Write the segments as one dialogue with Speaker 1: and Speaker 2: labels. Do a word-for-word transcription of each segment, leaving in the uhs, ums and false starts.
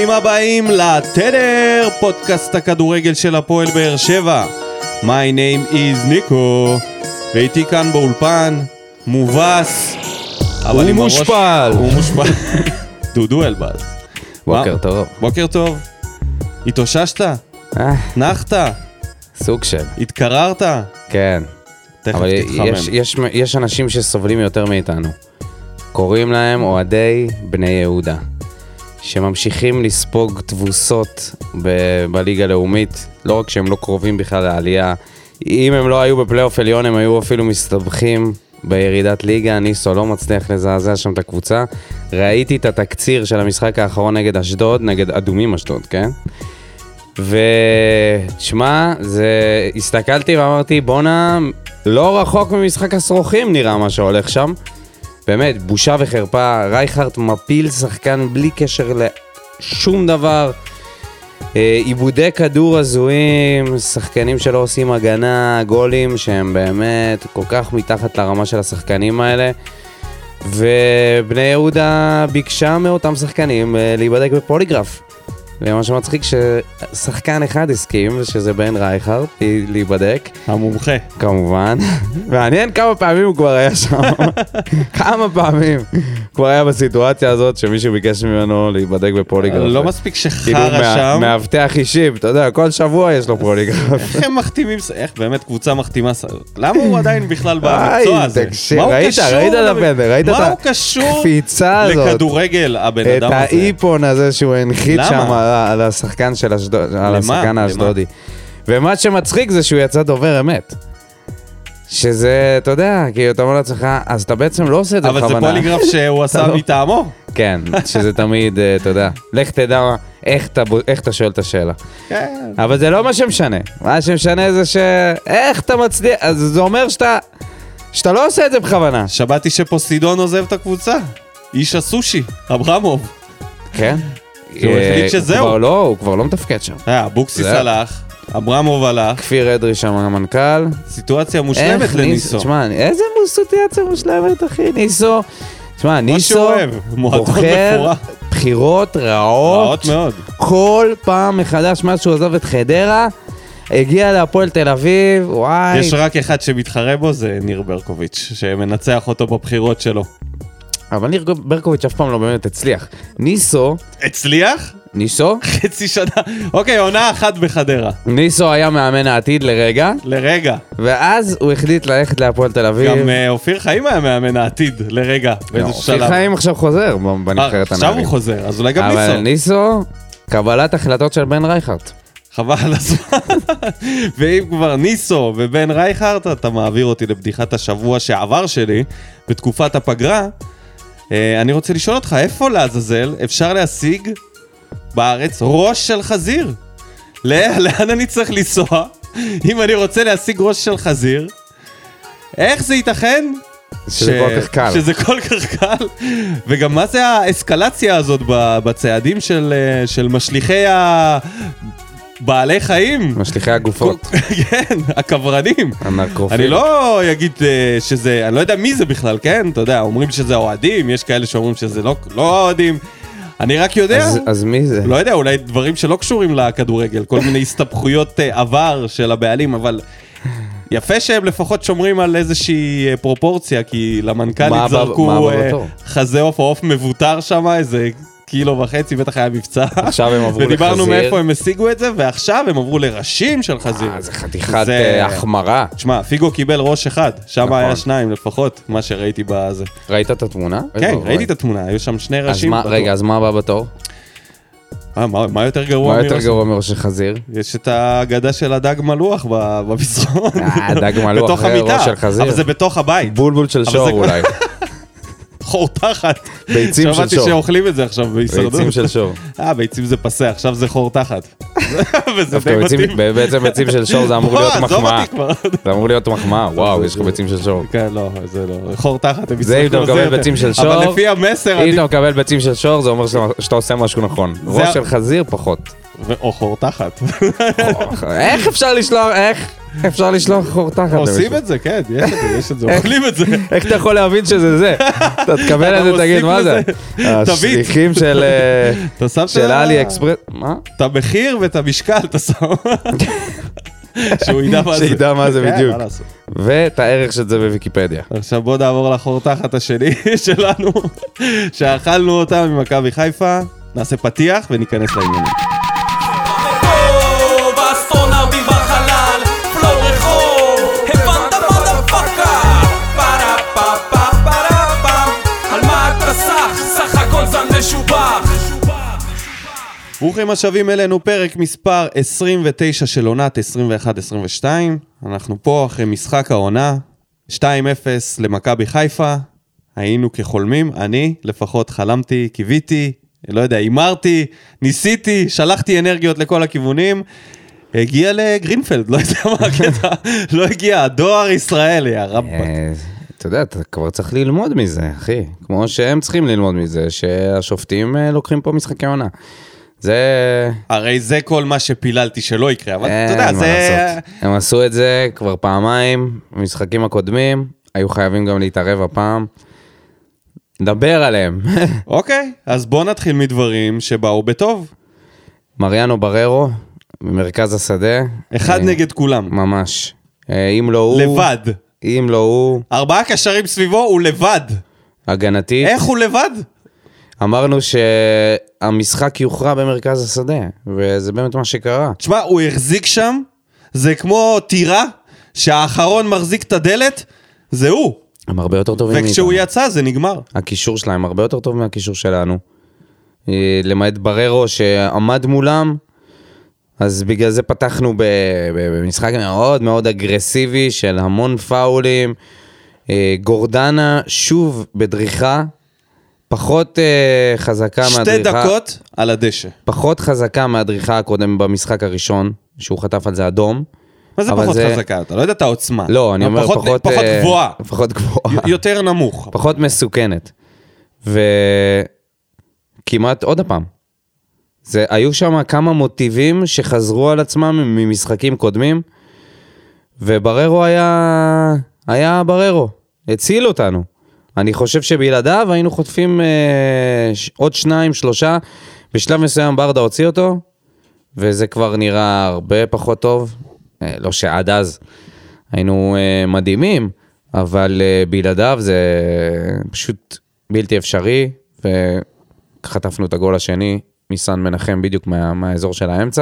Speaker 1: ברוכים הבאים לתדר, פודקאסט הכדורגל של הפועל באר שבע. My name is ניקו, והייתי כאן באולפן, מובס,
Speaker 2: הוא מושפל.
Speaker 1: הוא מושפל. דודו אלבאז.
Speaker 2: בוקר טוב.
Speaker 1: בוקר טוב. התאוששת? נחת?
Speaker 2: סוג של.
Speaker 1: התקררת?
Speaker 2: כן. אבל יש, יש, יש אנשים שסובלים יותר מאיתנו. קוראים להם אוהדי בני יהודה, שממשיכים לספוג תבוסות ב- בליגה הלאומית, לא רק שהם לא קרובים בכלל לעלייה, אם הם לא היו בפלייאוף עליון, הם היו אפילו מסתבכים בירידת ליגה. ניסו לא מצליח לזעזע שם את הקבוצה. ראיתי את התקציר של המשחק האחרון נגד אשדוד, נגד אדומים אשדוד, כן? ותשמע, זה... הסתכלתי ואמרתי, בונה, לא רחוק ממשחק הסרוכים נראה מה שהולך שם. באמת, בושה וחרפה. רייכרט מפיל שחקן בלי קשר לשום דבר. עיבודי כדור הזויים, שחקנים שלא עושים הגנה, גולים שהם באמת כל כך מתחת לרמה של השחקנים האלה. ובני יהודה ביקשה מאותם שחקנים להיבדק בפוליגרף. ומה שמצחיק ששחקן אחד הסכים, שזה בן רייכרט, להיבדק.
Speaker 1: המומחה.
Speaker 2: כמובן. מעניין כמה פעמים הוא כבר היה שם. כמה פעמים. כבר היה בסיטואציה הזאת שמישהו ביקש ממנו להיבדק בפוליגרף.
Speaker 1: לא מספיק שחרה שם.
Speaker 2: מאבטח אישי, אתה יודע, כל שבוע יש לו פוליגרף.
Speaker 1: איך הם מחתימים, איך באמת קבוצה מחתימה, למה הוא עדיין בכלל במקצוע הזה? מה הוא קשור?
Speaker 2: ראית את הפנדל, ראית את הקפיצה הזאת.
Speaker 1: לכדורגל הבן אדם הזה.
Speaker 2: את האיפון הזה שהוא הנחית שם על השחקן של אשדוד, על השחקן האשדודי. ומה שמצחיק זה שהוא יצא דובר אמת. שזה, אתה יודע, כי אתה אומר לעצמך, אז אתה בעצם לא עושה את זה בכוונה.
Speaker 1: אבל זה פוליגרף שהוא עשה מטעמו.
Speaker 2: כן, שזה תמיד, אתה יודע, לך תדע איך אתה שואל את השאלה.
Speaker 1: כן.
Speaker 2: אבל זה לא מה שמשנה. מה שמשנה זה שאיך אתה מצליח, אז זה אומר שאתה, שאתה לא עושה את זה בכוונה.
Speaker 1: שמעתי שפוסידון עוזב את הקבוצה. איש הסושי, אברמוב.
Speaker 2: כן.
Speaker 1: הוא החליט שזהו.
Speaker 2: הוא כבר לא, הוא כבר לא מתפקד שם.
Speaker 1: בוקסיס הלך, אברמוב הלך.
Speaker 2: כפיר אדרי שם המנכ"ל.
Speaker 1: סיטואציה מושלמת לניסו.
Speaker 2: תשמע, איזה סיטואציה מושלמת, אחי, ניסו. תשמע, ניסו
Speaker 1: בוחר
Speaker 2: בחירות רעות.
Speaker 1: רעות מאוד.
Speaker 2: כל פעם מחדש מאז שהוא עזב את חדרה, הגיע להפועל תל אביב, וואי.
Speaker 1: יש רק אחד שמתחרה בו, זה ניר ברקוביץ', שמנצח אותו בבחירות שלו.
Speaker 2: אבל ניר ברקוביץ' אף פעם לא באמת הצליח. ניסו...
Speaker 1: הצליח?
Speaker 2: ניסו?
Speaker 1: חצי שנה. אוקיי, עונה אחת בחדרה.
Speaker 2: ניסו היה מאמן העתיד לרגע.
Speaker 1: לרגע.
Speaker 2: ואז הוא החליט ללכת להפועל תל אביב.
Speaker 1: גם אופיר חיים היה מאמן העתיד לרגע.
Speaker 2: אופיר חיים עכשיו חוזר בנבחרת הנערים.
Speaker 1: עכשיו הוא חוזר, אז אולי גם ניסו.
Speaker 2: אבל ניסו, קבלת החלטות של בן רייכרט.
Speaker 1: חבל על הזמן. ואם כבר ניסו ובן רייכרט, אתה מעביר אותי לבדיחת השבוע שעבר שלי, בתקופת הפגרה. אני רוצה לשאול אותך, איפה לעזאזל אפשר להשיג בארץ ראש של חזיר? לאן אני צריך לנסוע אם אני רוצה להשיג ראש של חזיר? איך זה ייתכן?
Speaker 2: שזה כל כך קל.
Speaker 1: שזה כל כך קל. וגם מה זה האסקלציה הזאת בצעדים של, של משליחי ה... בעלי חיים.
Speaker 2: משליחי הגופות.
Speaker 1: כן, הקברנים.
Speaker 2: הנרקרופיל.
Speaker 1: אני לא אגיד שזה, אני לא יודע מי זה בכלל, כן? אתה יודע, אומרים שזה אוהדים, יש כאלה שאומרים שזה לא, לא אוהדים. אני רק יודע.
Speaker 2: אז, אז מי זה?
Speaker 1: לא יודע, אולי דברים שלא קשורים לכדורגל, כל מיני הסתבכויות עבר של הבעלים, אבל יפה שהם לפחות שומרים על איזושהי פרופורציה, כי למנכ"לית זרקו חזה עוף או עוף מבוטר שם, איזה... קילו וחצי, בטח היה מבצע.
Speaker 2: עכשיו הם עברו לחזיר.
Speaker 1: ודיברנו מאיפה הם השיגו את זה, ועכשיו הם עברו לראשים של חזיר.
Speaker 2: אה, זה חתיכת החמרה.
Speaker 1: תשמע, פיגו קיבל ראש אחד, שם היה שניים לפחות, מה שראיתי בזה.
Speaker 2: ראית את התמונה?
Speaker 1: כן, ראיתי את התמונה, היו שם שני ראשים.
Speaker 2: רגע, אז מה הבא בתור?
Speaker 1: מה יותר גרוע
Speaker 2: מראש? מה יותר גרוע מראש חזיר?
Speaker 1: יש את האגדה של הדג מלוח במסרון.
Speaker 2: אה, דג מלוח, ראש של חזיר.
Speaker 1: אבל זה בתוך הבית.
Speaker 2: בולבול של שור אולי.
Speaker 1: חור תחת.
Speaker 2: ביצים של שור.
Speaker 1: שמעתי שאוכלים את זה עכשיו בהישרדות.
Speaker 2: ביצים של שור.
Speaker 1: אה, ביצים זה פסה, עכשיו זה חור תחת. וזה די מתאים.
Speaker 2: בעצם ביצים של שור זה אמור להיות מחמאה. זה אמור להיות מחמאה, וואו, יש לך ביצים של שור.
Speaker 1: כן, לא, זה לא. חור תחת.
Speaker 2: זה אם אתה מקבל ביצים של שור.
Speaker 1: אבל לפי המסר...
Speaker 2: אם אתה מקבל ביצים של שור, זה אומר שאתה עושה משהו נכון. ראש של חזיר, פחות.
Speaker 1: או חור תחת.
Speaker 2: איך אפשר לשלוח, איך? אפשר לשלוח חור תחת.
Speaker 1: עושים את זה, כן, יש את זה, יש את זה, אוכלים את זה.
Speaker 2: איך אתה יכול להבין שזה זה? אתה תקבל את זה, תגיד, מה זה? השליחים של אלי אקספרס, מה?
Speaker 1: את המחיר ואת המשקל, אתה שם. שהוא ידע מה זה.
Speaker 2: שידע מה זה בדיוק. ואת הערך של זה בוויקיפדיה.
Speaker 1: עכשיו בוא נעבור לחור תחת השני שלנו, שאכלנו אותה ממכבי חיפה, נעשה פתיח וניכנס לעניינים. ברוכים השבים אלינו, פרק מספר עשרים ותשע של עונת עשרים ואחת עשרים ושתיים. אנחנו פה אחרי משחק העונה, שתיים אפס למכבי חיפה. היינו כחולמים, אני לפחות חלמתי, קיוויתי, לא יודע, אימרתי, ניסיתי, שלחתי אנרגיות לכל הכיוונים. הגיע לגרינפלד, לא יודע מה הקטע, לא הגיע, הדואר ישראלי, הרבק.
Speaker 2: אתה יודע, אתה כבר צריך ללמוד מזה, אחי. כמו שהם צריכים ללמוד מזה, שהשופטים לוקחים פה משחקי עונה. זה...
Speaker 1: הרי זה כל מה שפיללתי שלא יקרה, אבל אתה יודע, זה...
Speaker 2: הם עשו את זה כבר פעמיים, במשחקים הקודמים, היו חייבים גם להתערב הפעם. נדבר עליהם.
Speaker 1: אוקיי, אז בוא נתחיל מדברים שבאו בטוב.
Speaker 2: מריאנו בררו, ממרכז השדה.
Speaker 1: אחד נגד כולם.
Speaker 2: ממש. אם לא הוא...
Speaker 1: לבד.
Speaker 2: אם לא הוא...
Speaker 1: ארבעה קשרים סביבו, הוא לבד.
Speaker 2: הגנתית.
Speaker 1: איך הוא לבד?
Speaker 2: אמרנו שהמשחק יוכרע במרכז השדה, וזה באמת מה שקרה.
Speaker 1: תשמע, הוא החזיק שם, זה כמו טירה, שהאחרון מחזיק את הדלת, זה הוא.
Speaker 2: הם הרבה יותר טובים מאיתנו.
Speaker 1: וכשהוא יצא, זה נגמר.
Speaker 2: הקישור שלהם הרבה יותר טוב מהקישור שלנו. למעט בררו שעמד מולם, אז בגלל זה פתחנו במשחק מאוד מאוד אגרסיבי, של המון פאולים. גורדנה שוב בדריכה, פחות uh, חזקה מהדריכה.
Speaker 1: שתי דקות על הדשא.
Speaker 2: פחות חזקה מהדריכה הקודם במשחק הראשון, שהוא חטף על זה אדום.
Speaker 1: מה זה פחות זה... חזקה? אתה לא יודע את העוצמה.
Speaker 2: לא, אני אומר
Speaker 1: פחות,
Speaker 2: פחות...
Speaker 1: פחות uh, גבוהה.
Speaker 2: פחות גבוהה.
Speaker 1: יותר נמוך.
Speaker 2: פחות מסוכנת. וכמעט עוד הפעם. זה, היו שם כמה מוטיבים שחזרו על עצמם ממשחקים קודמים, ובררו היה... היה בררו. הציל אותנו. אני חושב שבלעדיו היינו חוטפים אה, ש... עוד שניים, שלושה, בשלב מסוים ברדה הוציא אותו, וזה כבר נראה הרבה פחות טוב, אה, לא שעד אז היינו אה, מדהימים, אבל אה, בלעדיו זה פשוט בלתי אפשרי, וחטפנו את הגול השני, מסן מנחם בדיוק מה, מהאזור של האמצע.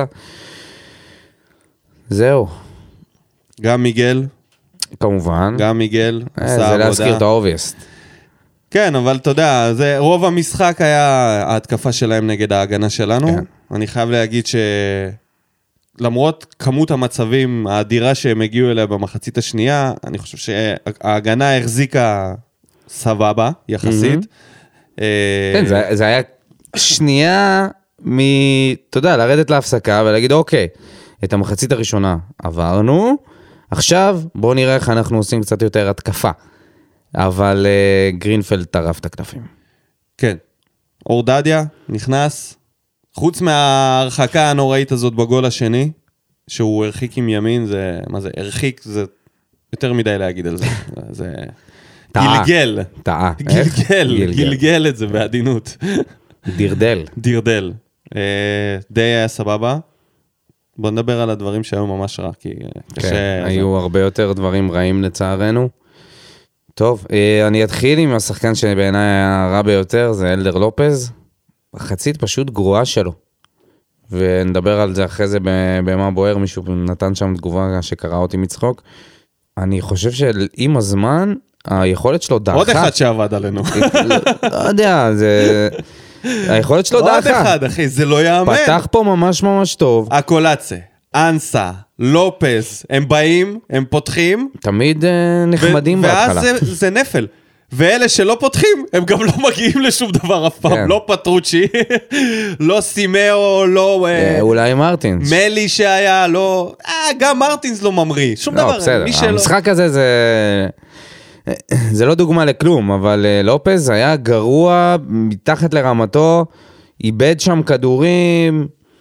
Speaker 2: זהו.
Speaker 1: גם מיגל.
Speaker 2: כמובן.
Speaker 1: גם מיגל.
Speaker 2: אה, זה להזכיר את האובייסט.
Speaker 1: כן, אבל אתה יודע, זה, רוב המשחק היה ההתקפה שלהם נגד ההגנה שלנו. כן. אני חייב להגיד שלמרות כמות המצבים האדירה שהם הגיעו אליה במחצית השנייה, אני חושב שההגנה החזיקה סבבה, יחסית.
Speaker 2: Mm-hmm. כן, זה, זה היה שנייה מ... אתה יודע, לרדת להפסקה ולהגיד, אוקיי, את המחצית הראשונה עברנו, עכשיו בואו נראה איך אנחנו עושים קצת יותר התקפה. אבל uh, גרינפלד טרף את הכתפים.
Speaker 1: כן. אורדדיה נכנס, חוץ מההרחקה הנוראית הזאת בגול השני, שהוא הרחיק עם ימין, זה, מה זה, הרחיק, זה יותר מדי להגיד על זה. זה גילגל.
Speaker 2: טעה.
Speaker 1: גילגל, גילגל את זה בעדינות.
Speaker 2: דירדל.
Speaker 1: דירדל. אה, די היה סבבה. בוא נדבר על הדברים שהיו ממש רע, כי קשה...
Speaker 2: כן, היו הרבה יותר דברים רעים לצערנו. טוב, אני אתחיל עם השחקן שבעיניי היה רע ביותר, זה אלדר לופז. החצית פשוט גרועה שלו. ונדבר על זה אחרי זה במה בוער, מישהו נתן שם תגובה שקרא אותי מצחוק. אני חושב שעם הזמן, היכולת שלו דעכה.
Speaker 1: עוד אחד שעבד עלינו.
Speaker 2: לא יודע, זה... היכולת שלו דעכה.
Speaker 1: עוד אחד, אחי, זה לא יאמן.
Speaker 2: פתח פה ממש ממש טוב.
Speaker 1: הקולצה, אנסה, לופז, הם באים, הם פותחים.
Speaker 2: תמיד נחמדים בהתחלה.
Speaker 1: ואז זה, זה נפל. ואלה שלא פותחים, הם גם לא מגיעים לשום דבר אף פעם. כן. לא פטרוצ'י, לא סימאו, לא...
Speaker 2: אולי מרטינס.
Speaker 1: מלי שהיה, לא... אה, גם מרטינס לא ממריא. שום
Speaker 2: לא,
Speaker 1: דבר.
Speaker 2: בסדר.
Speaker 1: שלא...
Speaker 2: המשחק הזה זה... זה לא דוגמה לכלום, אבל לופז היה גרוע מתחת לרמתו, איבד שם כדורים,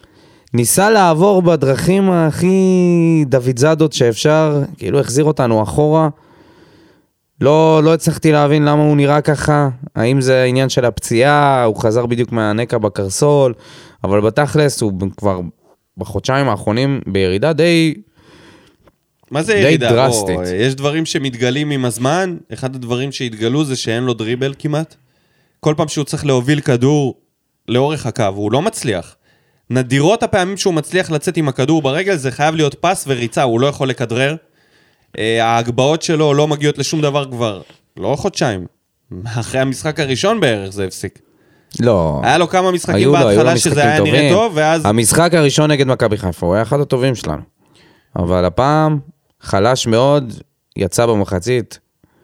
Speaker 2: ניסה לעבור בדרכים הכי דוד זדות שאפשר, כאילו החזיר אותנו אחורה. לא, לא הצלחתי להבין למה הוא נראה ככה, האם זה העניין של הפציעה, הוא חזר בדיוק מהנקע בקרסול, אבל בתכלס הוא כבר בחודשיים האחרונים בירידה די...
Speaker 1: מה זה ירידה? דרסטית. או, יש דברים שמתגלים עם הזמן, אחד הדברים שהתגלו זה שאין לו דריבל כמעט. כל פעם שהוא צריך להוביל כדור לאורך הקו, הוא לא מצליח. נדירות הפעמים שהוא מצליח לצאת עם הכדור ברגל, זה חייב להיות פס וריצה, הוא לא יכול לכדרר. ההגבעות שלו לא מגיעות לשום דבר כבר, לא חודשיים. אחרי המשחק הראשון בערך זה הפסיק.
Speaker 2: לא.
Speaker 1: היה לו כמה משחקים בהתחלה שזה היה נראה טוב, ואז...
Speaker 2: המשחק הראשון נגד מכבי חיפה, הוא היה אחד הטובים שלנו. אבל הפעם חלש מאוד, יצא במחצית,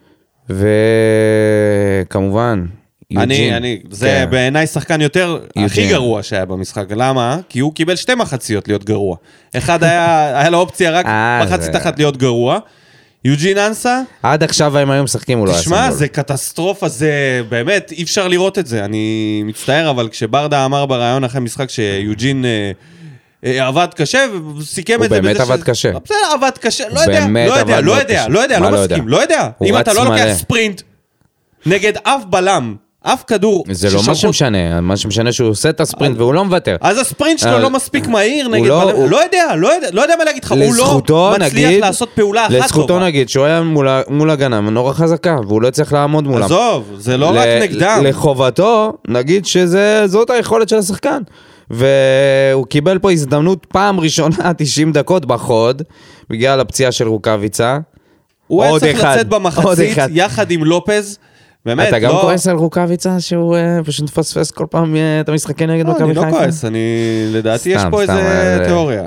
Speaker 2: וכמובן,
Speaker 1: אני, אני, זה בעיניי שחקן יותר, הכי גרוע שהיה במשחק. למה? כי הוא קיבל שתי מחציות להיות גרוע. אחד היה, היה לו אופציה רק מחצית אחת להיות גרוע. יוג'ין אנסה.
Speaker 2: עד עכשיו הם היו משחקים, הוא לא היה סמול.
Speaker 1: תשמע, זה קטסטרופה, זה באמת, אי אפשר לראות את זה. אני מצטער, אבל כשברדה אמר ברעיון אחרי משחק שיוג'ין עבד קשה, וסיכם את זה.
Speaker 2: הוא באמת עבד קשה.
Speaker 1: בסדר, עבד קשה, לא יודע, לא יודע, לא יודע, לא יודע, לא מסכים, לא יודע. אם אתה לא לוקח ספרינט נגד אף בלם, אף כדור.
Speaker 2: זה לא מה שמשנה, מה שמשנה שהוא עושה את הספרינט והוא לא מוותר.
Speaker 1: אז הספרינט שלו לא מספיק מהיר נגד בלם, לא יודע, לא יודע מה להגיד לך, הוא לא מצליח לעשות פעולה אחת טובה.
Speaker 2: לזכותו נגיד שהוא היה מול הגנה נורא חזקה, והוא לא צריך לעמוד מולם.
Speaker 1: עזוב, זה לא רק נגדם.
Speaker 2: לחובתו, נגיד שזאת היכולת של השחקן. והוא קיבל פה הזדמנות פעם ראשונה תשעים דקות בחוד, בגלל הפציעה של רוקאביצה.
Speaker 1: הוא היה צריך לצאת במחצית יחד עם לופז. באמת,
Speaker 2: אתה גם כועס על רוקאביצה שהוא פשוט מפספס כל פעם את המשחקי נגד מכבי חיפה?
Speaker 1: אני לא כועס, אני לדעתי יש פה איזה תיאוריה.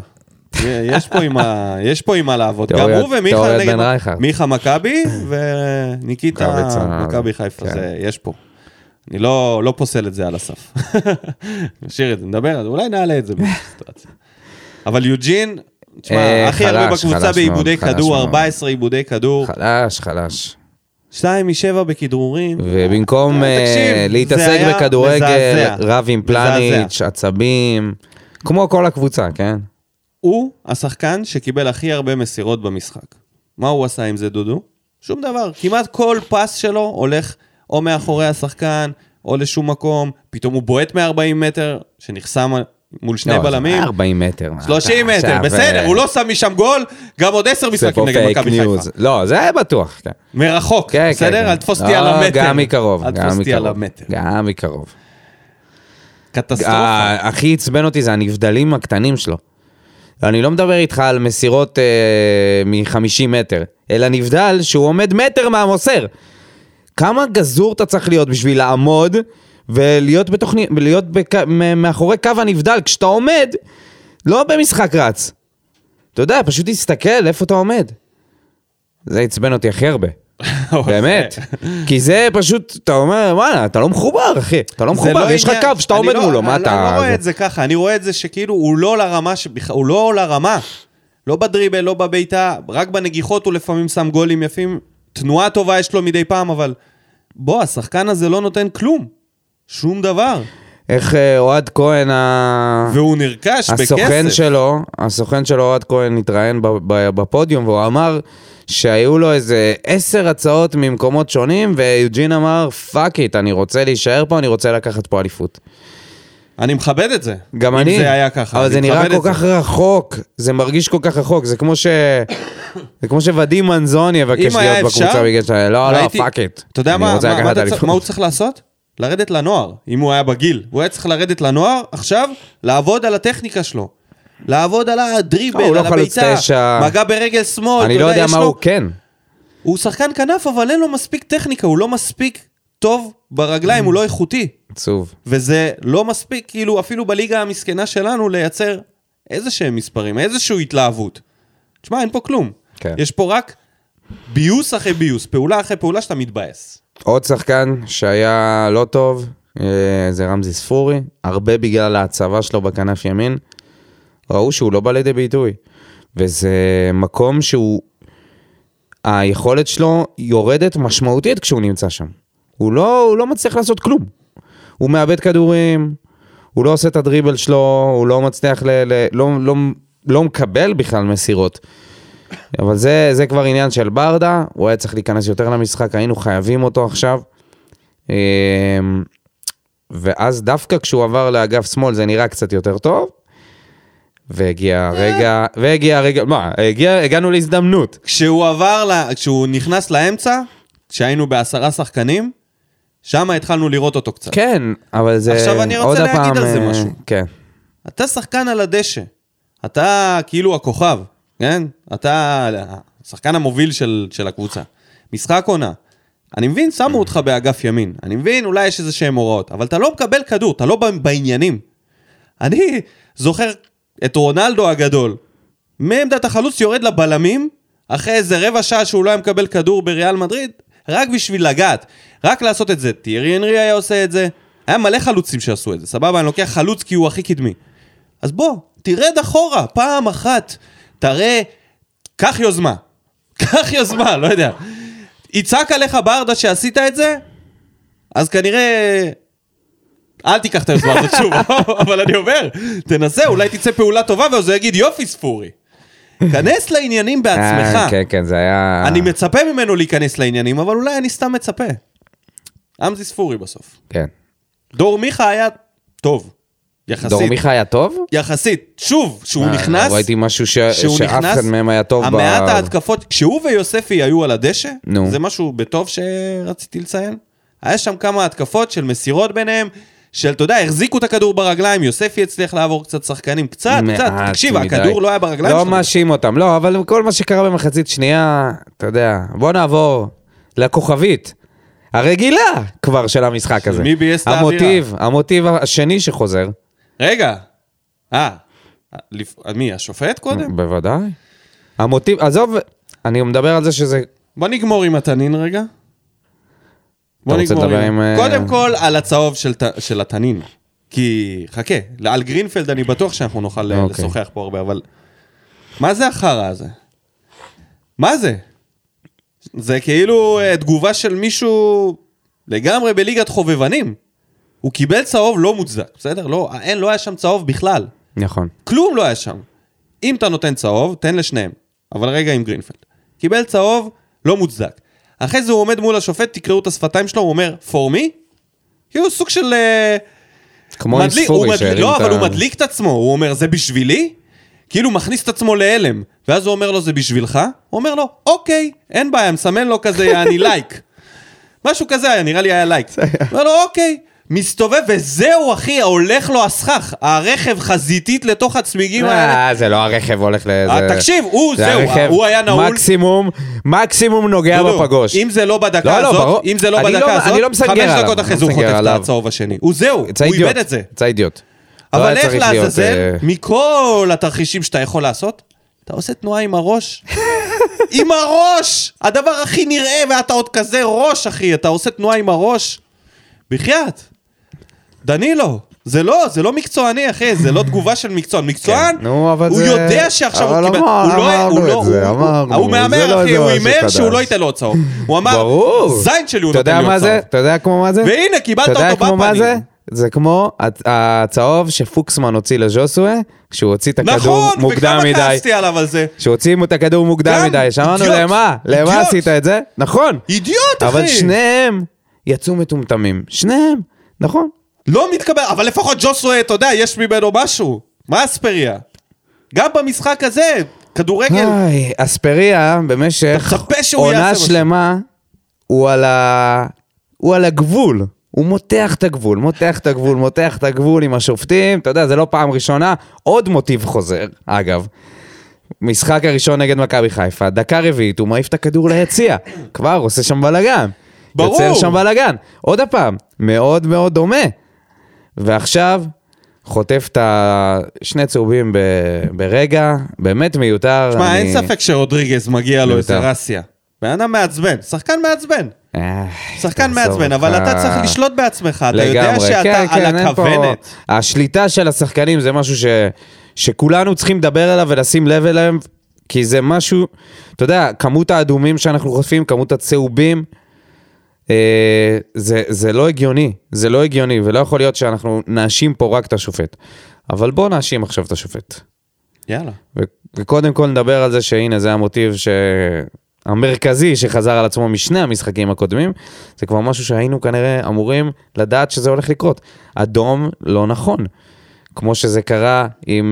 Speaker 1: יש פה עם מה לעבוד. גם הוא ומיכה נגד מיכה מכבי וניקיטה מכבי חיפה, יש פה. אני לא פוסל את זה על הסף. נשאיר את זה, נדבר, אולי נעלה את זה בסיטואציה. אבל יוג'ין, תשמע, הכי הרבה בקבוצה בעיבודי כדור, ארבע עשרה עיבודי כדור.
Speaker 2: חלש, חלש.
Speaker 1: שתיים משבע בכדרורים.
Speaker 2: ובמקום להתעסק בכדורגל, רב עם פלניץ', עצבים, כמו כל הקבוצה, כן?
Speaker 1: הוא השחקן שקיבל הכי הרבה מסירות במשחק. מה הוא עשה עם זה, דודו? שום דבר. כמעט כל פס שלו הולך או מאחורי השחקן, או לשום מקום. פתאום הוא בועט מ-ארבעים מטר, שנחסם מול שני בלמים.
Speaker 2: ארבעים מטר.
Speaker 1: שלושים מטר, בסדר, הוא לא שם משם גול, גם עוד עשר משחקים נגד מכבי חיפה.
Speaker 2: לא, זה היה בטוח.
Speaker 1: מרחוק, בסדר? אל תפוס אותי על המטר.
Speaker 2: גם מקרוב.
Speaker 1: אל תפוס אותי על המטר.
Speaker 2: גם מקרוב.
Speaker 1: קטסטרופה.
Speaker 2: הכי עצבן אותי זה הנבדלים הקטנים שלו. אני לא מדבר איתך על מסירות מ-חמישים מטר, אלא נבדל שהוא עומד מטר מהמוסר. כמה גזור אתה צריך להיות בשביל לעמוד ולהיות בתוכנית, להיות בק... מאחורי קו הנבדל, כשאתה עומד, לא במשחק רץ. אתה יודע, פשוט תסתכל איפה אתה עומד. זה יצבן אותי הכי הרבה. באמת. כי זה פשוט, אתה אומר, וואלה, אתה לא מחובר, אחי. אתה לא מחובר, יש לך קו שאתה עומד מולו, מה אתה...
Speaker 1: אני לא רואה את זה ככה, אני רואה את זה שכאילו הוא לא לרמה, הוא לא לרמה. לא בדריבל, לא בביתה, רק בנגיחות הוא לפעמים שם גולים יפים. תנועה טובה יש לו מדי פעם, אבל בוא, השחקן הזה לא נותן כלום. שום דבר.
Speaker 2: איך אוהד כהן,
Speaker 1: והוא נרכש בכסף.
Speaker 2: הסוכן שלו, הסוכן שלו אוהד כהן התראיין בפודיום, והוא אמר שהיו לו איזה עשר הצעות ממקומות שונים, ויוג'ין אמר, פאק איט, אני רוצה להישאר פה, אני רוצה לקחת פה אליפות.
Speaker 1: אני מכבד את זה.
Speaker 2: גם אני.
Speaker 1: זה היה ככה.
Speaker 2: אבל זה נראה כל כך רחוק, זה מרגיש כל כך רחוק, זה כמו ש... זה כמו שוודים מנזון יבקש להיות בקבוצה בגלל ש... לא, לא, פאק איט.
Speaker 1: אתה יודע מה הוא צריך לעשות? לרדת לנוער, אם הוא היה בגיל. הוא היה צריך לרדת לנוער, עכשיו, לעבוד על הטכניקה שלו. לעבוד על הדריבל, על הביתה, מגע ברגל שמאל.
Speaker 2: אני לא יודע מה הוא כן.
Speaker 1: הוא שחקן כנף, אבל אין לו מספיק טכניקה, הוא לא מספיק טוב ברגליים, הוא לא איכותי. עצוב. וזה לא מספיק, כאילו, אפילו בליגה המסכנה שלנו, לייצר איזשהם מספרים, איזשהו התלהבות. תשמע, אין פה כלום. יש פה רק ביוס אחרי ביוס, פעולה אחרי פעולה שאתה מתבאס.
Speaker 2: עוד שחקן שהיה לא טוב, זה רמזי ספורי, הרבה בגלל ההצבה שלו בכנף ימין, ראו שהוא לא בא לידי ביטוי, וזה מקום שהוא, היכולת שלו יורדת משמעותית כשהוא נמצא שם, הוא לא, הוא לא מצליח לעשות כלום, הוא מאבד כדורים, הוא לא עושה את הדריבל שלו, הוא לא מצליח, ל, ל, לא, לא, לא מקבל בכלל מסירות. אבל זה, זה כבר עניין של ברדה, הוא היה צריך להיכנס יותר למשחק, היינו חייבים אותו עכשיו. ואז דווקא כשהוא עבר לאגף שמאל זה נראה קצת יותר טוב, והגיע רגע, והגיע רגע, מה, הגיע, הגענו להזדמנות.
Speaker 1: כשהוא עבר, כשהוא נכנס לאמצע, כשהיינו בעשרה שחקנים, שם התחלנו לראות אותו קצת.
Speaker 2: כן, אבל זה...
Speaker 1: עכשיו אני רוצה להגיד פעם, על זה משהו.
Speaker 2: כן.
Speaker 1: אתה שחקן על הדשא, אתה כאילו הכוכב, כן? אתה השחקן המוביל של, של הקבוצה. משחק עונה. אני מבין, שמו אותך באגף ימין. אני מבין, אולי יש איזה שהם הוראות, אבל אתה לא מקבל כדור, אתה לא בעניינים. אני זוכר את רונלדו הגדול, מעמדת החלוץ יורד לבלמים, אחרי איזה רבע שעה שהוא לא היה מקבל כדור בריאל מדריד, רק בשביל לגעת, רק לעשות את זה. תיארי הנרי היה עושה את זה, היה מלא חלוצים שעשו את זה, סבבה, אני לוקח חלוץ כי הוא הכי קדמי. אז בוא, תרד אחורה, פעם אחת, תראה, קח יוזמה, קח יוזמה, לא יודע. יצעק עליך ברדה שעשית את זה, אז כנראה, אל תיקח את היוזמה הזאת שוב, אבל אני אומר, תנסה, אולי תצא פעולה טובה, ואז הוא יגיד, יופי ספורי. כנס לעניינים בעצמך.
Speaker 2: כן, כן, זה היה...
Speaker 1: אני מצפה ממנו להיכנס לעניינים, אבל אולי אני סתם מצפה. עמזי ספורי בסוף.
Speaker 2: כן.
Speaker 1: דור מיכה היה טוב. יחסית.
Speaker 2: דור מיכה היה טוב?
Speaker 1: יחסית. שוב, שהוא נכנס...
Speaker 2: ראיתי משהו שאף אחד מהם היה טוב.
Speaker 1: המעט ההתקפות, כשהוא ויוספי היו על הדשא, זה משהו בטוב שרציתי לציין. היה שם כמה התקפות של מסירות ביניהם, של, אתה יודע, החזיקו את הכדור ברגליים, יוספי הצליח לעבור קצת שחקנים, קצת, קצת, תקשיב, הכדור לא היה ברגליים שלו.
Speaker 2: לא מאשים אותם, לא, אבל כל מה שקרה במחצית שנייה, אתה יודע, בוא נעבור לכוכבית, הרגילה כבר של המשחק הזה.
Speaker 1: מי בייס את האווירה?
Speaker 2: המוטיב, המוטיב השני שחוזר.
Speaker 1: רגע, אה, מי, השופט קודם?
Speaker 2: בוודאי. המוטיב, עזוב, אני מדבר על זה שזה...
Speaker 1: בוא נגמור עם התנין רגע. בוא נגמור עם... קודם כל על הצהוב של, של התנין. כי, חכה, על גרינפלד אני בטוח שאנחנו נוכל okay. לשוחח פה הרבה, אבל... מה זה החרא הזה? מה זה? זה כאילו תגובה של מישהו לגמרי בליגת חובבנים. הוא קיבל צהוב לא מוצדק, בסדר? לא, אין, לא היה שם צהוב בכלל.
Speaker 2: נכון.
Speaker 1: כלום לא היה שם. אם אתה נותן צהוב, תן לשניהם. אבל רגע עם גרינפלד. קיבל צהוב לא מוצדק. אחרי זה הוא עומד מול השופט, תקראו את השפתיים שלו, הוא אומר, for me? כאילו סוג של...
Speaker 2: כמו עם ספורי שהרים את ה...
Speaker 1: לא, אבל הוא מדליק את עצמו, הוא אומר, זה בשבילי? כאילו מכניס את עצמו להלם, ואז הוא אומר לו, זה בשבילך? הוא אומר לו, אוקיי, אין בעיה, מסמן לו כזה, אני לייק. משהו כזה היה, נראה לי היה לייק. הוא אומר לו, אוקיי, מסתובב, וזהו אחי, הולך לו הסכך, הרכב חזיתית לתוך הצמיגים האלה.
Speaker 2: זה לא הרכב הולך לזה.
Speaker 1: תקשיב, הוא, זהו, הוא היה נעול.
Speaker 2: מקסימום, מקסימום נוגע בפגוש.
Speaker 1: אם זה לא בדקה הזאת, אם זה לא בדקה הזאת, חמש דקות אחרי זה הוא חוטף את הצהוב השני. הוא זהו, הוא איבד את זה.
Speaker 2: זה אידיוט.
Speaker 1: אבל איך לעזאזל, מכל התרחישים שאתה יכול לעשות, אתה עושה תנועה עם הראש. עם הראש! הדבר הכי נראה, ואתה עוד כזה ראש, אחי, אתה עושה תנועה עם הראש. בחייאת. דנילו, זה לא, זה לא מקצועני, אחי, זה לא תגובה של מקצוען. מקצוען, הוא יודע שעכשיו הוא קיבל, הוא לא, הוא מאמר, אחי, הוא אימר שהוא לא ייתן לו צהוב. הוא אמר, זין שלי הוא נותן לו צהוב.
Speaker 2: אתה יודע כמו מה זה?
Speaker 1: והנה, קיבלת אותו בפנים.
Speaker 2: זה כמו הצהוב שפוקסמן הוציא לז'וסואה, כשהוא הוציא את הכדור מוקדם מדי.
Speaker 1: נכון, וכמה כעסתי עליו על זה.
Speaker 2: שהוציא את הכדור מוקדם מדי. שמענו למה? למה עשית את זה? נכון.
Speaker 1: אידיוט, אחי.
Speaker 2: אבל שניהם יצאו מטומטמים. שניהם, נכון.
Speaker 1: לא מתקבל, אבל לפחות ג'וסואה, אתה יודע, יש ממנו משהו. מה אספריה? גם במשחק הזה, כדורגל.
Speaker 2: אספריה, במשך עונה שלמה, הוא על הגבול. הוא מותח את הגבול, מותח את הגבול, מותח את הגבול עם השופטים, אתה יודע, זה לא פעם ראשונה, עוד מוטיב חוזר, אגב. משחק הראשון נגד מכבי חיפה, דקה רביעית, הוא מעיף את הכדור ליציע, כבר עושה שם בלגן.
Speaker 1: ברור.
Speaker 2: יוצר שם בלגן. עוד הפעם, מאוד מאוד דומה. ועכשיו, חוטף את השני צהובים ברגע, באמת מיותר.
Speaker 1: שמה, אני... אין ספק שרודריגז מגיע לו איזה רסיה. בענה מעצבן, שחקן מעצבן. שחקן מעצבן, אבל אתה צריך לשלוט בעצמך, אתה יודע שאתה על הכוונת.
Speaker 2: השליטה של השחקנים זה משהו שכולנו צריכים לדבר עליו ולשים לב אליהם, כי זה משהו, אתה יודע, כמות האדומים שאנחנו חוטפים, כמות הצהובים, זה, זה לא הגיוני, זה לא הגיוני, ולא יכול להיות שאנחנו נאשים פה רק את השופט. אבל בוא נאשים עכשיו את השופט.
Speaker 1: יאללה.
Speaker 2: ו- וקודם כל נדבר על זה שהנה, זה המוטיב שהמרכזי שחזר על עצמו משני המשחקים הקודמים, זה כבר משהו שהיינו כנראה אמורים לדעת שזה הולך לקרות. אדום לא נכון. כמו שזה קרה עם...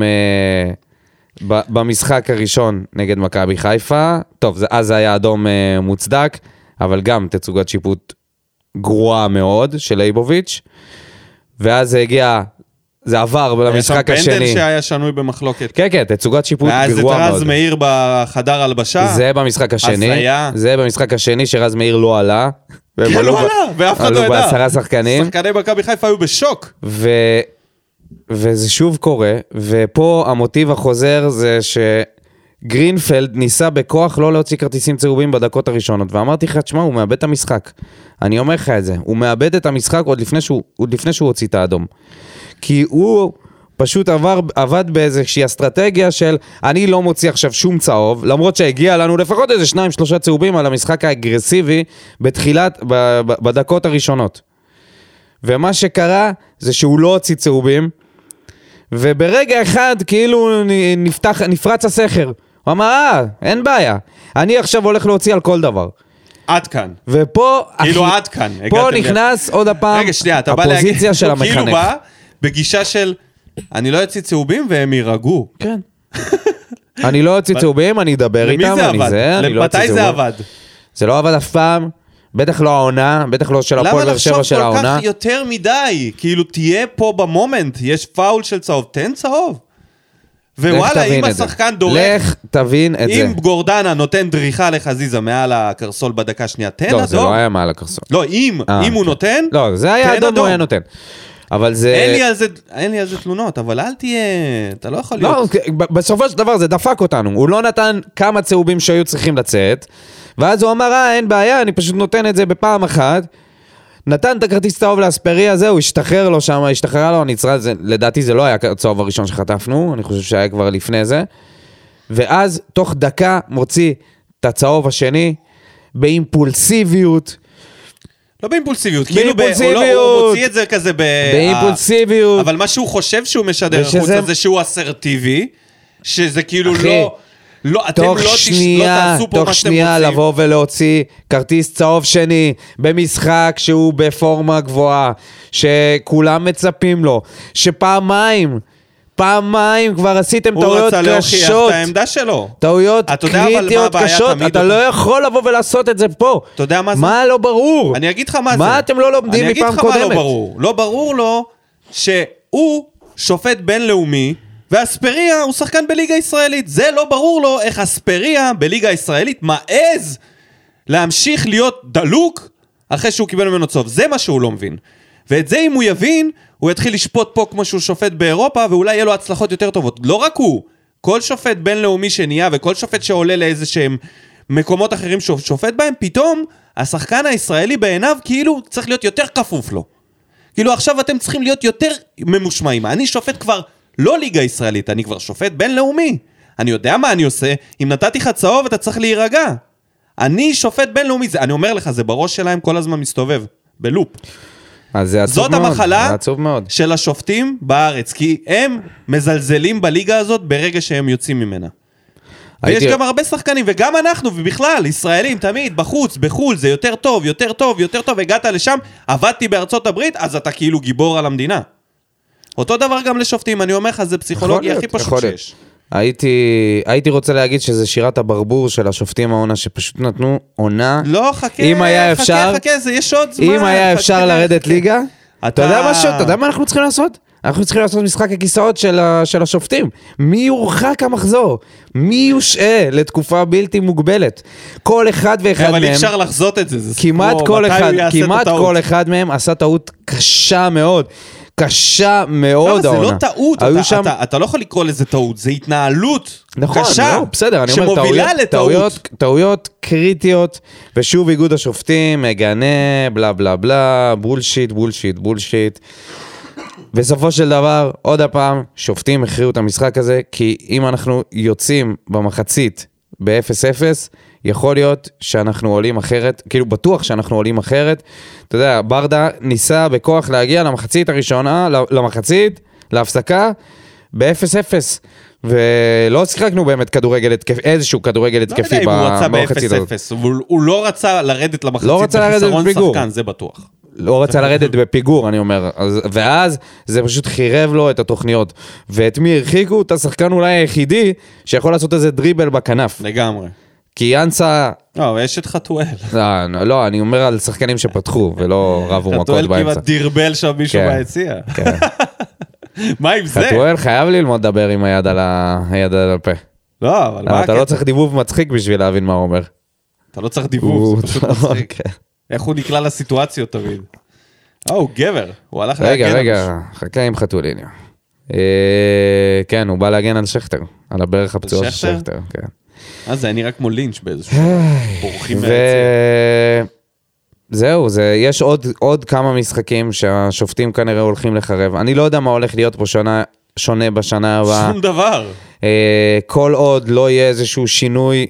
Speaker 2: ב- במשחק הראשון נגד מכבי חיפה, טוב, זה, אז זה היה אדום uh, מוצדק, אבל גם תצוגת שיפוט גרועה מאוד של ליבוביץ', ואז זה הגיע, זה עבר למשחק השני.
Speaker 1: היה שם פנדל שהיה שנוי במחלוקת.
Speaker 2: כן, כן, תצוגת שיפוט גרועה מאוד.
Speaker 1: ואז זה רז מאיר בחדר הלבשה.
Speaker 2: זה במשחק השני.
Speaker 1: עשיה.
Speaker 2: זה במשחק השני שרז מאיר לא עלה.
Speaker 1: כן, לא עלה, ואף אחד לא ידע.
Speaker 2: עלו בעשרה שחקנים.
Speaker 1: שחקני מכבי חיפה היו בשוק.
Speaker 2: ו... וזה שוב קורה, ופה המוטיב החוזר זה שגרינפלד ניסה בכוח לא להוציא כרטיסים צהובים בדקות הראשונות, ואמרתי לך, תשמע, הוא מאבד את המשחק. אני אומר לך את זה, הוא מאבד את המשחק עוד לפני שהוא, עוד לפני שהוא הוציא את האדום. כי הוא פשוט עבר, עבד באיזושהי אסטרטגיה של, אני לא מוציא עכשיו שום צהוב, למרות שהגיע לנו לפחות איזה שניים, שלושה צהובים על המשחק האגרסיבי בתחילת, ב, ב, בדקות הראשונות. ומה שקרה זה שהוא לא הוציא צהובים, וברגע אחד כאילו נפתח, נפרץ הסכר. הוא אמר, אה, אין בעיה. אני עכשיו הולך להוציא על כל דבר.
Speaker 1: עד כאן.
Speaker 2: ופה...
Speaker 1: כאילו עד כאן.
Speaker 2: פה נכנס עוד הפעם
Speaker 1: רגע, שנייה, אתה בא להגיד,
Speaker 2: הפוזיציה של המחנך.
Speaker 1: כאילו בא בגישה של, אני לא יוציא צהובים והם יירגעו.
Speaker 2: כן. אני לא יוציא צהובים, אני אדבר איתם, אני זה, אני לא יוציא
Speaker 1: מתי זה עבד?
Speaker 2: זה לא עבד אף פעם. בטח לא העונה, בטח לא של הפועל באר שבע של העונה.
Speaker 1: למה לחשוב כל כך יותר מדי? כאילו תהיה פה במומנט, יש פאול של צהוב, תן צהוב. ווואלה, אם השחקן דורך...
Speaker 2: לך תבין את זה.
Speaker 1: אם גורדנה נותן דריכה לחזיזה מעל הקרסול בדקה שנייה, תן אדום.
Speaker 2: לא, זה לא היה מעל הקרסול.
Speaker 1: לא, אם, אם הוא נותן,
Speaker 2: לא, זה היה אדום, הוא היה נותן. אבל זה...
Speaker 1: אין לי על זה, אין לי על זה תלונות, אבל אל תהיה, אתה לא יכול להיות...
Speaker 2: לא, בסופו של דבר זה דפק אותנו. הוא לא נתן כמה צהובים שהיו צריכים לצאת, ואז הוא אמר, אה, אין בעיה, אני פשוט נותן את זה בפעם אחת. נתן את הכרטיס צהוב לאספריה, זהו, השתחרר לו שם, השתחררה לו הנצרה, זה, לדעתי זה לא היה הצהוב הראשון שחטפנו, אני חושב שהיה כבר לפני זה. ואז תוך דקה מוציא את הצהוב השני, באימפולסיביות.
Speaker 1: לא באימפולסיביות,
Speaker 2: באימפולסיביות.
Speaker 1: כאילו ב... הוא, לא, הוא מוציא את זה כזה ב...
Speaker 2: באימפולסיביות.
Speaker 1: אבל מה שהוא חושב שהוא משדר
Speaker 2: ושזה...
Speaker 1: חוץ זה שהוא אסרטיבי, שזה כאילו אחי, לא... לא, אתם
Speaker 2: תוך
Speaker 1: לא,
Speaker 2: שנייה,
Speaker 1: תש... לא תעשו פה
Speaker 2: תוך
Speaker 1: מה
Speaker 2: שנייה
Speaker 1: שאתם רוצים.
Speaker 2: לבוא ולהוציא כרטיס צהוב שני במשחק שהוא בפורמה גבוהה, שכולם מצפים לו, שפעמיים, פעמיים כבר עשיתם טעויות קשות.
Speaker 1: הוא רצה להוכיח את העמדה שלו.
Speaker 2: טעויות קריטיות קשות, אתה לא יכול לבוא ולעשות את זה פה.
Speaker 1: אתה יודע מה זה?
Speaker 2: מה לא ברור?
Speaker 1: אני אגיד לך מה זה.
Speaker 2: מה אתם לא לומדים מפעם קודמת?
Speaker 1: אני אגיד לך מה לא ברור. לא ברור לו שהוא שופט בינלאומי, ואספריה הוא שחקן בליגה הישראלית. זה לא ברור לו איך אספריה בליגה הישראלית מעז להמשיך להיות דלוק אחרי שהוא קיבל ממנו צהוב. זה מה שהוא לא מבין. ואת זה אם הוא יבין, הוא יתחיל לשפוט פה כמו שהוא שופט באירופה, ואולי יהיה לו הצלחות יותר טובות. לא רק הוא, כל שופט בינלאומי שנהיה, וכל שופט שעולה לאיזה שהם מקומות אחרים שופט בהם, פתאום השחקן הישראלי בעיניו כאילו צריך להיות יותר כפוף לו. כאילו עכשיו אתם צריכים להיות יותר ממושמעים. אני שופט כבר לא ליגה ישראלית, אני כבר שופט בינלאומי. אני יודע מה אני עושה, אם נתתי לך צהוב אתה צריך להירגע. אני שופט בינלאומי, אני אומר לך, זה בראש שלהם כל הזמן מסתובב, בלופ.
Speaker 2: אז זה עצוב
Speaker 1: זאת
Speaker 2: מאוד,
Speaker 1: המחלה
Speaker 2: זה עצוב מאוד.
Speaker 1: של השופטים בארץ, כי הם מזלזלים בליגה הזאת ברגע שהם יוצאים ממנה. ויש
Speaker 2: הייתי...
Speaker 1: גם הרבה שחקנים, וגם אנחנו, ובכלל, ישראלים, תמיד, בחוץ, בחול, זה יותר טוב, יותר טוב, יותר טוב, הגעת לשם, עבדתי בארצות הברית, אז אתה כאילו גיבור על המדינה. אותו דבר גם לשופטים, אני אומר לך, זה פסיכולוגיה הכי פשוט שיש.
Speaker 2: הייתי, הייתי רוצה להגיד שזה שירת הברבור של השופטים העונה, שפשוט נתנו עונה.
Speaker 1: לא, חכה,
Speaker 2: אם היה
Speaker 1: חכה,
Speaker 2: אפשר,
Speaker 1: חכה, זה יש עוד זמן.
Speaker 2: אם היה אפשר לרדת ליגה,
Speaker 1: אתה...
Speaker 2: אתה יודע משהו, אתה יודע מה אנחנו צריכים לעשות? אנחנו צריכים לעשות משחק הכיסאות של, ה, של השופטים. מי יורחק המחזור? מי יושעה לתקופה בלתי מוגבלת? כל אחד ואחד מהם...
Speaker 1: אבל אפשר לחזות את זה, זה
Speaker 2: כמעט כל אחד, כמעט כל אחד מהם עשה טעות קשה מאוד. קשה מאוד העונה.
Speaker 1: לא, זה לא טעות, אתה, שם... אתה, אתה לא יכול לקרוא לזה טעות, זה התנהלות נכון, קשה,
Speaker 2: לא, בסדר, אני אומר,
Speaker 1: שמובילה
Speaker 2: טעויות,
Speaker 1: לטעות.
Speaker 2: טעויות, טעויות קריטיות, ושוב איגוד השופטים, מגנה, בלה בלה בלה, בולשיט, בולשיט, בולשיט. בסופו של דבר, עוד הפעם, שופטים הכריעו את המשחק הזה, כי אם אנחנו יוצאים במחצית ב-אפס אפס, יכול להיות שאנחנו עולים אחרת, כאילו בטוח שאנחנו עולים אחרת. אתה יודע, ברדה ניסה בכוח להגיע למחצית הראשונה, למחצית, להפסקה, ב-אפס אפס. ולא שיחקנו באמת כדורגל התקפי, איזשהו כדורגל התקפי במחצית הזאת.
Speaker 1: לא יודע אם הוא רצה ב-אפס אפס, הוא לא רצה לרדת למחצית בחיסרון שחקן, זה בטוח.
Speaker 2: לא רצה לרדת בפיגור, אני אומר. ואז זה פשוט חירב לו את התוכניות. ואת מי הרחיקו? את השחקן אולי היחידי שיכול לעשות איזה דריבל בכנף.
Speaker 1: לגמרי.
Speaker 2: כי אנסה...
Speaker 1: לא, יש את חתואל.
Speaker 2: לא, לא, אני אומר על שחקנים שפתחו, ולא רבו מכות באמצע.
Speaker 1: חתואל כמעט דרבל שם מישהו ביציע.
Speaker 2: כן.
Speaker 1: מה עם זה?
Speaker 2: חתואל חייב ללמוד לדבר עם היד על הפה.
Speaker 1: לא, אבל מה...
Speaker 2: אתה לא צריך דיבוב מצחיק בשביל להבין מה הוא אומר.
Speaker 1: אתה לא צריך דיבוב, זה פשוט מצחיק. איך הוא נקלע לסיטואציות תמיד. אה, הוא גבר, הוא הלך להגן.
Speaker 2: רגע, רגע, חכה עם חתוליניה. כן, הוא בא להגן על שכטר, על הברך הפצועה של שכטר.
Speaker 1: אז זה נראה כמו לינץ' באיזשהו בורחים מהיציע.
Speaker 2: זהו, יש עוד כמה משחקים שהשופטים כנראה הולכים לחרב. אני לא יודע מה הולך להיות פה שונה בשנה הבאה.
Speaker 1: שום דבר.
Speaker 2: כל עוד לא יהיה איזשהו שינוי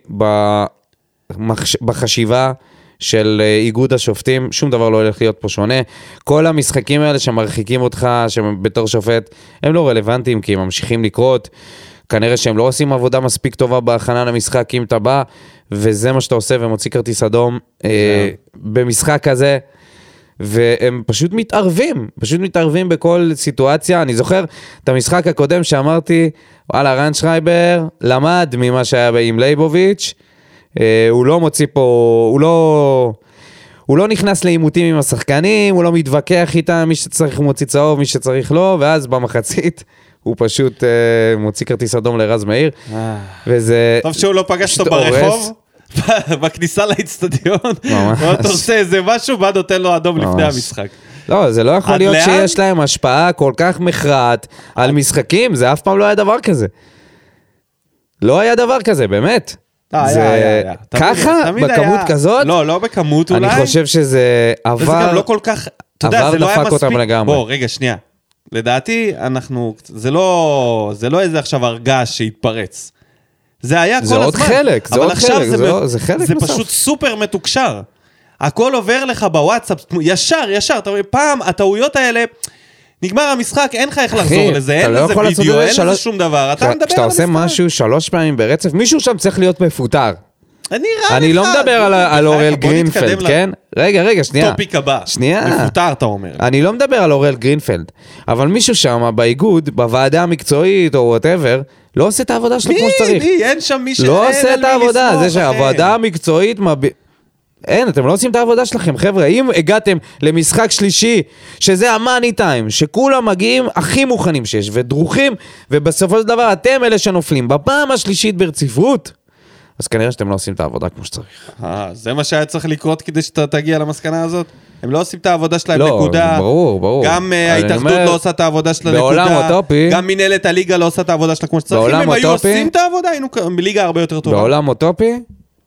Speaker 2: בחשיבה של איגוד השופטים, שום דבר לא הולך להיות פה שונה. כל המשחקים האלה שמרחיקים אותך בתור שופט, הם לא רלוונטיים כי הם ממשיכים לקרות. כנראה שהם לא עושים עבודה מספיק טובה בהכנה למשחק אם אתה בא, וזה מה שאתה עושה ומוציא כרטיס אדום אה, במשחק הזה, והם פשוט מתערבים, פשוט מתערבים בכל סיטואציה. אני זוכר את המשחק הקודם שאמרתי, וואלה, רן שרייבר למד ממה שהיה עם לייבוביץ', אה, הוא לא מוציא פה, הוא לא... הוא לא נכנס לאימותים עם השחקנים, הוא לא מתווכח איתם, מי שצריך מוציא צהוב, מי שצריך לא, ואז במחצית הוא פשוט uh, מוציא כרטיס אדום לרז מאיר, וזה...
Speaker 1: טוב שהוא לא פגש אותו ברחוב, בכניסה לאצטדיון, ואתה עושה איזה משהו, מה נותן לו אדום לפני המשחק.
Speaker 2: לא, זה לא יכול להיות שיש להם השפעה כל כך מכרעת על משחקים, זה אף פעם לא היה דבר כזה. לא היה דבר כזה, באמת. זה ככה, בכמות כזאת?
Speaker 1: לא, לא בכמות אולי.
Speaker 2: אני חושב שזה עבר...
Speaker 1: וזה גם לא כל כך... אתה יודע, זה לא היה מספיק...
Speaker 2: לגמרי.
Speaker 1: בוא, רגע, שנייה. לדעתי, אנחנו... זה לא... זה לא איזה עכשיו הרגש שהתפרץ. זה היה כל הזמן.
Speaker 2: זה עוד חלק, זה עוד חלק. זה חלק נוסף.
Speaker 1: זה פשוט סופר מתוקשר. הכל עובר לך בוואטסאפ, ישר, ישר. פעם, הטעויות האלה... נגמר המשחק, אין לך איך לחזור לזה, אין לזה וידאו, אין לזה שום דבר, אתה מדבר על המשחק.
Speaker 2: כשאתה עושה משהו שלוש פעמים ברצף, מישהו שם צריך להיות מפוטר.
Speaker 1: אני
Speaker 2: לא מדבר על אוראל גרינפלד, כן? רגע, רגע, שנייה.
Speaker 1: טופיק הבא,
Speaker 2: שנייה.
Speaker 1: מפוטר אתה אומר.
Speaker 2: אני לא מדבר על אוראל גרינפלד, אבל מישהו שם באיגוד, בוועדה המקצועית או whatever, לא עושה את העבודה שלו כמו שצריך.
Speaker 1: מי? אין שם מי שאין
Speaker 2: לא עושה את העבודה, זה שהוועדה המקצועית אין, אתם לא עושים את העבודה שלכם, חבר'ה. אם הגעתם למשחק שלישי, שזה המאני טיים, שכולם מגיעים הכי מוכנים שיש, ודרוכים, ובסופו של דבר אתם אלה שנופלים. בפעם השלישית ברציפות, אז כנראה שאתם לא עושים את העבודה כמו שצריך.
Speaker 1: אה, זה מה שהיה צריך לקרות כדי שאתה תגיע למסקנה הזאת? הם לא עושים את העבודה שלהם
Speaker 2: לא,
Speaker 1: נקודה.
Speaker 2: ברור, ברור.
Speaker 1: גם ההתאחדות לא עושה את העבודה שלה
Speaker 2: בעולם
Speaker 1: נקודה.
Speaker 2: אוטופי,
Speaker 1: גם מנהלת הליגה לא עושה את העבודה שלה כמו שצריך. אם הם היו עושים את העבודה, היינו בליגה הרבה יותר טובה.
Speaker 2: בעולם אוטופי,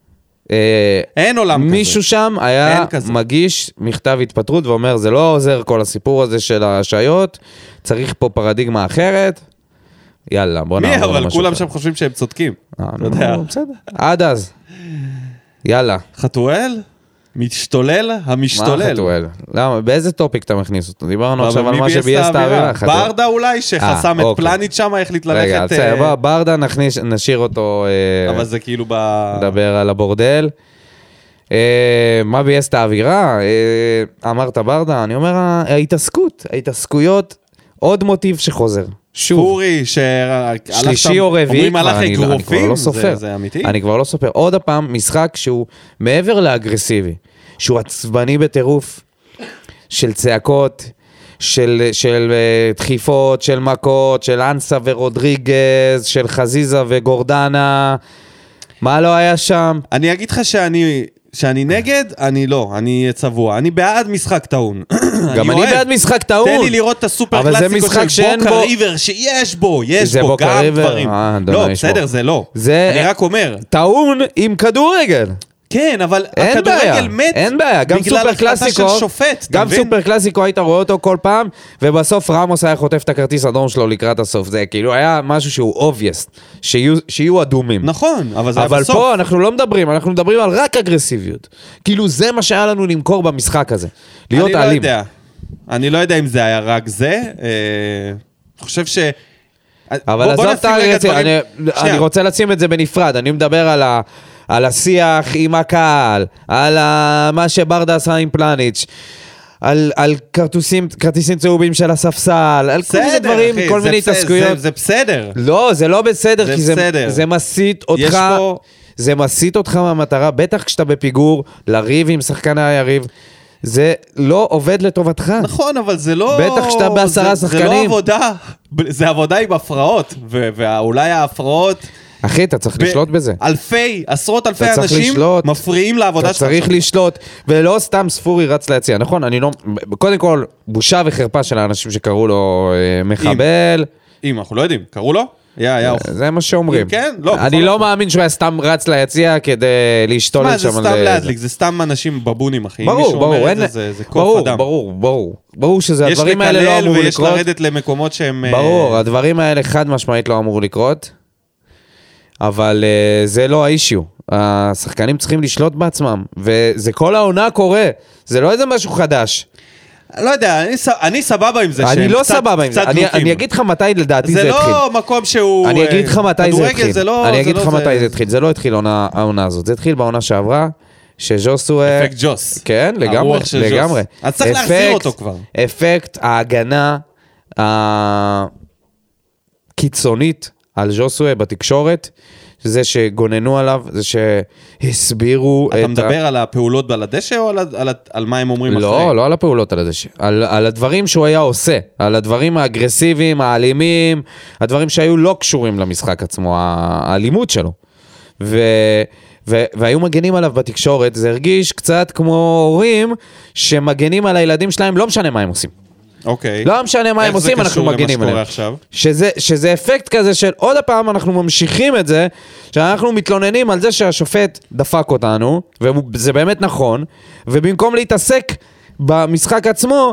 Speaker 1: אין עולם כזה.
Speaker 2: מישהו שם היה מגיש מכתב התפטרות ואומר, זה לא עוזר כל הסיפור הזה של השעיות, צריך פה פרדיגמה אחרת. יאללה, בוא נעבור למשהו.
Speaker 1: מי? אבל כולם שם חושבים שהם צודקים.
Speaker 2: בסדר. עד אז. יאללה.
Speaker 1: חתואל? משתולל? המשתולל.
Speaker 2: מה חתואל? למה? באיזה טופיק אתה מכניס אותו? דיברנו עכשיו על מה שבייס את האווירה.
Speaker 1: ברדה אולי שחסם את פלניץ' שם, החליט ללכת...
Speaker 2: רגע, ברדה נשאיר אותו...
Speaker 1: אבל זה כאילו ב...
Speaker 2: נדבר על הבורדל. מה בייס את האווירה? אמרת ברדה, אני אומר, ההתעסקות, ההתעסקויות, עוד מוטיב שחוזר. שוב.
Speaker 1: פורי,
Speaker 2: שלישי או רביעי, אני כבר לא סופר.
Speaker 1: זה אמיתי?
Speaker 2: אני כבר לא סופר. עוד הפעם, משחק שהוא מעבר לאגרסיבי, שהוא עצבני בטירוף, של צעקות, של, של uh, דחיפות, של מכות, של אנסה ורודריגז, של חזיזה וגורדנה. מה לא היה שם?
Speaker 1: אני אגיד לך שאני... שאני נגד, אני לא, אני צבוע. אני בעד משחק טעון.
Speaker 2: גם אני בעד משחק טעון.
Speaker 1: תן לי לראות את הסופר קלאסיקו של בוקה ריבר, שיש בו, יש בו גם דברים. לא, בסדר, זה לא. אני רק אומר.
Speaker 2: טעון עם כדורגל.
Speaker 1: כן, אבל
Speaker 2: אין בעיה,
Speaker 1: הכדורגל מת
Speaker 2: אין בעיה, גם
Speaker 1: בגלל
Speaker 2: סופר
Speaker 1: החלטה של
Speaker 2: קלאסיקו,
Speaker 1: שופט,
Speaker 2: גם סופר קלאסיקו היית רואה אותו כל פעם, ובסוף רמוס היה חוטף את הכרטיס אדום שלו לקראת הסוף, זה כאילו היה משהו שהוא obvious, שיהיו, שיהיו אדומים.
Speaker 1: נכון, אבל זה היה
Speaker 2: אבל
Speaker 1: בסוף.
Speaker 2: פה אנחנו לא מדברים, אנחנו מדברים על רק אגרסיביות. כאילו זה מה שהיה לנו למכור במשחק הזה, להיות
Speaker 1: אני
Speaker 2: אלים.
Speaker 1: לא יודע, אני לא יודע אם זה היה רק זה, אני חושב ש...
Speaker 2: אבל עזוב את האגרסיביות, אני, אני רוצה לשים את זה בנפרד, אני מדבר על ה... על השיח עם הקהל, על ה... מה שברדה עשה עם פלניץ', על, על כרטיסים, כרטיסים צהובים של הספסל, על כל מיני דברים,
Speaker 1: אחי,
Speaker 2: כל מיני התעסקויות.
Speaker 1: זה, זה בסדר.
Speaker 2: לא, זה לא בסדר,
Speaker 1: זה
Speaker 2: כי
Speaker 1: בסדר.
Speaker 2: זה, זה מסית אותך,
Speaker 1: פה...
Speaker 2: זה מסית אותך מהמטרה, בטח כשאתה בפיגור, לריב עם שחקן היריב, זה לא עובד לטובתך.
Speaker 1: נכון, אבל זה לא...
Speaker 2: בטח כשאתה בעשרה
Speaker 1: זה,
Speaker 2: שחקנים.
Speaker 1: זה לא עבודה, זה עבודה עם הפרעות, ו- ואולי ההפרעות...
Speaker 2: אחי, אתה צריך לשלוט בזה.
Speaker 1: אלפי, עשרות אלפי
Speaker 2: אתה
Speaker 1: אנשים
Speaker 2: לשלוט,
Speaker 1: מפריעים לעבודה
Speaker 2: שלך.
Speaker 1: שלך.
Speaker 2: אתה צריך לשלוט, ולא סתם ספורי רץ להציע, נכון? אני לא... קודם כל, בושה וחרפה של האנשים שקראו לו אה, מחבל.
Speaker 1: אם, אנחנו לא יודעים, קראו לו? היה, היה...
Speaker 2: זה מה שאומרים.
Speaker 1: כן, לא.
Speaker 2: אני לא מאמין שהוא היה סתם רץ להציע כדי להשתולל שם.
Speaker 1: מה, זה סתם להדליק, זה סתם אנשים בבונים, אחי.
Speaker 2: ברור, ברור.
Speaker 1: זה קוף אדם.
Speaker 2: ברור, ברור. ברור שזה הדברים האלה לא אמור לקרות.
Speaker 1: יש לקלל ויש לרדת למקומות שהם...
Speaker 2: ברור, הדברים האלה חד משמעית לא אמור לקרות. אבל uh, זה לא האישיו. השחקנים צריכים לשלוט בעצמם, וזה כל העונה קורה. זה לא איזה משהו חדש.
Speaker 1: לא יודע, אני, אני סבבה עם זה שהם קצת
Speaker 2: אני לא סבבה עם זה. אני, אני אגיד לך מתי לדעתי זה,
Speaker 1: זה
Speaker 2: התחיל.
Speaker 1: זה לא מקום שהוא...
Speaker 2: אני אגיד לך מתי זה התחיל.
Speaker 1: זה לא,
Speaker 2: אני אגיד
Speaker 1: זה
Speaker 2: לך
Speaker 1: לא
Speaker 2: מתי
Speaker 1: זה...
Speaker 2: זה התחיל. זה לא התחיל העונה, העונה הזאת. זה התחיל בעונה שעברה, שז'וסואה...
Speaker 1: אפקט ג'וס.
Speaker 2: כן, לגמרי, לגמרי.
Speaker 1: אז צריך להחזיר אותו כבר.
Speaker 2: אפקט ההגנה הקיצונית על ז'וסואה בתקשורת, זה שגוננו עליו, זה שהסבירו...
Speaker 1: אתה מדבר על הפעולות על הדשא או על, על, על מה הם אומרים אחרי?
Speaker 2: לא, לא על הפעולות על הדשא. על, על הדברים שהוא היה עושה. על הדברים האגרסיביים, האלימים, הדברים שהיו לא קשורים למשחק עצמו, האלימות שלו. ו... ו- והיו מגנים עליו בתקשורת, זה הרגיש קצת כמו הורים שמגנים על הילדים שלהם, לא משנה מה הם עושים.
Speaker 1: אוקיי.
Speaker 2: לא משנה מה הם עושים, אנחנו מגנים עליהם. שזה, שזה אפקט כזה של עוד הפעם אנחנו ממשיכים את זה, שאנחנו מתלוננים על זה שהשופט דפק אותנו, וזה באמת נכון, ובמקום להתעסק במשחק עצמו,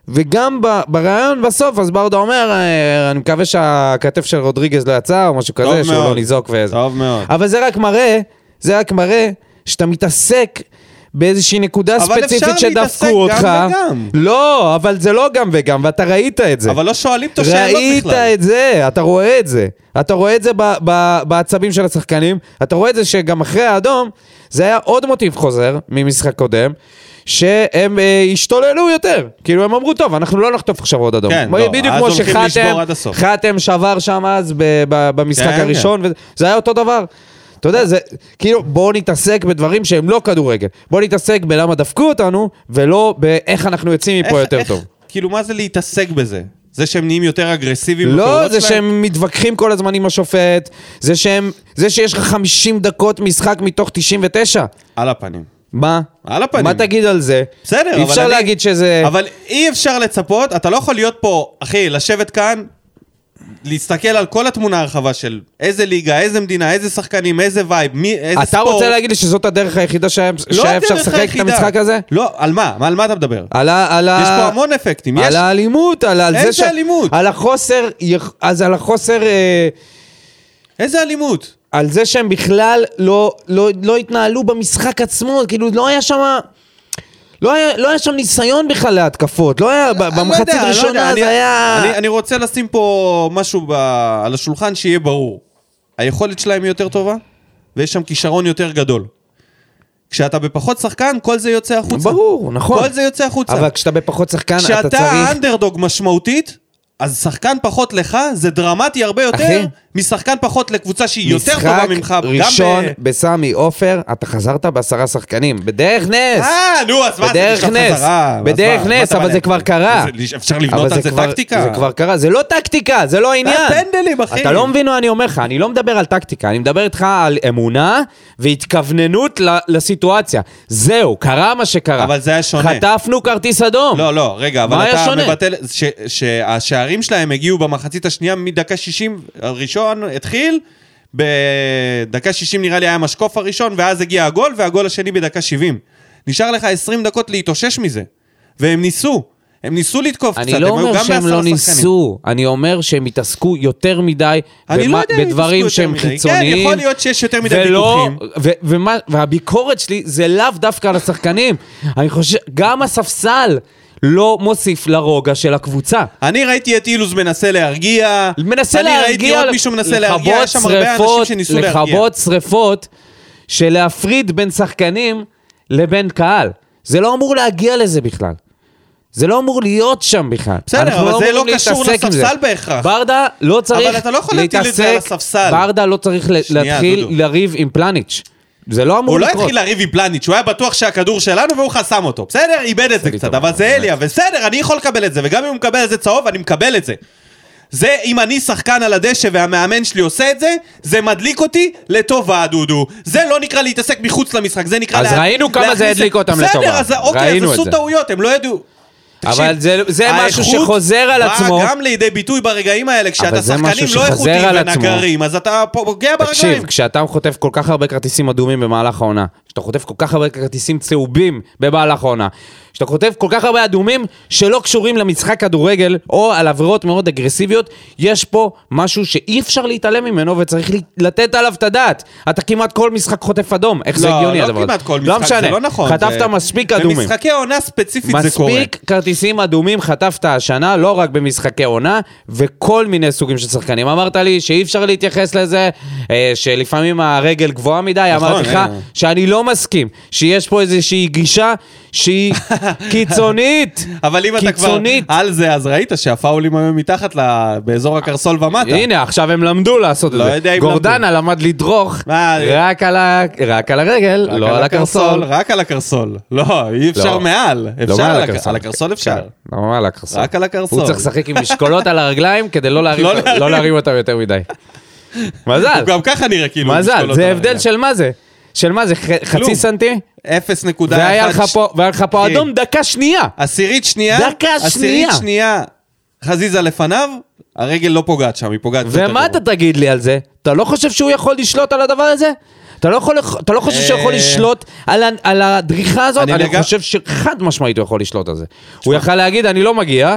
Speaker 2: וגם ברעיון בסוף, אז ברדה אומר, אני מקווה שהכתף של רודריגז לא יצא, או משהו כזה, שהוא לא ניזוק וזה.
Speaker 1: טוב מאוד.
Speaker 2: אבל זה רק מראה, זה רק מראה שאתה מתעסק באיזושהי נקודה ספציפית שדפקו אותך. אבל אפשר להתעסק גם וגם. לא, אבל זה לא גם וגם, ואתה ראית את זה.
Speaker 1: אבל לא שואלים את השאלות בכלל.
Speaker 2: ראית את זה, אתה רואה את זה. אתה רואה את זה ב- ב- בעצבים של השחקנים, אתה רואה את זה שגם אחרי האדום, זה היה עוד מוטיב חוזר ממשחק קודם, שהם אה, השתוללו יותר. כאילו הם אמרו, טוב, אנחנו לא נחטוף עכשיו עוד אדום.
Speaker 1: כן, לא,
Speaker 2: בדיוק
Speaker 1: אז
Speaker 2: כמו
Speaker 1: הולכים לשבור עד הסוף.
Speaker 2: שחתם שבר שם אז ב- ב- במשחק
Speaker 1: כן,
Speaker 2: הראשון,
Speaker 1: כן.
Speaker 2: וזה היה אותו דבר. אתה יודע, זה כאילו, בואו נתעסק בדברים שהם לא כדורגל. בואו נתעסק בלמה דפקו אותנו, ולא באיך אנחנו יוצאים מפה יותר
Speaker 1: איך,
Speaker 2: טוב.
Speaker 1: כאילו, מה זה להתעסק בזה? זה שהם נהיים יותר אגרסיביים
Speaker 2: לא,
Speaker 1: בפעולות
Speaker 2: זה
Speaker 1: שלהם?
Speaker 2: שהם מתווכחים כל הזמן עם השופט, זה שהם, זה שיש לך חמישים דקות משחק מתוך תשעים ותשע.
Speaker 1: על הפנים.
Speaker 2: מה?
Speaker 1: על הפנים.
Speaker 2: מה תגיד על זה?
Speaker 1: בסדר,
Speaker 2: אי אפשר
Speaker 1: אבל
Speaker 2: להגיד
Speaker 1: אני...
Speaker 2: שזה...
Speaker 1: אבל אי אפשר לצפות, אתה לא יכול להיות פה, אחי, לשבת כאן, להסתכל על כל התמונה הרחבה של איזה ליגה, איזה מדינה, איזה שחקנים, איזה וייב, מי, איזה
Speaker 2: אתה
Speaker 1: ספורט.
Speaker 2: אתה רוצה להגיד לי שזאת הדרך היחידה שהיה
Speaker 1: לא
Speaker 2: אפשר לשחק את המשחק הזה?
Speaker 1: לא, על מה? על מה אתה מדבר?
Speaker 2: על ה... על
Speaker 1: יש
Speaker 2: ה...
Speaker 1: פה המון אפקטים.
Speaker 2: על
Speaker 1: יש...
Speaker 2: האלימות, על, על
Speaker 1: איזה
Speaker 2: זה ש...
Speaker 1: אלימות?
Speaker 2: על החוסר... אז על החוסר... אה...
Speaker 1: איזה אלימות?
Speaker 2: על זה שהם בכלל לא, לא, לא התנהלו במשחק עצמו, כאילו לא היה שם... לא היה, לא היה שם ניסיון בכלל להתקפות, לא היה, במחצית ראשונה זה היה...
Speaker 1: אני, אני רוצה לשים פה משהו ב, על השולחן שיהיה ברור. היכולת שלהם היא יותר טובה, ויש שם כישרון יותר גדול. כשאתה בפחות שחקן, כל זה יוצא החוצה.
Speaker 2: ברור, נכון.
Speaker 1: כל זה יוצא החוצה.
Speaker 2: אבל כשאתה בפחות שחקן, אתה צריך...
Speaker 1: כשאתה אנדרדוג משמעותית, אז שחקן פחות לך, זה דרמטי הרבה יותר, אחי, משחקן פחות לקבוצה שהיא יותר טובה ממך.
Speaker 2: משחק ראשון ב... בסמי אופר, אתה חזרת בעשרה שחקנים, בדרך נס.
Speaker 1: אה, נו, אז מה זה
Speaker 2: בדרך נס,
Speaker 1: חזרה,
Speaker 2: בדרך
Speaker 1: מה,
Speaker 2: נס,
Speaker 1: מה
Speaker 2: אבל זה כבר קרה.
Speaker 1: זה, אפשר לבנות על זה
Speaker 2: כבר,
Speaker 1: טקטיקה?
Speaker 2: זה כבר קרה, זה לא טקטיקה, זה לא העניין.
Speaker 1: פנדלים, אחי.
Speaker 2: אתה לא מבין מה אני אומר לך, אני לא מדבר על טקטיקה, אני מדבר איתך על אמונה והתכווננות לסיטואציה. זהו, קרה מה שקרה.
Speaker 1: אבל זה היה שונה.
Speaker 2: חטפנו כרטיס אדום.
Speaker 1: לא, לא, רגע, אבל אתה מבטל, שהשערים שלהם הגיעו במחצית השנייה מדקה שישים, הראשון התחיל, בדקה שישים נראה לי היה משקוף הראשון, ואז הגיע הגול, והגול השני בדקה שבעים. נשאר לך עשרים דקות להתאושש מזה. והם ניסו. הם ניסו לתקוף קצת.
Speaker 2: אני לא אומר שהם לא ניסו, אני אומר שהם התעסקו יותר מדי בדברים שהם חיצוניים.
Speaker 1: כן, יכול להיות שיש יותר מדי ויכוחים.
Speaker 2: והביקורת שלי זה לאו דווקא על השחקנים. אני חושב, גם הספסל לא מוסיף לרוגע של הקבוצה.
Speaker 1: אני ראיתי את אילוז מנסה להרגיע.
Speaker 2: מנסה להרגיע.
Speaker 1: אני ראיתי עוד מישהו מנסה להרגיע. יש שם הרבה אנשים שניסו להרגיע.
Speaker 2: לכבות שריפות של להפריד בין שחקנים לבין קהל. זה לא אמור להגיע לזה בכלל. זה לא אמור להיות שם בכלל.
Speaker 1: בסדר, אבל זה לא קשור לספסל בהכרח.
Speaker 2: ברדה לא צריך להתעסק.
Speaker 1: אבל אתה לא יכול להטיל את זה על הספסל.
Speaker 2: ברדה לא צריך להתחיל לריב עם פלניץ'. זה לא אמור לקרות.
Speaker 1: הוא לא התחיל לריב עם פלניץ', הוא היה בטוח שהכדור שלנו והוא חסם אותו. בסדר, איבד את זה קצת, אבל זה אליה, בסדר, אני יכול לקבל את זה, וגם אם הוא מקבל את זה צהוב, אני מקבל את זה. זה, אם אני שחקן על הדשא והמאמן שלי עושה את זה, זה מדליק אותי לטובה, דודו. זה לא נקרא להתעסק מחוץ למשחק, זה נקרא...
Speaker 2: אז ראינו כמה זה הדליק אותם לטובה.
Speaker 1: בסדר, אז אוקיי, אז עשו טעויות, הם לא ידעו.
Speaker 2: אבל זה, זה משהו שחוזר על עצמו.
Speaker 1: בא גם לידי ביטוי ברגעים האלה, כשאתה שחקנים לא איכותיים ונגרים, אז אתה פוגע ברגעים.
Speaker 2: תקשיב, כשאתה חוטף כל כך הרבה כרטיסים אדומים במהלך העונה, כשאתה חוטף כל כך הרבה כרטיסים צהובים במהלך העונה, כשאתה חוטף כל כך הרבה אדומים שלא קשורים למשחק כדורגל, או על עבירות מאוד אגרסיביות, יש פה משהו שאי אפשר להתעלם ממנו, וצריך לתת עליו את הדעת. אתה כמעט כל משחק חוטף אדום. איך זה הגיוני?
Speaker 1: לא, לא כמעט כל משחק, זה לא נכון.
Speaker 2: חטפת מספיק אדומים.
Speaker 1: במשחקי עונה ספציפית זה קורה.
Speaker 2: מספיק כרטיסים אדומים חטפת השנה, לא רק במשחקי עונה, וכל מיני סוגים של שחקנים. אמרת לי שאי אפשר להתייחס לזה, שלפעמים הרגל גבוהה מדי, אמרתי לך שאני לא מסכים, שיש פה איזושהי גישה שהיא קיצונית.
Speaker 1: אבל אם אתה כבר על זה, אז ראית שהפאולים היו מתחת באזור הקרסול ומטה.
Speaker 2: הנה, עכשיו הם למדו לעשות את זה. גורדנה למד לדרוך רק על הרגל, לא על הקרסול.
Speaker 1: רק על הקרסול. לא, אי אפשר מעל. אפשר על הקרסול אפשר.
Speaker 2: לא על הקרסול.
Speaker 1: רק על הקרסול.
Speaker 2: הוא צריך לשחק עם משקולות על הרגליים כדי לא להרים אותם יותר מדי. מזל.
Speaker 1: גם ככה נראה כאילו.
Speaker 2: מזל, זה הבדל של מה זה? של מה זה? חצי סנטי?
Speaker 1: אפס נקודה אחת.
Speaker 2: והיה לך פה אדום דקה שנייה.
Speaker 1: עשירית שנייה.
Speaker 2: דקה שנייה.
Speaker 1: עשירית שנייה. חזיזה לפניו, הרגל לא פוגעת שם, היא פוגעת.
Speaker 2: ומה אתה תגיד לי על זה? אתה לא חושב שהוא יכול לשלוט על הדבר הזה? אתה לא, יכול, אתה לא חושב שהוא יכול לשלוט על, על הדריכה הזאת? אני, אני לג... חושב שחד משמעית הוא יכול לשלוט על זה. הוא יכול להגיד, אני לא מגיע,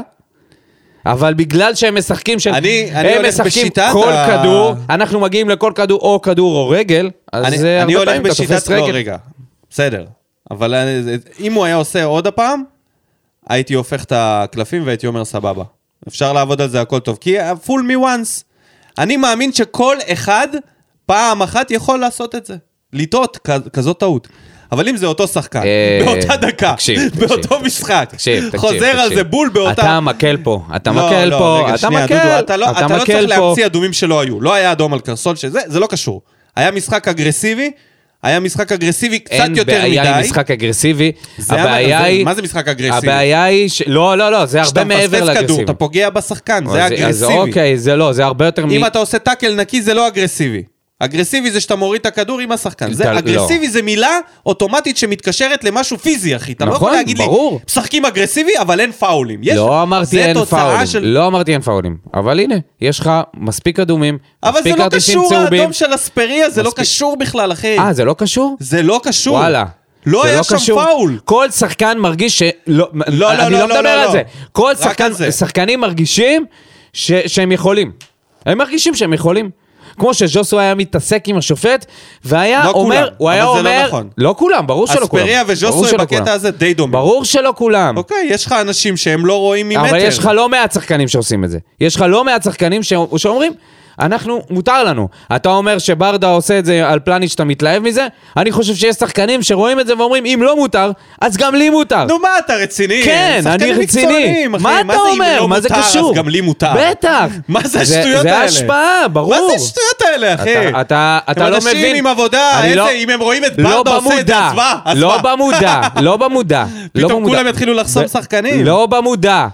Speaker 2: אבל בגלל שהם משחקים, של...
Speaker 1: אני, אני
Speaker 2: הם משחקים כל ה... כדור, אנחנו מגיעים לכל כדור, או כדור או רגל, אז
Speaker 1: אני,
Speaker 2: זה
Speaker 1: אני הולך בשיטת, לא רגע, בסדר. אבל אם הוא היה עושה עוד הפעם, הייתי הופך את הקלפים והייתי אומר סבבה. אפשר לעבוד על זה הכל טוב, כי full me once. אני מאמין שכל אחד פעם אחת יכול לעשות את זה. לטעות, כזאת טעות. אבל אם זה אותו שחקן, באותה דקה, באותו משחק, חוזר על זה בול באותה...
Speaker 2: אתה מקל פה, אתה מקל פה, אתה מקל,
Speaker 1: אתה לא צריך להמציא אדומים שלא היו. לא היה אדום על קרסול שזה, זה לא קשור. היה משחק אגרסיבי, היה משחק אגרסיבי קצת יותר מדי.
Speaker 2: אין בעיה עם משחק אגרסיבי, הבעיה היא...
Speaker 1: מה זה משחק אגרסיבי?
Speaker 2: הבעיה היא... לא, לא, לא, זה הרבה מעבר לאגרסיבי.
Speaker 1: כשאתה מפספס כדור, אתה פוגע בשחקן, זה אגרסיבי.
Speaker 2: אז אוקיי, זה לא, זה הרבה יותר...
Speaker 1: אם אתה עושה טאקל נקי, זה לא אגרסיבי. אגרסיבי זה שאתה מוריד את הכדור עם השחקן. זה אגרסיבי זה מילה אוטומטית שמתקשרת למשהו פיזי, אחי. אתה לא יכול להגיד לי, משחקים אגרסיבי, אבל אין פאולים.
Speaker 2: לא אמרתי אין פאולים. לא אמרתי אין פאולים. אבל הנה, יש לך מספיק אדומים,
Speaker 1: אבל זה לא קשור, האדום של אספריה, זה לא קשור בכלל, אחי.
Speaker 2: אה, זה לא קשור?
Speaker 1: זה לא קשור.
Speaker 2: וואלה.
Speaker 1: לא היה שם פאול.
Speaker 2: כל שחקן מרגיש ש... לא, אני לא מדבר על זה. כל שחקנים מרגישים שהם יכולים. הם מרגישים שהם יכולים. כמו שז'וסו היה מתעסק עם השופט, והיה אומר, הוא היה אומר, לא כולם, ברור שלא כולם.
Speaker 1: אספריה וז'וסו בקטע הזה די דומה.
Speaker 2: ברור שלא כולם.
Speaker 1: אוקיי, יש לך אנשים שהם לא רואים ממטר.
Speaker 2: אבל יש לך לא מעט שחקנים שעושים את זה. יש לך לא מעט שחקנים שאומרים, אנחנו, מותר לנו. אתה אומר שברדה עושה את זה על פלניץ' שאתה מתלהב מזה, אני חושב שיש שחקנים שרואים את זה ואומרים, אם לא מותר, אז גם לי מותר.
Speaker 1: נו מה, אתה רציני?
Speaker 2: כן, אני רציני. מה אתה אומר? מה זה קשור?
Speaker 1: אז גם לי מותר.
Speaker 2: בטח.
Speaker 1: מה זה השטויות האלה?
Speaker 2: זה השפעה, ברור.
Speaker 1: מה זה השטויות האלה, אחי?
Speaker 2: אתה לא מבין.
Speaker 1: הם אנשים עם עבודה, אם הם רואים את ברדה עושה את זה, הצבא.
Speaker 2: לא במודע, לא במודע.
Speaker 1: פתאום כולם יתחילו לחסום שחקנים.
Speaker 2: לא במודע.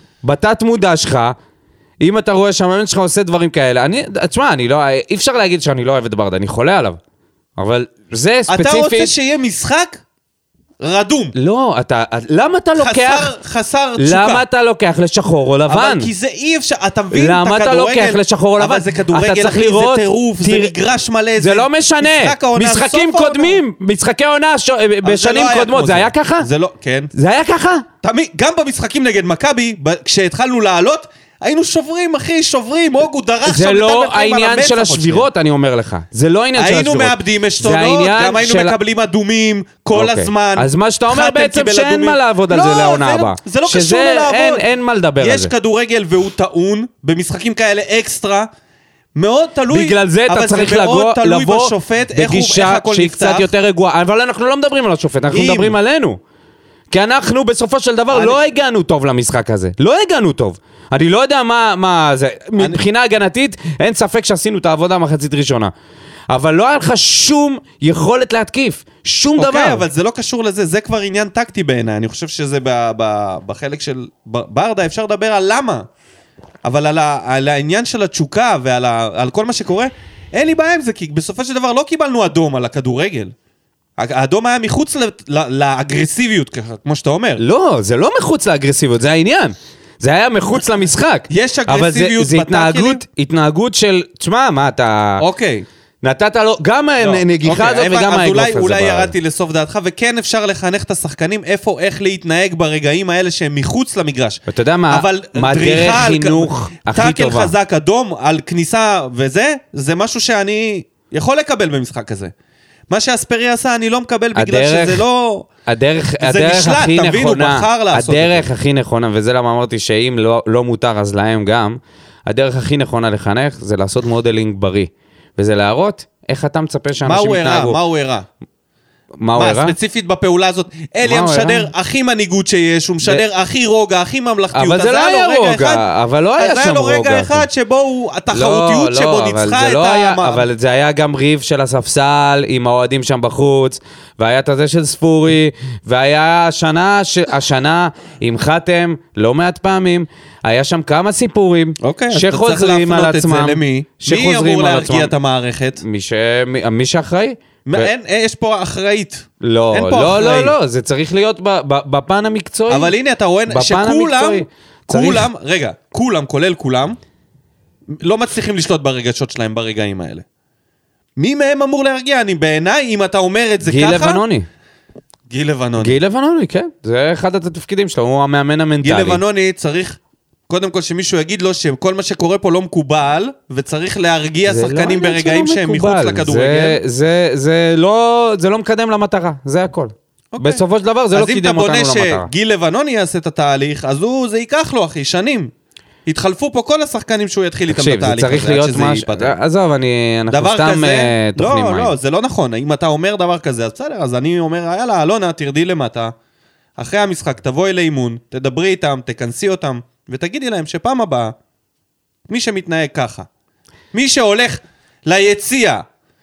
Speaker 2: בתת מודע שלך, אם אתה רואה שהמאמן שלך עושה דברים כאלה, אני, תשמע, אני לא, אי אפשר להגיד שאני לא אוהב את ברדה, אני חולה עליו. אבל זה ספציפית...
Speaker 1: אתה רוצה שיהיה משחק רדום.
Speaker 2: לא, אתה, למה אתה לוקח...
Speaker 1: חסר, חסר תשוקה.
Speaker 2: למה אתה לוקח לשחור או לבן?
Speaker 1: אבל כי זה אי אפשר, אתה מבין את הכדורגל.
Speaker 2: למה אתה לוקח לשחור או לבן?
Speaker 1: אבל זה כדורגל, אחי, זה טירוף, זה מגרש מלא.
Speaker 2: זה לא משנה. משחקים קודמים, משחקי עונה בשנים קודמות, זה היה ככה?
Speaker 1: זה לא, כן.
Speaker 2: זה היה ככה?
Speaker 1: גם במשחקים נגד מכבי, כשהתחלנו לעלות, היינו שוברים, אחי, שוברים, אוגו, דרך
Speaker 2: זה לא העניין של השבירות, אני אומר לך. זה לא העניין של השבירות.
Speaker 1: היינו מאבדים השתונות, גם היינו מקבלים אדומים כל הזמן.
Speaker 2: אז מה שאתה אומר בעצם שאין מה לעבוד על זה לעונה הבאה.
Speaker 1: זה לא קשור לעבוד.
Speaker 2: אין מה לדבר על זה.
Speaker 1: יש כדורגל והוא טעון, במשחקים כאלה אקסטרה, מאוד תלוי,
Speaker 2: בגלל זה אתה צריך לבוא בגישה שהיא קצת יותר רגועה. אבל אנחנו לא מדברים על השופט, אנחנו מדברים עלינו. כי אנחנו בסופו של דבר לא הגענו טוב למשחק הזה. לא הגענו טוב. אני לא יודע מה, מה זה. מבחינה הגנתית, אין ספק שעשינו את העבודה מחצית ראשונה. אבל לא היה לך שום יכולת להתקיף. שום דבר.
Speaker 1: אוקיי, אבל זה לא קשור לזה. זה כבר עניין טקטי בעיניי. אני חושב שזה בחלק של ברדה אפשר לדבר על למה. אבל על, ה, על העניין של התשוקה ועל ה, על כל מה שקורה, אין לי בעיה עם זה, כי בסופו של דבר לא קיבלנו אדום על הכדורגל. האדום היה מחוץ לאגרסיביות, כמו שאתה אומר.
Speaker 2: לא, זה לא מחוץ לאגרסיביות, זה העניין. זה היה מחוץ למשחק.
Speaker 1: יש אגרסיביות
Speaker 2: בטאקלים. אבל זה התנהגות של, תשמע, מה אתה...
Speaker 1: אוקיי.
Speaker 2: נתת לו, גם הנגיחה הזאת וגם האגרוף הזה.
Speaker 1: אולי ירדתי לסוף דעתך, וכן אפשר לחנך את השחקנים איפה, איך להתנהג ברגעים האלה שהם מחוץ למגרש.
Speaker 2: ואתה יודע מה, מה דרך חינוך הכי טובה.
Speaker 1: טאקל חזק אדום על כניסה וזה, זה משהו שאני יכול לקבל במשחק הזה. מה שהאספריה עשה, אני לא מקבל בגלל שזה לא...
Speaker 2: הדרך, הדרך הכי נכונה, הדרך הכי נכונה, וזה למה אמרתי שאם לא, לא מותר, אז להם גם, הדרך הכי נכונה לחנך, זה לעשות מודלינג בריא. וזה להראות איך אתה מצפה שאנשים יתנהגו.
Speaker 1: מה הוא הראה?
Speaker 2: מה הוא הראה?
Speaker 1: מה, ספציפית בפעולה הזאת, אלי משדר הכי מנהיגות שיש, הוא משדר הכי רוגע, הכי ממלכתיות.
Speaker 2: אבל זה לא היה רוגע, אבל לא היה שם רוגע.
Speaker 1: אז היה לו רגע אחד שבו התחרותיות שבו ניצחה את העם.
Speaker 2: אבל זה היה גם ריב של הספסל עם האוהדים שם בחוץ, והיה את הזה של ספורי, והיה השנה, השנה עם חתם, לא מעט פעמים, היה שם כמה סיפורים שחוזרים על עצמם.
Speaker 1: מי אמור להרגיע את המערכת?
Speaker 2: מי שאחראי.
Speaker 1: אין, יש פה אחראית.
Speaker 2: לא, לא, לא, לא, זה צריך להיות בפן המקצועי.
Speaker 1: אבל הנה, אתה רואה שכולם, כולם, רגע, כולם, כולל כולם, לא מצליחים לשלוט ברגשות שלהם ברגעים האלה. מי מהם אמור להרגיע? אני בעיניי, אם אתה אומר את זה ככה...
Speaker 2: גיל לבנוני.
Speaker 1: גיל לבנוני.
Speaker 2: גיל לבנוני, כן. זה אחד התפקידים שלו, הוא המאמן המנטלי.
Speaker 1: גיל לבנוני צריך... קודם כל שמישהו יגיד לו שכל מה שקורה פה לא מקובל, וצריך להרגיע שחקנים לא ברגעים שהם מחוץ לכדורגל.
Speaker 2: זה, זה, זה, לא, זה לא מקדם למטרה, זה הכל. Okay. בסופו של דבר זה לא קידם אותנו למטרה. אז אם אתה בונה
Speaker 1: שגיל לבנוני יעשה את התהליך, אז הוא, זה ייקח לו, אחי, שנים. התחלפו פה כל השחקנים שהוא יתחיל איתם בתהליך.
Speaker 2: זה צריך להיות מש... עזוב, אני... אנחנו סתם תוכנים מים.
Speaker 1: לא, לא, זה לא נכון. אם אתה אומר דבר כזה, אז בסדר, אז אני אומר, יאללה, אלונה, תרדי למטה. אחרי המשחק, תבואי לאימון, תדברי איתם, תכנסי אותם. ותגידי להם שפעם הבאה, מי שמתנהג ככה, מי שהולך ליציאה,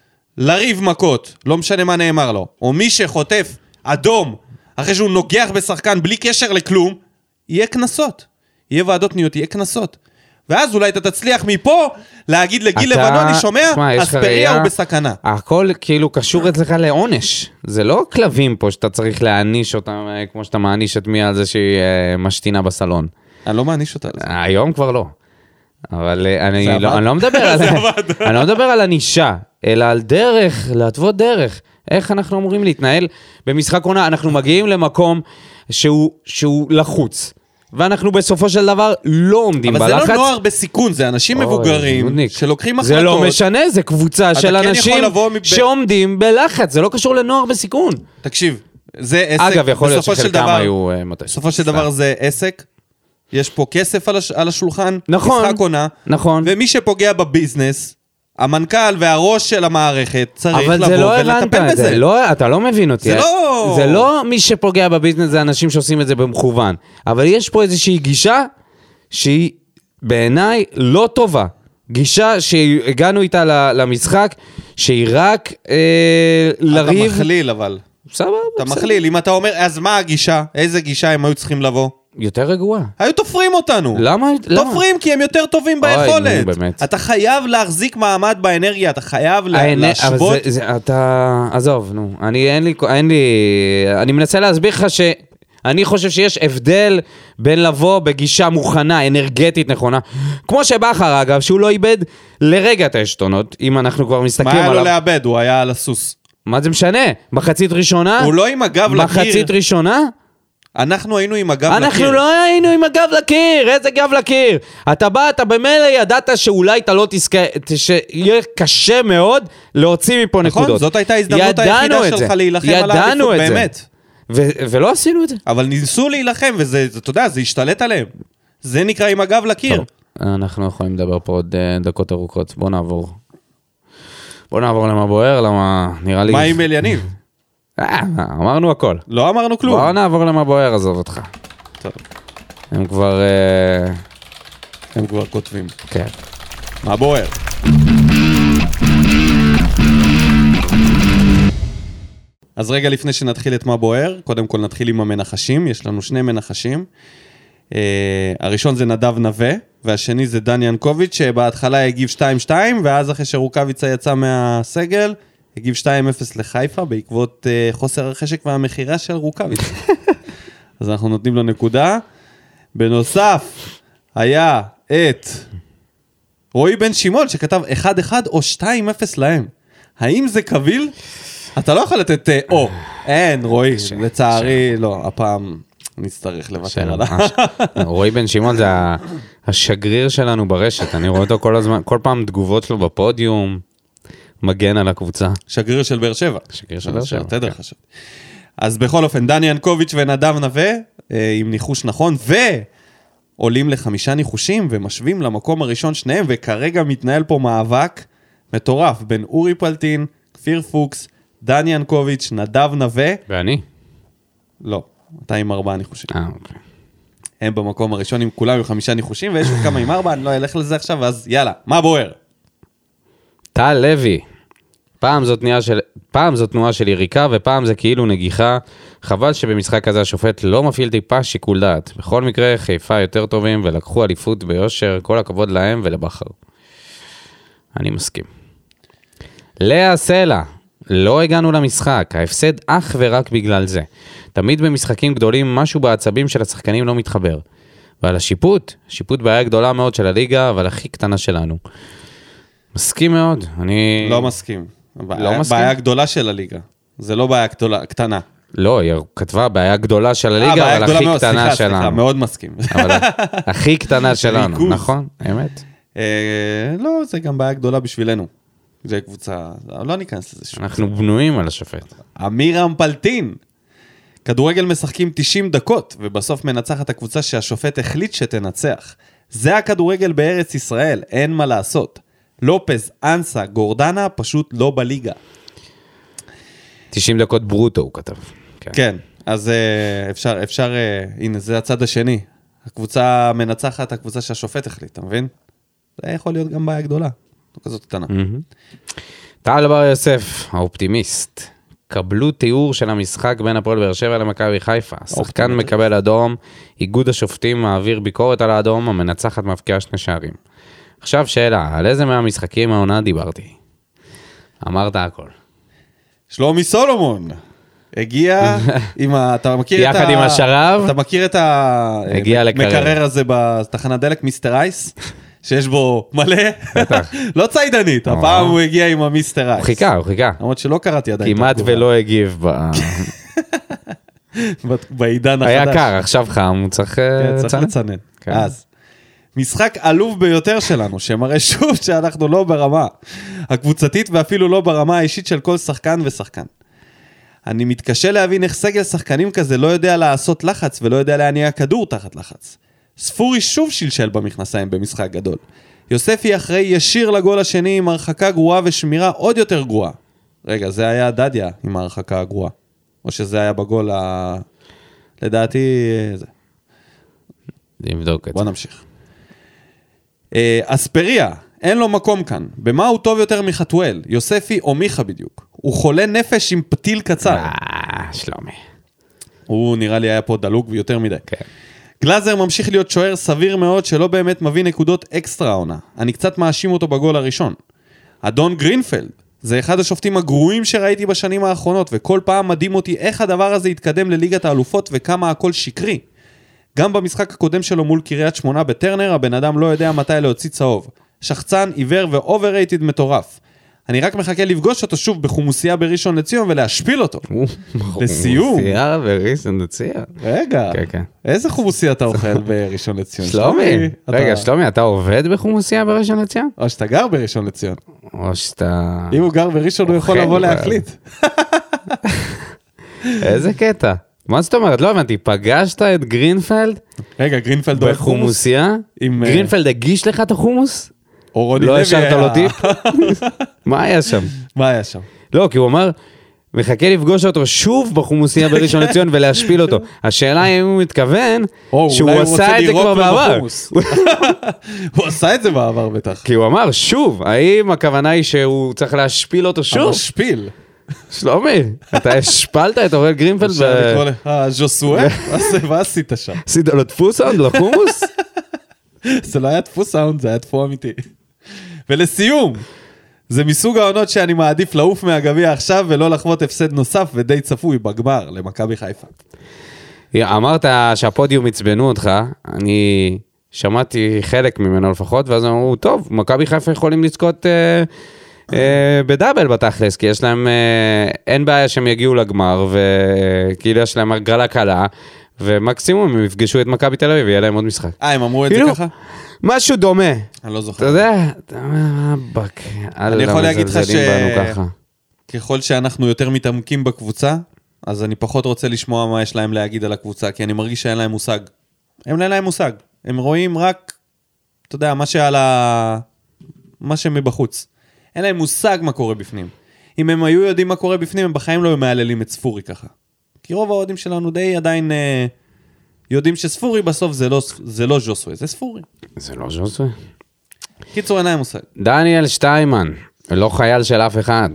Speaker 1: לריב מכות, לא משנה מה נאמר לו, או מי שחוטף אדום, אחרי שהוא נוגח בשחקן בלי קשר לכלום, יהיה כנסות. יהיה ועדות ניות, יהיה כנסות. ואז אולי אתה תצליח מפה להגיד לגיל לבנוני, שומע, אספריה הוא בסכנה.
Speaker 2: הכל כאילו קשור אצלך לעונש. זה לא כלבים פה שאתה צריך להעניש אותם, כמו שאתה מעניש את מי על זה שהיא משתינה בסלון.
Speaker 1: אני לא מעניש אותה.
Speaker 2: היום כבר לא. אבל אני לא, אני לא מדבר על אני לא מדבר על ענישה, אלא על דרך, להתוות דרך. איך אנחנו אמורים להתנהל במשחק עונה? אנחנו מגיעים למקום שהוא שהוא לחוץ. ואנחנו בסופו של דבר לא עומדים בלחץ.
Speaker 1: אבל זה לא נוער בסיכון, זה אנשים מבוגרים שלוקחים החלטות.
Speaker 2: זה לא משנה, זה קבוצה של אנשים שעומדים בלחץ, זה לא קשור לנוער בסיכון.
Speaker 1: תקשיב, זה עסק.
Speaker 2: אגב, יכול להיות שחלקם היו מתי.
Speaker 1: בסופו של דבר זה עסק. יש פה כסף על, הש... על השולחן,
Speaker 2: נכון,
Speaker 1: משחק עונה,
Speaker 2: נכון.
Speaker 1: ומי שפוגע בביזנס, המנכ"ל והראש של המערכת צריך לבוא
Speaker 2: לא
Speaker 1: ולטפל בזה.
Speaker 2: זה לא, אתה לא מבין אותי.
Speaker 1: זה לא...
Speaker 2: זה לא מי שפוגע בביזנס, זה אנשים שעושים את זה במכוון. אבל יש פה איזושהי גישה שהיא בעיניי לא טובה. גישה שהגענו איתה למשחק, שהיא רק אה, לריב...
Speaker 1: אתה מכליל אבל.
Speaker 2: סבבה.
Speaker 1: אתה מכליל, אם אתה אומר, אז מה הגישה? איזה גישה הם היו צריכים לבוא?
Speaker 2: יותר רגועה.
Speaker 1: היו תופרים אותנו.
Speaker 2: למה? למה?
Speaker 1: תופרים כי הם יותר טובים
Speaker 2: אוי,
Speaker 1: ביכולת.
Speaker 2: נו, באמת.
Speaker 1: אתה חייב להחזיק מעמד באנרגיה, אתה חייב
Speaker 2: האנ-
Speaker 1: להשוות.
Speaker 2: אבל זה, זה, אתה... עזוב, נו. אני, אין לי, אין לי... אני מנסה להסביר לך ש... אני חושב שיש הבדל בין לבוא בגישה מוכנה, אנרגטית נכונה. כמו שבחר, אגב, שהוא לא איבד לרגע את העשתונות, אם אנחנו כבר מסתכלים עליו.
Speaker 1: מה היה לו לאבד? הוא היה על הסוס.
Speaker 2: מה זה משנה? מחצית ראשונה?
Speaker 1: הוא לא עם הגב לקיר.
Speaker 2: מחצית ראשונה?
Speaker 1: אנחנו היינו עם הגב לקיר.
Speaker 2: אנחנו לא היינו עם הגב לקיר, איזה גב לקיר? אתה בא, אתה במילא ידעת שאולי אתה לא תזכה, שיהיה קשה מאוד להוציא מפה נקודות.
Speaker 1: נכון, זאת הייתה ההזדמנות היחידה שלך להילחם על האליפות, באמת.
Speaker 2: ו- ולא עשינו את זה.
Speaker 1: אבל ניסו להילחם, וזה, אתה יודע, זה השתלט עליהם. זה נקרא עם הגב לקיר.
Speaker 2: טוב, אנחנו יכולים לדבר פה עוד uh, דקות ארוכות, בוא נעבור. בוא נעבור למה בוער, למה נראה לי...
Speaker 1: מה עם אליניב?
Speaker 2: אה, אמרנו הכל.
Speaker 1: לא אמרנו כלום.
Speaker 2: בוא נעבור למה בוער, עזוב אותך.
Speaker 1: טוב,
Speaker 2: הם כבר... אה,
Speaker 1: הם כבר כותבים.
Speaker 2: כן.
Speaker 1: מה בוער? אז רגע לפני שנתחיל את מה בוער, קודם כל נתחיל עם המנחשים, יש לנו שני מנחשים. Uh, הראשון זה נדב נווה, והשני זה דן ינקוביץ', שבהתחלה הגיב שתיים שתיים, ואז אחרי שרוקביצה יצא מהסגל, הגיב שתיים אפס לחיפה, בעקבות uh, חוסר החשק והמחירה של רוקביצה. אז אנחנו נותנים לו נקודה. בנוסף, היה את רועי בן שמעון, שכתב אחד אחד או שתיים אפס להם. האם זה קביל? אתה לא יכול לתת או. אין, רועי, לצערי, לא, הפעם נצטרך לוותר עליו.
Speaker 2: רועי בן שמעון זה השגריר שלנו ברשת, אני רואה אותו כל הזמן, כל פעם תגובות שלו בפודיום, מגן על הקבוצה.
Speaker 1: שגריר של באר שבע.
Speaker 2: שגריר של באר שבע.
Speaker 1: תדר חשוב. אז בכל אופן, דן ינקוביץ' ונדב נווה, עם ניחוש נכון, ועולים לחמישה ניחושים, ומשווים למקום הראשון שניהם, וכרגע מתנהל פה מאבק מטורף, בין אורי פלטין, כפיר פוקס, דן ינקוביץ', נדב נווה.
Speaker 2: ואני?
Speaker 1: לא, אתה עם ארבעה ניחושים.
Speaker 2: אה, אוקיי.
Speaker 1: הם במקום הראשון עם כולם עם חמישה ניחושים, ויש כמה עם ארבעה, אני לא אלך לזה עכשיו, אז יאללה, מה בוער?
Speaker 2: טל לוי, פעם זו תנועה של, פעם זו תנועה של יריקה, ופעם זה כאילו נגיחה. חבל שבמשחק הזה השופט לא מפעיל טיפה שיקול דעת. בכל מקרה, חיפה יותר טובים, ולקחו אליפות ביושר, כל הכבוד להם ולבחר. אני מסכים. לאה סלע, לא הגענו למשחק, ההפסד אך ורק בגלל זה. תמיד במשחקים גדולים, משהו בעצבים של השחקנים לא מתחבר. ועל השיפוט, שיפוט בעיה גדולה מאוד של הליגה, אבל הכי קטנה שלנו. מסכים מאוד, אני...
Speaker 1: לא מסכים.
Speaker 2: לא מסכים?
Speaker 1: בעיה גדולה של הליגה. זה לא בעיה גדולה, קטנה.
Speaker 2: לא, היא כתבה בעיה גדולה של הליגה, אבל הכי קטנה שלנו.
Speaker 1: סליחה, מאוד מסכים.
Speaker 2: אבל הכי קטנה שלנו, נכון? אמת?
Speaker 1: לא, זה גם בעיה גדולה בשבילנו. זה קבוצה, לא ניכנס לזה שוב.
Speaker 2: אנחנו בנויים על השופט.
Speaker 1: אמירם פלטין. כדורגל משחקים תשעים דקות, ובסוף מנצחת הקבוצה שהשופט החליט שתנצח. זה הכדורגל בארץ ישראל, אין מה לעשות. לופז, אנסה, גורדנה, פשוט לא בליגה.
Speaker 2: תשעים דקות ברוטו, הוא כתב.
Speaker 1: כן, כן, אז אפשר, אפשר, הנה, זה הצד השני. הקבוצה מנצחת, הקבוצה שהשופט החליט, אתה מבין? זה יכול להיות גם בעיה גדולה. לא כזאת קטנה.
Speaker 2: טל בר יוסף, האופטימיסט. קבלו תיאור של המשחק בין הפועל באר שבע למכבי חיפה. השחקן מקבל אדום, איגוד השופטים מעביר ביקורת על האדום, המנצחת מבקיעה שני שערים. עכשיו שאלה, על איזה מהמשחקים העונה דיברתי? אמרת הכל.
Speaker 1: שלומי סולומון הגיע עם ה... אתה מכיר את ה...
Speaker 2: יחד עם השרב?
Speaker 1: אתה מכיר את ה...
Speaker 2: הגיע לקרר.
Speaker 1: מקרר הזה בתחנת דלק, מיסטר אייס? שיש בו מלא?
Speaker 2: בטח.
Speaker 1: לא ציידנית, הפעם הוא הגיע עם המיסטר אייס.
Speaker 2: הוא חיכה, הוא חיכה.
Speaker 1: למרות שלא קראתי עדיין.
Speaker 2: כמעט ולא הגיב ב...
Speaker 1: בעידן החדש.
Speaker 2: היה קר, עכשיו חם, הוא צריך
Speaker 1: לצנן. אז. משחק עלוב ביותר שלנו, שמראה שוב שאנחנו לא ברמה הקבוצתית ואפילו לא ברמה האישית של כל שחקן ושחקן. אני מתקשה להבין איך סגל שחקנים כזה לא יודע לעשות לחץ ולא יודע להניע כדור תחת לחץ. ספורי שוב שלשל במכנסיים במשחק גדול. יוספי אחראי ישיר לגול השני עם הרחקה גרועה ושמירה עוד יותר גרועה. רגע, זה היה דדיה עם ההרחקה הגרועה. או שזה היה בגול ה... לדעתי זה.
Speaker 2: נבדוק את זה.
Speaker 1: בוא נמשיך. אספריה, אין לו מקום כאן. במה הוא טוב יותר מחתואל? יוספי או מיכה בדיוק? הוא חולה נפש עם פתיל קצר.
Speaker 2: אה, שלומי.
Speaker 1: הוא נראה לי היה פה דלוק ויותר מדי.
Speaker 2: כן.
Speaker 1: גלאזר ממשיך להיות שוער סביר מאוד שלא באמת מביא נקודות אקסטרה עונה. אני קצת מאשים אותו בגול הראשון. אדון גרינפלד, זה אחד השופטים הגרועים שראיתי בשנים האחרונות, וכל פעם מדהים אותי איך הדבר הזה יתקדם לליגת האלופות וכמה הכל שקרי. גם במשחק הקודם שלו מול קריית שמונה בטרנר, הבן אדם לא יודע מתי להוציא צהוב. שחצן, עיוור ואובררייטד מטורף. אני רק מחכה לפגוש אותו שוב בחומוסייה בראשון לציון ולהשפיל אותו. לסיום.
Speaker 2: חומוסייה בראשון לציון.
Speaker 1: רגע, איזה חומוסייה אתה אוכל בראשון לציון?
Speaker 2: שלומי, רגע, שלומי, אתה עובד בחומוסייה בראשון לציון?
Speaker 1: או שאתה גר בראשון לציון.
Speaker 2: או שאתה...
Speaker 1: אם הוא גר בראשון הוא יכול לבוא להחליט.
Speaker 2: איזה קטע. מה זאת אומרת? לא הבנתי, פגשת את גרינפלד?
Speaker 1: רגע, גרינפלד אוהב חומוס?
Speaker 2: בחומוסייה? גרינפלד הגיש לך את החומוס?
Speaker 1: או רוני
Speaker 2: לוי היה... לא
Speaker 1: השארת
Speaker 2: לו טיפ? מה היה שם?
Speaker 1: מה היה שם?
Speaker 2: לא, כי הוא אמר, מחכה לפגוש אותו שוב בחומוסייה בראשון לציון ולהשפיל אותו. השאלה אם הוא מתכוון, שהוא עשה את זה כבר בעבר.
Speaker 1: הוא עשה את זה בעבר בטח.
Speaker 2: כי הוא אמר, שוב, האם הכוונה היא שהוא צריך להשפיל אותו שוב?
Speaker 1: המשפיל.
Speaker 2: שלומי, אתה השפלת את אוראל גרינפלד ו...
Speaker 1: אפשר לקרוא לך ז'וסואה? מה עשית שם?
Speaker 2: עשית לו דפוס סאונד לחומוס?
Speaker 1: זה לא היה דפוס סאונד, זה היה דפו אמיתי. ולסיום, זה מסוג העונות שאני מעדיף לעוף מהגביע עכשיו ולא לחוות הפסד נוסף ודי צפוי בגמר למכבי חיפה.
Speaker 2: אמרת שהפודיום הצבנו אותך, אני שמעתי חלק ממנו לפחות, ואז אמרו, טוב, מכבי חיפה יכולים לזכות... בדאבל בתכלס, כי יש להם, אין בעיה שהם יגיעו לגמר, וכאילו יש להם הגרלה קלה, ומקסימום הם יפגשו את מכבי תל אביב, ויהיה להם עוד משחק.
Speaker 1: אה, הם אמרו את זה ככה?
Speaker 2: משהו דומה.
Speaker 1: אני לא זוכר.
Speaker 2: אתה יודע, אתה אומר, בק,
Speaker 1: אני יכול להגיד לך שככל שאנחנו יותר מתעמקים בקבוצה, אז אני פחות רוצה לשמוע מה יש להם להגיד על הקבוצה, כי אני מרגיש שאין להם מושג. אין להם מושג. הם רואים רק, אתה יודע, מה שעל ה... מה שמבחוץ. אין להם מושג מה קורה בפנים. אם הם היו יודעים מה קורה בפנים, הם בחיים לא היו מעללים את ספורי ככה. כי רוב האוהדים שלנו די עדיין אה, יודעים שספורי בסוף זה לא, זה לא ז'וסוי, זה ספורי.
Speaker 2: זה לא ז'וסוי.
Speaker 1: קיצור, אין להם מושג.
Speaker 2: דניאל שטיימן, לא חייל של אף אחד.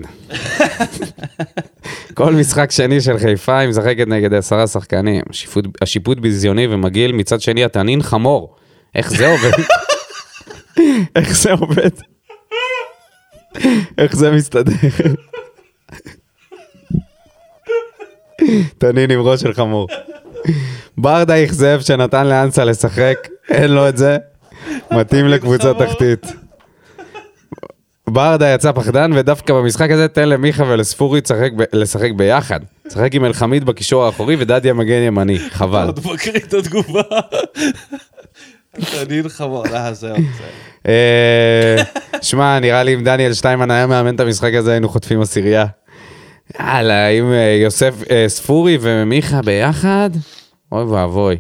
Speaker 2: כל משחק שני של חיפה, היא משחקת נגד עשרה שחקנים. השיפוט, השיפוט ביזיוני ומגעיל, מצד שני התנין חמור. איך זה עובד? איך זה עובד? איך זה מסתדר? תנין עם ראש של חמור. ברדה יחזב שנתן לאנסה לשחק, אין לו את זה, מתאים לקבוצה תחתית. ברדה יצא פחדן, ודווקא במשחק הזה תן למיכה ולספורי לשחק ביחד. לשחק עם אלחמיד בקישור האחורי ודדיה מגן ימני, חבל.
Speaker 1: עוד מקריא את התגובה. תנין חמור, אה זהו.
Speaker 2: שמע, נראה לי אם דניאל שטיימן היה מאמן את המשחק הזה, היינו חוטפים עשירייה. יאללה, אם יוסף ספורי ומיכה ביחד, אוי ואבוי.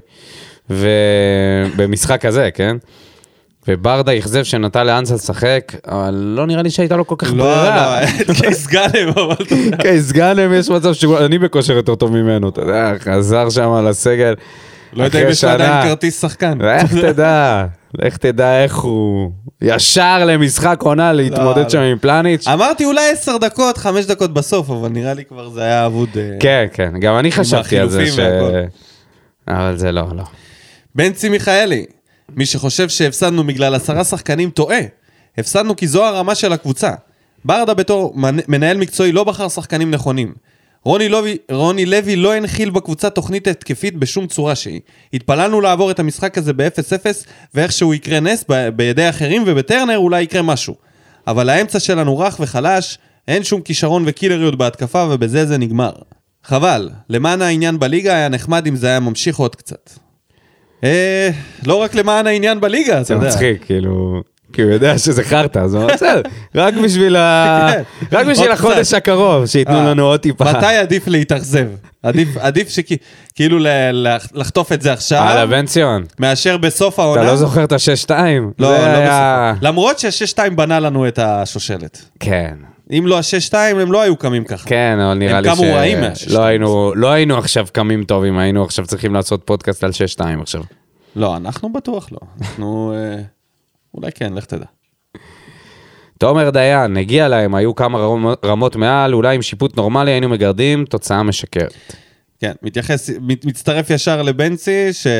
Speaker 2: ובמשחק הזה, כן? וברדה יחזב שנתן לאנסה לשחק, אבל לא נראה לי שהייתה לו כל כך ברירה.
Speaker 1: לא, לא, קייס גאנם, אבל אתה יודע.
Speaker 2: קייס גאנם, יש מצב שאני בכושר יותר טוב ממנו, אתה יודע, חזר שם על הסגל.
Speaker 1: לא יודע אם יש לו עדיין כרטיס שחקן.
Speaker 2: איך תדע, איך תדע איך הוא ישר למשחק עונה להתמודד שם עם פלניץ'.
Speaker 1: אמרתי אולי עשר דקות, חמש דקות בסוף, אבל נראה לי כבר זה היה עבוד.
Speaker 2: כן, כן, גם אני חשבתי על זה ש... אבל זה לא, לא.
Speaker 1: בנצי מיכאלי, מי שחושב שהפסדנו בגלל עשרה שחקנים טועה. הפסדנו כי זו הרמה של הקבוצה. ברדה בתור מנהל מקצועי לא בחר שחקנים נכונים. רוני לוי, רוני לוי לא הנחיל בקבוצה תוכנית התקפית בשום צורה שהיא. התפללנו לעבור את המשחק הזה ב-אפס אפס, ואיכשהו יקרה נס ב- בידי אחרים, ובטרנר אולי יקרה משהו. אבל האמצע שלנו רך וחלש, אין שום כישרון וקילריות בהתקפה, ובזה זה נגמר. חבל, למען העניין בליגה היה נחמד אם זה היה ממשיך עוד קצת. אה, לא רק למען העניין בליגה, אתה יודע.
Speaker 2: זה מצחיק, כאילו... כי הוא יודע שזה חרטה, אז הוא אומר, רק בשביל רק בשביל החודש הקרוב, שיתנו לנו עוד טיפה.
Speaker 1: מתי עדיף להתאכזב? עדיף שכאילו לחטוף את זה עכשיו,
Speaker 2: על הבן ציון.
Speaker 1: מאשר בסוף העונה.
Speaker 2: אתה לא זוכר את ה-שש שתיים?
Speaker 1: לא, לא בסוף. למרות שה-שש שתיים בנה לנו את השושלת.
Speaker 2: כן.
Speaker 1: אם לא ה-שש שתיים, הם לא היו קמים ככה.
Speaker 2: כן, אבל נראה לי ש...
Speaker 1: הם קמו רעים מה-שש שתיים.
Speaker 2: לא היינו עכשיו קמים טובים, היינו עכשיו צריכים לעשות פודקאסט על שש שתיים עכשיו.
Speaker 1: לא, אנחנו בטוח לא. אנחנו... אולי כן, לך תדע.
Speaker 2: תומר דיין, הגיע להם, היו כמה רמות מעל, אולי עם שיפוט נורמלי היינו מגרדים, תוצאה משקרת.
Speaker 1: כן, מתייחס, מצטרף ישר לבנצי, ש...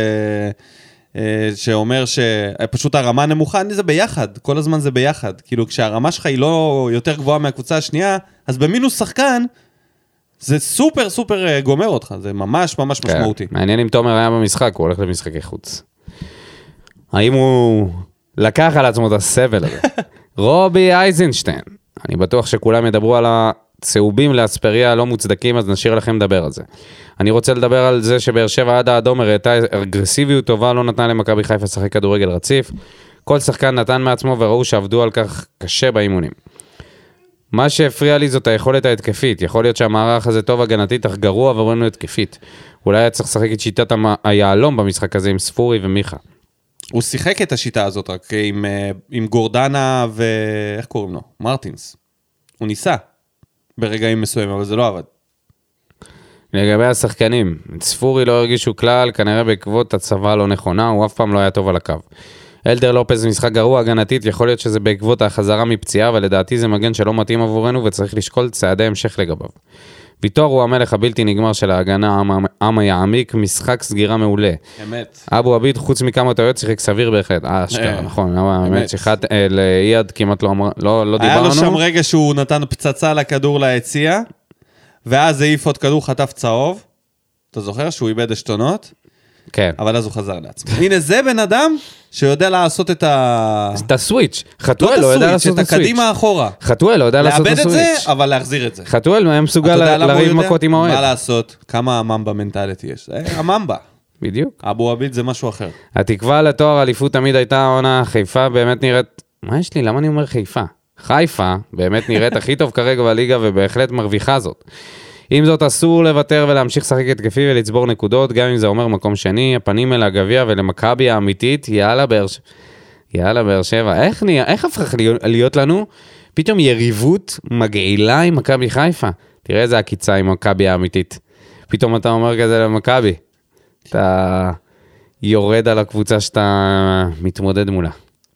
Speaker 1: שאומר שפשוט הרמה נמוכה, זה ביחד, כל הזמן זה ביחד. כאילו, כשהרמה שלך היא לא יותר גבוהה מהקבוצה השנייה, אז במינוס שחקן, זה סופר סופר גומר אותך, זה ממש ממש
Speaker 2: כן.
Speaker 1: משמעותי.
Speaker 2: מעניין אם תומר היה במשחק, הוא הולך למשחקי חוץ. האם הוא לקח על עצמו את הסבל הזה? רובי אייזנשטיין, אני בטוח שכולם ידברו על הצהובים לאספריה הלא מוצדקים, אז נשאיר לכם לדבר על זה. אני רוצה לדבר על זה שבאר שבע עד האדום הראתה אגרסיביות טובה, לא נתנה למכבי חיפה לשחק כדורגל רציף. כל שחקן נתן מעצמו וראו שעבדו על כך קשה באימונים. מה שהפריע לי זאת היכולת ההתקפית. יכול להיות שהמערך הזה טוב הגנתית, אך גרוע עבורנו התקפית. אולי היה צריך לשחק את שיטת היעלום במשחק הזה עם ספורי ומיכה.
Speaker 1: הוא שיחק את השיטה הזאת רק עם, עם גורדנה ו... איך קוראים לו? מרטינס. הוא ניסה ברגעים מסוימים, אבל זה לא עבד.
Speaker 2: לגבי השחקנים, ספורי לא הרגישו כלל, כנראה בעקבות הצבא לא נכונה, הוא אף פעם לא היה טוב על הקו. אלדר לופז משחק גרוע הגנתית, יכול להיות שזה בעקבות החזרה מפציעה, אבל לדעתי זה מגן שלא מתאים עבורנו וצריך לשקול צעדי המשך לגביו. ויטור הוא המלך הבלתי נגמר של ההגנה, עם היעמיק, משחק סגירה מעולה.
Speaker 1: אמת.
Speaker 2: אבו עביד, חוץ מכמה טעויות, שיחק סביר בהחלט. אה, אשכרה, נכון. אמת. שיחת לאייד כמעט לא דיברנו.
Speaker 1: היה לו שם רגע שהוא נתן פצצה לכדור ליציאה, ואז העיף עוד כדור חטף צהוב. אתה זוכר שהוא איבד השתונות?
Speaker 2: כן.
Speaker 1: אבל אז הוא חזר לעצמו. הנה זה בן אדם שיודע לעשות את ה...
Speaker 2: את הסוויץ'. חתואל לא יודע לעשות את הסוויץ'.
Speaker 1: את הקדימה האחורה.
Speaker 2: חתואל לא יודע לעשות את הסוויץ'.
Speaker 1: לאבד את זה, אבל להחזיר את זה.
Speaker 2: חתואל היה מסוגל לריב מכות עם האוהד.
Speaker 1: מה לעשות? כמה הממבה מנטלית יש? הממבה.
Speaker 2: בדיוק.
Speaker 1: אבו עביד זה משהו אחר.
Speaker 2: התקווה לתואר אליפות תמיד הייתה עונה, חיפה באמת נראית... מה יש לי? למה אני אומר חיפה? חיפה באמת נראית הכי טוב כרגע בליגה ובהחלט מרוויחה זאת. עם זאת אסור לוותר ולהמשיך לשחק התקפי ולצבור נקודות, גם אם זה אומר מקום שני, הפנים אל הגביע ולמכבי האמיתית, יאללה באר שבע. יאללה באר שבע. איך, איך הפך להיות לנו פתאום יריבות מגעילה עם מכבי חיפה? תראה איזה הקיצה עם מכבי האמיתית. פתאום אתה אומר כזה למכבי. אתה יורד על הקבוצה שאתה מתמודד מולה.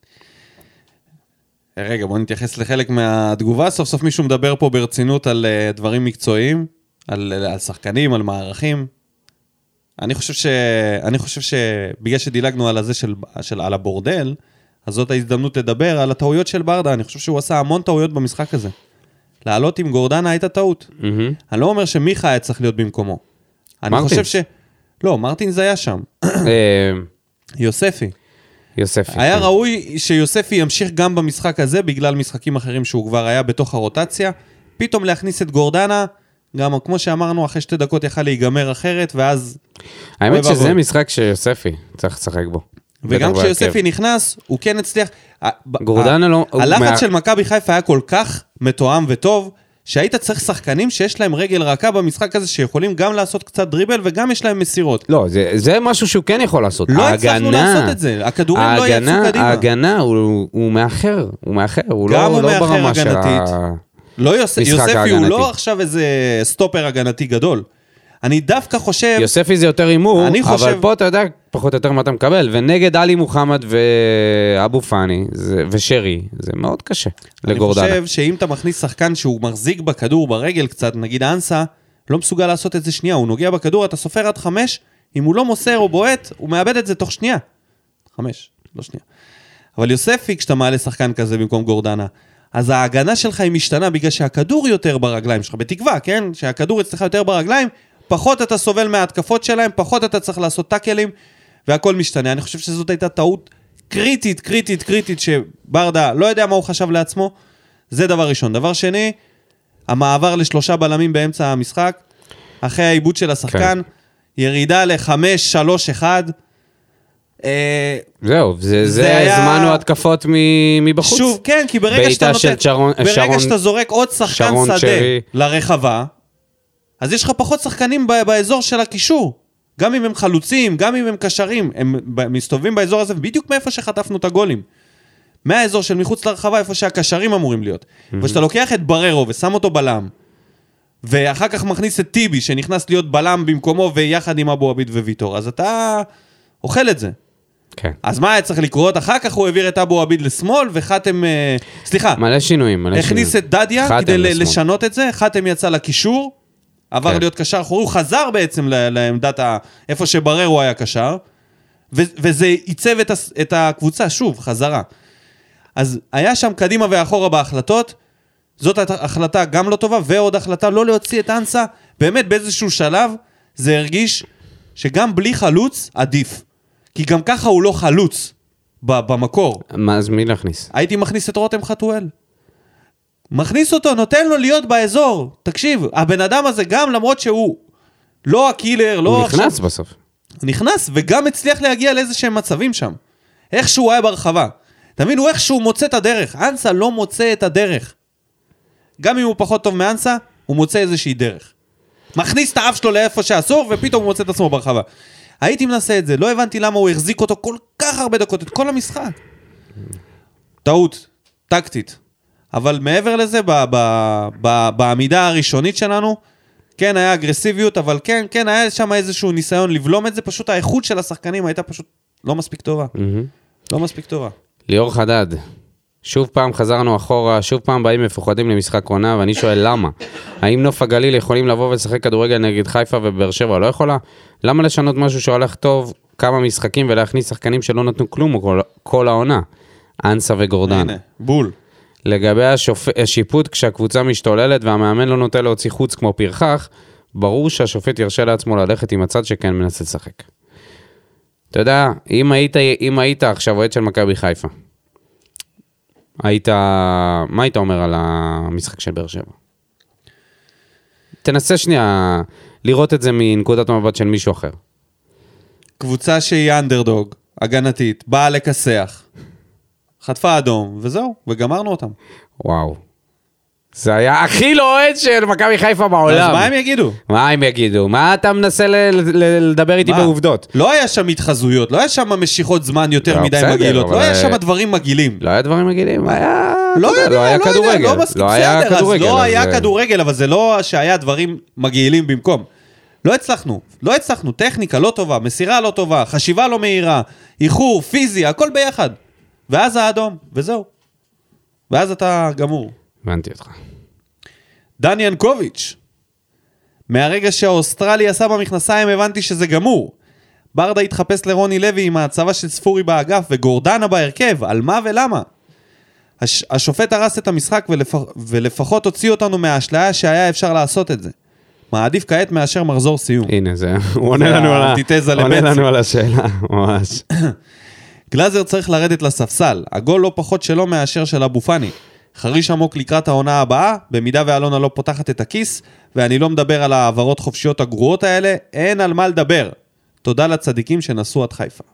Speaker 1: רגע, בוא נתייחס לחלק מהתגובה. סוף סוף מישהו מדבר פה ברצינות על uh, דברים מקצועיים, על, על שחקנים, על מערכים. אני חושב ש... אני חושב שבגלל שדילגנו על הזה של, של על הבורדל, אז זאת ההזדמנות לדבר על הטעויות של ברדה. אני חושב שהוא עשה המון טעויות במשחק הזה. לעלות עם גורדנה הייתה טעות. Mm-hmm. אני לא אומר שמיכה היה צריך להיות במקומו. אני חושב ש... לא, מרטין זה היה שם. יוספי.
Speaker 2: יוספי.
Speaker 1: היה ראוי שיוספי ימשיך גם במשחק הזה, בגלל משחקים אחרים שהוא כבר היה בתוך הרוטציה, פתאום להכניס את גורדנה, גם כמו שאמרנו, אחרי שתי דקות יכל להיגמר אחרת, ואז...
Speaker 2: האמת שזה משחק שיוספי צריך לשחק בו.
Speaker 1: וגם כשיוספי נכנס, הוא כן הצליח...
Speaker 2: גורדנה לא...
Speaker 1: הלחץ של מכבי חיפה היה כל כך מתואם וטוב, שהיית צריך שחקנים שיש להם רגל רכה במשחק הזה, שיכולים גם לעשות קצת דריבל, וגם יש להם מסירות.
Speaker 2: לא, זה, זה משהו שהוא כן יכול לעשות.
Speaker 1: לא הצלחנו לעשות את זה. הכדורים לא יצאו קדימה.
Speaker 2: ההגנה, הוא, הוא מאחר. הוא מאחר. הוא
Speaker 1: גם
Speaker 2: לא,
Speaker 1: הוא
Speaker 2: לא
Speaker 1: מאחר
Speaker 2: ברמה
Speaker 1: הגנתית.
Speaker 2: של
Speaker 1: לא יוס... יוספי הוא לא עכשיו איזה סטופר הגנתי גדול. אני דווקא חושב...
Speaker 2: יוספי זה יותר אימור,
Speaker 1: חושב...
Speaker 2: אבל פה אתה יודע פחות או יותר מה אתה מקבל, ונגד אלי מוחמד ואבו פאני זה... ושרי, זה מאוד קשה לגורדנה.
Speaker 1: אני חושב שאם אתה מכניס שחקן שהוא מחזיק בכדור ברגל קצת, נגיד אנסה, לא מסוגל לעשות את זה שנייה, הוא נוגע בכדור, אתה סופר עד חמש, אם הוא לא מוסר או בועט, הוא מאבד את זה תוך שנייה. חמש, לא שנייה. אבל יוספי, כשאתה מעלה שחקן כזה במקום גורדנה, אז ההגנה שלך היא משתנה בגלל שהכדור יותר ברגליים שלך, בתקווה, כן? שהכדור אצלך יותר ברגליים, פחות אתה סובל מההתקפות שלהם, פחות אתה צריך לעשות טאקלים, והכל משתנה. אני חושב שזאת הייתה טעות קריטית, קריטית, קריטית, שברדה לא יודע מה הוא חשב לעצמו. זה דבר ראשון. דבר שני, המעבר לשלושה בלמים באמצע המשחק, אחרי העיבוד של השחקן, כן. ירידה ל-חמש, שלוש, אחד.
Speaker 2: זהו, זה, זה היה... זמנו התקפות מבחוץ.
Speaker 1: שוב, כן, כי ברגע שאתה נותן,
Speaker 2: שרון,
Speaker 1: ברגע
Speaker 2: שרון,
Speaker 1: שאתה זורק עוד שחקן שדה שרי. לרחבה, אז יש לך פחות שחקנים באזור של הקישור. גם אם הם חלוצים, גם אם הם קשרים, הם מסתובבים באזור הזה, בדיוק מאיפה שחטפנו את הגולים. מהאזור של מחוץ לרחבה, איפה שהקשרים אמורים להיות. Mm-hmm. ושאתה לוקח את בררו ושם אותו בלם, ואחר כך מכניס את טיבי, שנכנס להיות בלם במקומו, ויחד עם אבו עביד וויטור, אז אתה אוכל את זה.
Speaker 2: כן.
Speaker 1: אז מה היה צריך לקרות? אחר כך הוא העביר את אבו עביד לשמאל, וחתם, סליחה,
Speaker 2: מלא שינויים, מלא
Speaker 1: הכניס
Speaker 2: שינויים.
Speaker 1: את דדיה, כדי לשמאל. לשנות את זה, חתם יצא לקישור, עבר
Speaker 2: כן.
Speaker 1: להיות קשר אחורי, הוא חזר בעצם לעמדת ה... איפה שברר הוא היה קשר, ו- וזה ייצב את, ה- את הקבוצה, שוב, חזרה. אז היה שם קדימה ואחורה בהחלטות, זאת החלטה גם לא טובה, ועוד החלטה לא להוציא את אנסה, באמת באיזשהו שלב, זה הרגיש שגם בלי חלוץ, עדיף. כי גם ככה הוא לא חלוץ במקור.
Speaker 2: מה, אז מי להכניס?
Speaker 1: הייתי מכניס את רותם חתואל. מכניס אותו, נותן לו להיות באזור. תקשיב, הבן אדם הזה גם, למרות שהוא לא הקילר, לא...
Speaker 2: הוא נכנס
Speaker 1: עכשיו...
Speaker 2: בסוף.
Speaker 1: נכנס, וגם הצליח להגיע לאיזה שהם מצבים שם. איך שהוא היה ברחבה. תבינו, איך שהוא מוצא את הדרך. אנסה לא מוצא את הדרך. גם אם הוא פחות טוב מאנסה, הוא מוצא איזושהי דרך. מכניס את האף שלו לאיפה שאסור, ופתאום הוא מוצא את עצמו ברחבה. הייתי מנסה את זה, לא הבנתי למה הוא החזיק אותו כל כך הרבה דקות, את כל המשחק. טעות, טקטית. אבל מעבר לזה, ב- ב- ב- בעמידה הראשונית שלנו, כן, היה אגרסיביות, אבל כן, כן, היה שם איזשהו ניסיון לבלום את זה, פשוט האיכות של השחקנים הייתה פשוט לא מספיק טובה. לא מספיק טובה.
Speaker 2: ליאור חדד, שוב פעם חזרנו אחורה, שוב פעם באים מפוחדים למשחק עונה, ואני שואל למה? האם נוף הגליל יכולים לבוא ולשחק כדורגל נגד חיפה ובאר שבע? לא יכולה? למה לשנות משהו שהולך טוב כמה משחקים ולהכניס שחקנים שלא נתנו כלום כל, כל העונה? אנסה וגורדן.
Speaker 1: הנה, בול.
Speaker 2: לגבי השופ... השיפוט, כשהקבוצה משתוללת והמאמן לא נוטה להוציא חוץ כמו פרחח, ברור שהשופט ירשה לעצמו ללכת עם הצד שכן מנסה לשחק. אתה יודע, אם היית, אם היית עכשיו אוהד של מכבי חיפה, היית, מה היית אומר על המשחק של באר שבע? תנסה שנייה לראות את זה מנקודת המבט של מישהו אחר.
Speaker 1: קבוצה שהיא אנדרדוג, הגנתית, באה לכסח, חטפה אדום, וזהו, וגמרנו אותם.
Speaker 2: וואו. זה היה הכי לא אוהד של מכבי חיפה בעולם.
Speaker 1: אז מה הם יגידו?
Speaker 2: מה הם יגידו? מה אתה מנסה ל- ל- לדבר איתי בעובדות?
Speaker 1: לא היה שם התחזויות, לא היה שם משיכות זמן יותר
Speaker 2: לא,
Speaker 1: מדי
Speaker 2: בסדר,
Speaker 1: מגעילות,
Speaker 2: אבל-
Speaker 1: לא היה שם דברים מגעילים.
Speaker 2: לא היה דברים מגעילים, היה...
Speaker 1: לא
Speaker 2: אתה יודע,
Speaker 1: יודע,
Speaker 2: לא היה
Speaker 1: לא
Speaker 2: כדורגל.
Speaker 1: יודע, לא מספיק
Speaker 2: לא היה
Speaker 1: בסדר, אז
Speaker 2: כדורגל,
Speaker 1: לא
Speaker 2: אז-
Speaker 1: היה כדורגל, אבל זה לא שהיה דברים מגעילים במקום. לא הצלחנו, לא הצלחנו, טכניקה לא טובה, מסירה לא טובה, חשיבה לא מהירה, איחור, פיזי, הכל ביחד. ואז האדום, וזהו. ואז אתה גמור.
Speaker 2: הבנתי אותך.
Speaker 1: דני ינקוביץ', מהרגע שהאוסטרלי עשה במכנסיים הבנתי שזה גמור. ברדה התחפש לרוני לוי עם ההצבה של ספורי באגף וגורדנה בהרכב, על מה ולמה? הש... השופט הרס את המשחק ולפ... ולפחות הוציא אותנו מהאשליה שהיה אפשר לעשות את זה. מעדיף כעת מאשר מחזור סיום.
Speaker 2: הנה זה, הוא עונה לנו על ה-
Speaker 1: האנטיתזה
Speaker 2: עונה
Speaker 1: לבצע.
Speaker 2: לנו על השאלה, ממש.
Speaker 1: גלאזר צריך לרדת לספסל, הגול לא פחות שלו מאשר של אבו פאני. חריש עמוק לקראת העונה הבאה, במידה ואלונה לא פותחת את הכיס, ואני לא מדבר על העברות חופשיות הגרועות האלה, אין על מה לדבר. תודה לצדיקים שנסו עד חיפה.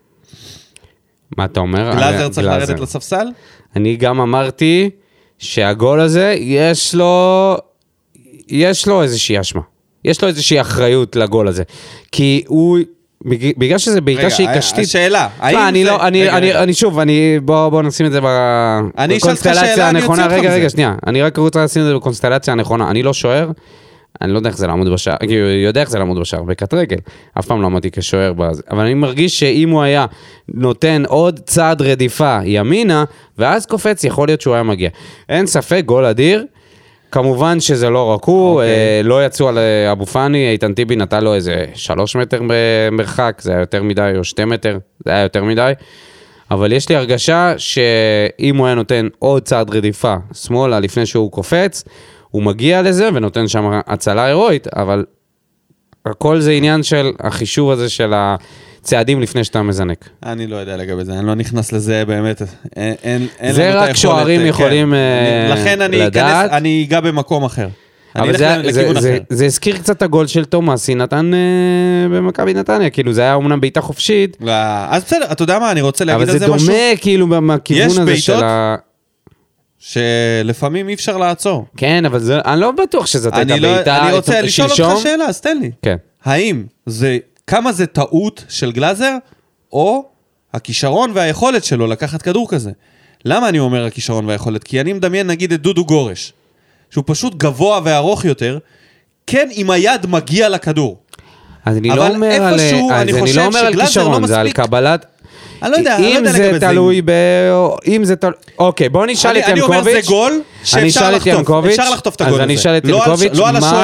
Speaker 2: מה אתה אומר?
Speaker 1: גלאזר צריך
Speaker 2: גלאזר.
Speaker 1: לרדת לספסל?
Speaker 2: אני גם אמרתי שהגול הזה, יש לו, יש לו איזושהי אשמה. יש לו איזושהי אחריות לגול הזה. כי הוא, בגלל שזה בעיקר שהיא קשתית...
Speaker 1: השאלה, האם
Speaker 2: אני
Speaker 1: זה...
Speaker 2: לא, אני,
Speaker 1: רגע,
Speaker 2: אני,
Speaker 1: רגע.
Speaker 2: אני שוב, אני, בוא, בוא נשים את זה
Speaker 1: אני אשאל אותך שאלה,
Speaker 2: בקונסטלציה
Speaker 1: אני
Speaker 2: הנכונה.
Speaker 1: אוציא אותך
Speaker 2: רגע,
Speaker 1: מזה.
Speaker 2: רגע, שנייה. אני רק רוצה לשים את זה בקונסטלציה הנכונה. אני לא שוער, אני לא יודע איך זה לעמוד בשער, כי הוא יודע איך זה לעמוד בשער, בקט רגל. אף פעם לא עמדתי כשוער בזה. אבל אני מרגיש שאם הוא היה נותן עוד צעד רדיפה ימינה, ואז קופץ, יכול להיות שהוא היה מגיע. אין ספק, גול אדיר. כמובן שזה לא רק הוא, אה, לא יצאו על אבו פאני, איתן טיבי נתן לו איזה שלוש מטר במרחק, זה היה יותר מדי, או שתי מטר, זה היה יותר מדי. אבל יש לי הרגשה שאם הוא היה נותן עוד צעד רדיפה שמאלה לפני שהוא קופץ, הוא מגיע לזה ונותן שם הצלה הירואית, אבל הכל זה עניין של החישוב הזה של הצעדים לפני שאתה מזנק.
Speaker 1: אני לא יודע לגבי זה, אני לא נכנס לזה באמת. אין, אין, אין
Speaker 2: זה
Speaker 1: לנו את
Speaker 2: רק
Speaker 1: היכולת,
Speaker 2: שוערים
Speaker 1: כן.
Speaker 2: יכולים
Speaker 1: אני, לכן אני
Speaker 2: לדעת.
Speaker 1: אכנס, אני אגע במקום אחר. אני
Speaker 2: אבל
Speaker 1: אלך
Speaker 2: זה,
Speaker 1: לכיוון
Speaker 2: זה,
Speaker 1: אחר.
Speaker 2: זה, זה הזכיר קצת הגול של תומאסי, נתן אה, במכבי נתניה, כאילו זה היה אומנם בעיטה חופשית,
Speaker 1: לא, אז בסדר, אתה יודע מה, אני רוצה להגיד
Speaker 2: אבל
Speaker 1: על
Speaker 2: זה
Speaker 1: זה משהו.
Speaker 2: דומה כאילו מהכיוון הזה
Speaker 1: בעיטות?
Speaker 2: של ה...
Speaker 1: שלפעמים אי אפשר לעצור.
Speaker 2: כן, אבל זה, אני לא בטוח שזאת הייתה
Speaker 1: אני, לא,
Speaker 2: בעיטה
Speaker 1: אני רוצה לשאול
Speaker 2: שלשום.
Speaker 1: אותך שאלה, אז תן לי.
Speaker 2: כן.
Speaker 1: האם זה, כמה זה טעות של גלאזר, או הכישרון והיכולת שלו לקחת כדור כזה? למה אני אומר הכישרון והיכולת? כי אני מדמיין נגיד את דודו גורש, שהוא פשוט גבוה וארוך יותר, כן עם היד מגיע לכדור.
Speaker 2: אז אני
Speaker 1: אבל
Speaker 2: לא אומר על,
Speaker 1: איפשהו
Speaker 2: אז
Speaker 1: אני
Speaker 2: אני
Speaker 1: חושב
Speaker 2: לא אומר על
Speaker 1: שגלאזר
Speaker 2: כישרון,
Speaker 1: לא
Speaker 2: זה על
Speaker 1: מספיק.
Speaker 2: קבלת...
Speaker 1: אני לא יודע, אני לא
Speaker 2: אם
Speaker 1: יודע
Speaker 2: זה
Speaker 1: לגבי זה.
Speaker 2: תלוי ב... אם זה תלוי... אוקיי, בוא נשאל
Speaker 1: אני,
Speaker 2: את
Speaker 1: אני אומר
Speaker 2: ינקוביץ'.
Speaker 1: זה גול
Speaker 2: אני
Speaker 1: שאפשר
Speaker 2: אשאל את
Speaker 1: לחטוף,
Speaker 2: ינקוביץ',
Speaker 1: אפשר לחטוף את
Speaker 2: אז
Speaker 1: הגול הזה.
Speaker 2: אני אשאל את
Speaker 1: לא על-
Speaker 2: ינקוביץ',
Speaker 1: לא על
Speaker 2: מה-
Speaker 1: השוער.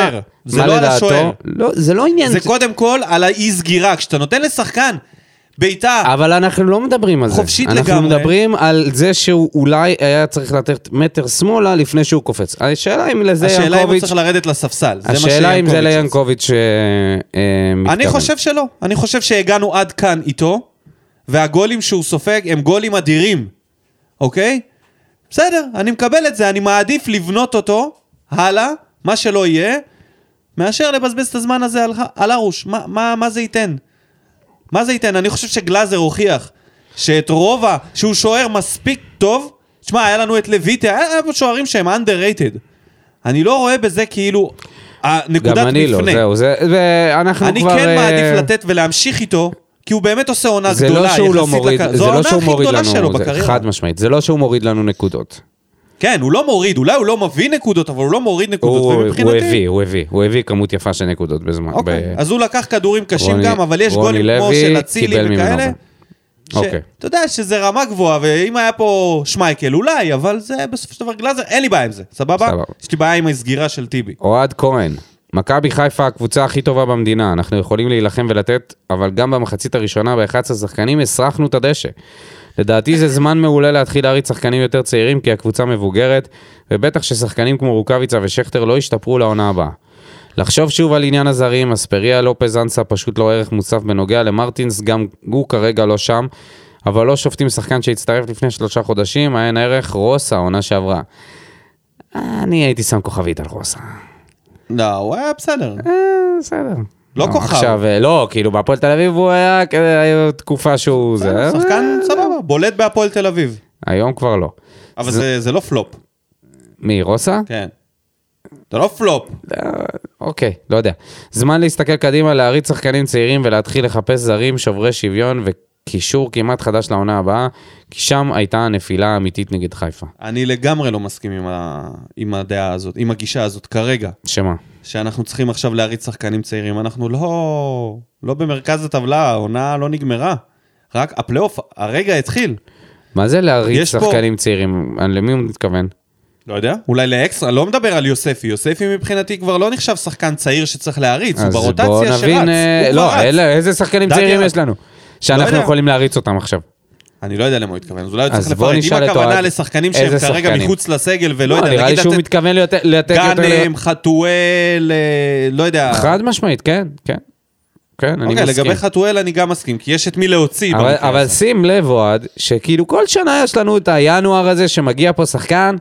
Speaker 1: זה לא על השואל.
Speaker 2: לא, זה לא עניין...
Speaker 1: זה קודם כל על האי סגירה. כשאתה נותן לשחקן ביתה...
Speaker 2: אבל אנחנו לא מדברים על זה.
Speaker 1: חופשית
Speaker 2: אנחנו
Speaker 1: לגמרי.
Speaker 2: אנחנו מדברים על זה שהוא אולי היה צריך לתת מטר שמאלה לפני שהוא קופץ. השאלה אם לזה ינקוביץ'...
Speaker 1: השאלה אם הוא צריך לרדת לספסל.
Speaker 2: השאלה אם זה לינקוביץ' מתכוון.
Speaker 1: אני חושב שלא. אני חושב שהגענו עד כאן איתו, והגולים שהוא סופג הם גולים אדירים. אוקיי? בסדר, אני מקבל את זה. אני מעדיף לבנות אותו הלאה, מה שלא יהיה, מאשר לבזבז את הזמן הזה על, על הראש. מה, מה, מה זה ייתן? מה זה ייתן? אני חושב שגלאזר הוכיח שאת רובה, שהוא שוער מספיק טוב, תשמע, היה לנו את לויטה, היה פה שוערים שהם underrated. אני לא רואה בזה כאילו נקודת מפנה.
Speaker 2: גם אני לא, זהו, זה, ואנחנו
Speaker 1: אני
Speaker 2: כבר...
Speaker 1: אני כן מעדיף לתת ולהמשיך איתו, כי הוא באמת עושה עונה
Speaker 2: זה
Speaker 1: גדולה.
Speaker 2: לא שהוא לא מוריד,
Speaker 1: לק...
Speaker 2: זה לא שהוא מוריד לנו,
Speaker 1: זה
Speaker 2: חד משמעית, זה לא שהוא מוריד לנו נקודות.
Speaker 1: כן, הוא לא מוריד, אולי הוא לא מביא נקודות, אבל הוא לא מוריד נקודות,
Speaker 2: הוא,
Speaker 1: ומבחינתי...
Speaker 2: הוא הביא, הוא הביא, הוא הביא כמות יפה של נקודות בזמן.
Speaker 1: אוקיי,
Speaker 2: ב...
Speaker 1: אז הוא לקח כדורים קשים
Speaker 2: רוני,
Speaker 1: גם, אבל יש גולים כמו של הצילי וכאלה, ש...
Speaker 2: אוקיי.
Speaker 1: אתה יודע שזה רמה גבוהה, ואם היה פה שמייקל אולי, אבל זה בסופו של דבר גלאזר, אין לי בעיה עם זה, סבבה? סבבה. יש לי בעיה עם הסגירה של טיבי.
Speaker 2: אוהד כהן, מכבי חיפה הקבוצה הכי טובה במדינה, אנחנו יכולים להילחם ולתת, אבל גם במחצית הראשונה ב-אחד עשר שחקנים הסרחנו את הדשא. לדעתי זה זמן מעולה להתחיל להריץ שחקנים יותר צעירים, כי הקבוצה מבוגרת, ובטח ששחקנים כמו רוקביצה ושכטר לא ישתפרו לעונה הבאה. לחשוב שוב על עניין הזרים, אספריה, לופז אנסה פשוט לא ערך מוסף בנוגע למרטינס, גם הוא כרגע לא שם, אבל לא שופטים שחקן שהצטרף לפני שלושה חודשים, היה ערך רוסה, העונה שעברה. אני הייתי שם כוכבית על רוסה.
Speaker 1: לא, הוא היה בסדר.
Speaker 2: בסדר.
Speaker 1: לא כוכב.
Speaker 2: עכשיו, לא, כאילו בהפועל תל אביב הוא היה, היה תקופה שהוא זה.
Speaker 1: שחקן סבבה, בולט בהפועל תל אביב.
Speaker 2: היום כבר לא.
Speaker 1: אבל זה, זה לא פלופ.
Speaker 2: מי, רוסה?
Speaker 1: כן. זה לא פלופ.
Speaker 2: אוקיי, לא יודע. זמן להסתכל קדימה, להריץ שחקנים צעירים ולהתחיל לחפש זרים, שוברי שוויון וקישור כמעט חדש לעונה הבאה, כי שם הייתה הנפילה האמיתית נגד חיפה.
Speaker 1: אני לגמרי לא מסכים עם, ה... עם הדעה הזאת, עם הגישה הזאת כרגע.
Speaker 2: שמה?
Speaker 1: שאנחנו צריכים עכשיו להריץ שחקנים צעירים. אנחנו לא, לא במרכז הטבלה, העונה לא נגמרה. רק הפלייאוף, הרגע התחיל.
Speaker 2: מה זה להריץ שחקנים פה... צעירים? למי הוא מתכוון?
Speaker 1: לא יודע, אולי לאקסטרה, לא מדבר על יוספי. יוספי מבחינתי כבר לא נחשב שחקן צעיר שצריך להריץ, הוא ברוטציה שרץ. הוא
Speaker 2: לא, אלה, איזה שחקנים צעירים יש לנו? שאנחנו לא יכולים להריץ אותם עכשיו.
Speaker 1: אני לא יודע למה הוא התכוון, אז אולי הוא צריך לפרט. אם הכוונה לשחקנים שהם כרגע מחוץ לסגל, ולא יודע,
Speaker 2: נראה לי שהוא מתכוון לתת יותר...
Speaker 1: גאנם, חתואל, לא יודע.
Speaker 2: חד משמעית, כן, כן. כן, אני מסכים.
Speaker 1: אוקיי, לגבי חתואל אני גם מסכים, כי יש את מי להוציא.
Speaker 2: אבל שים לב, אוהד, שכאילו כל שנה יש לנו את הינואר הזה, שמגיע פה שחקן,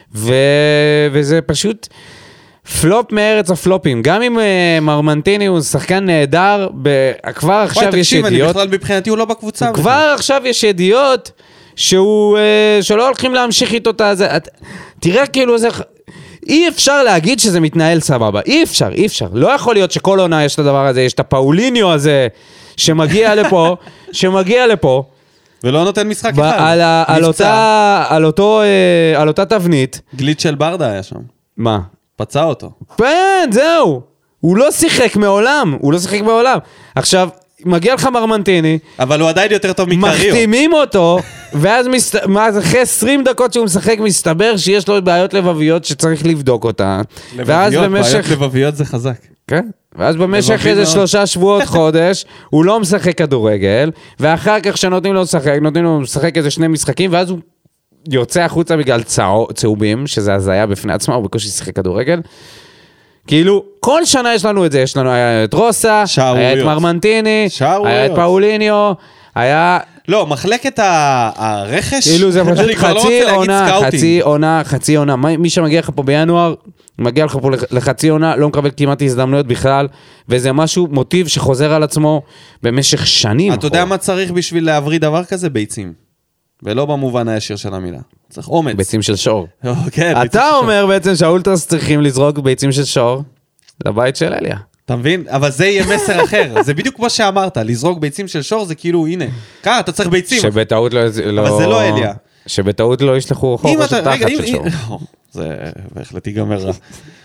Speaker 2: וזה פשוט... פלופ מארץ הפלופים, גם אם מרמנטיני הוא שחקן נהדר, כבר עכשיו יש ידיעות...
Speaker 1: אני בכלל מבחינתי הוא לא בקבוצה.
Speaker 2: כבר עכשיו יש ידיעות שהוא, שלא הולכים להמשיך איתו את הזה. תראה כאילו זה... אי אפשר להגיד שזה מתנהל סבבה, אי אפשר, אי אפשר. לא יכול להיות שכל עונה יש את הדבר הזה, יש את הפאוליניו הזה שמגיע לפה, שמגיע לפה.
Speaker 1: ולא נותן משחק אחד.
Speaker 2: על, על, אותה, על, אותו, על אותה תבנית.
Speaker 1: גליץ' של ברדה היה שם.
Speaker 2: מה?
Speaker 1: פצע אותו.
Speaker 2: כן, זהו. הוא לא שיחק מעולם, הוא לא שיחק מעולם. עכשיו, מגיע לך מרמנטיני.
Speaker 1: אבל הוא עדיין יותר טוב מקריו.
Speaker 2: מחתימים אותו, ואז מסת... אחרי עשרים דקות שהוא משחק, מסתבר שיש לו בעיות לבביות שצריך לבדוק אותה.
Speaker 1: לבביות, במשך... בעיות לבביות זה חזק.
Speaker 2: כן. ואז במשך איזה מאוד. שלושה שבועות חודש, הוא לא משחק כדורגל, ואחר כך שנותנים לו לשחק, נותנים לו לשחק איזה שני משחקים, ואז הוא יוצא החוצה בגלל צהוב, צהובים, שזה הזיה בפני עצמה, הוא בקושי שיחק כדורגל. כאילו, כל שנה יש לנו את זה, יש לנו היה את רוסה, היה את מרמנטיני, היה את פאוליניו, היה...
Speaker 1: לא, מחלקת הרכש,
Speaker 2: כאילו זה פשוט חצי עונה, חצי עונה, חצי עונה, מי שמגיע לך פה בינואר, מגיע לך פה לחצי עונה, לא מקבל כמעט הזדמנויות בכלל, וזה משהו, מוטיב שחוזר על עצמו במשך שנים.
Speaker 1: אתה יודע מה צריך בשביל להבריא דבר כזה? ביצים. ולא במובן הישיר של המילה. צריך אומץ.
Speaker 2: ביצים של שור.
Speaker 1: כן,
Speaker 2: אתה אומר בעצם שהאולטרס צריכים לזרוק ביצים של שור לבית של אליה.
Speaker 1: אתה מבין? אבל זה יהיה מסר אחר. זה בדיוק כמו שאמרת, לזרוק ביצים של שור זה כאילו, הנה, כאן אתה צריך ביצים.
Speaker 2: שבטעות לא...
Speaker 1: אבל זה לא אליה.
Speaker 2: שבטעות לא ישלחו חור של תחת של שור.
Speaker 1: זה בהחלט ייגמר רע.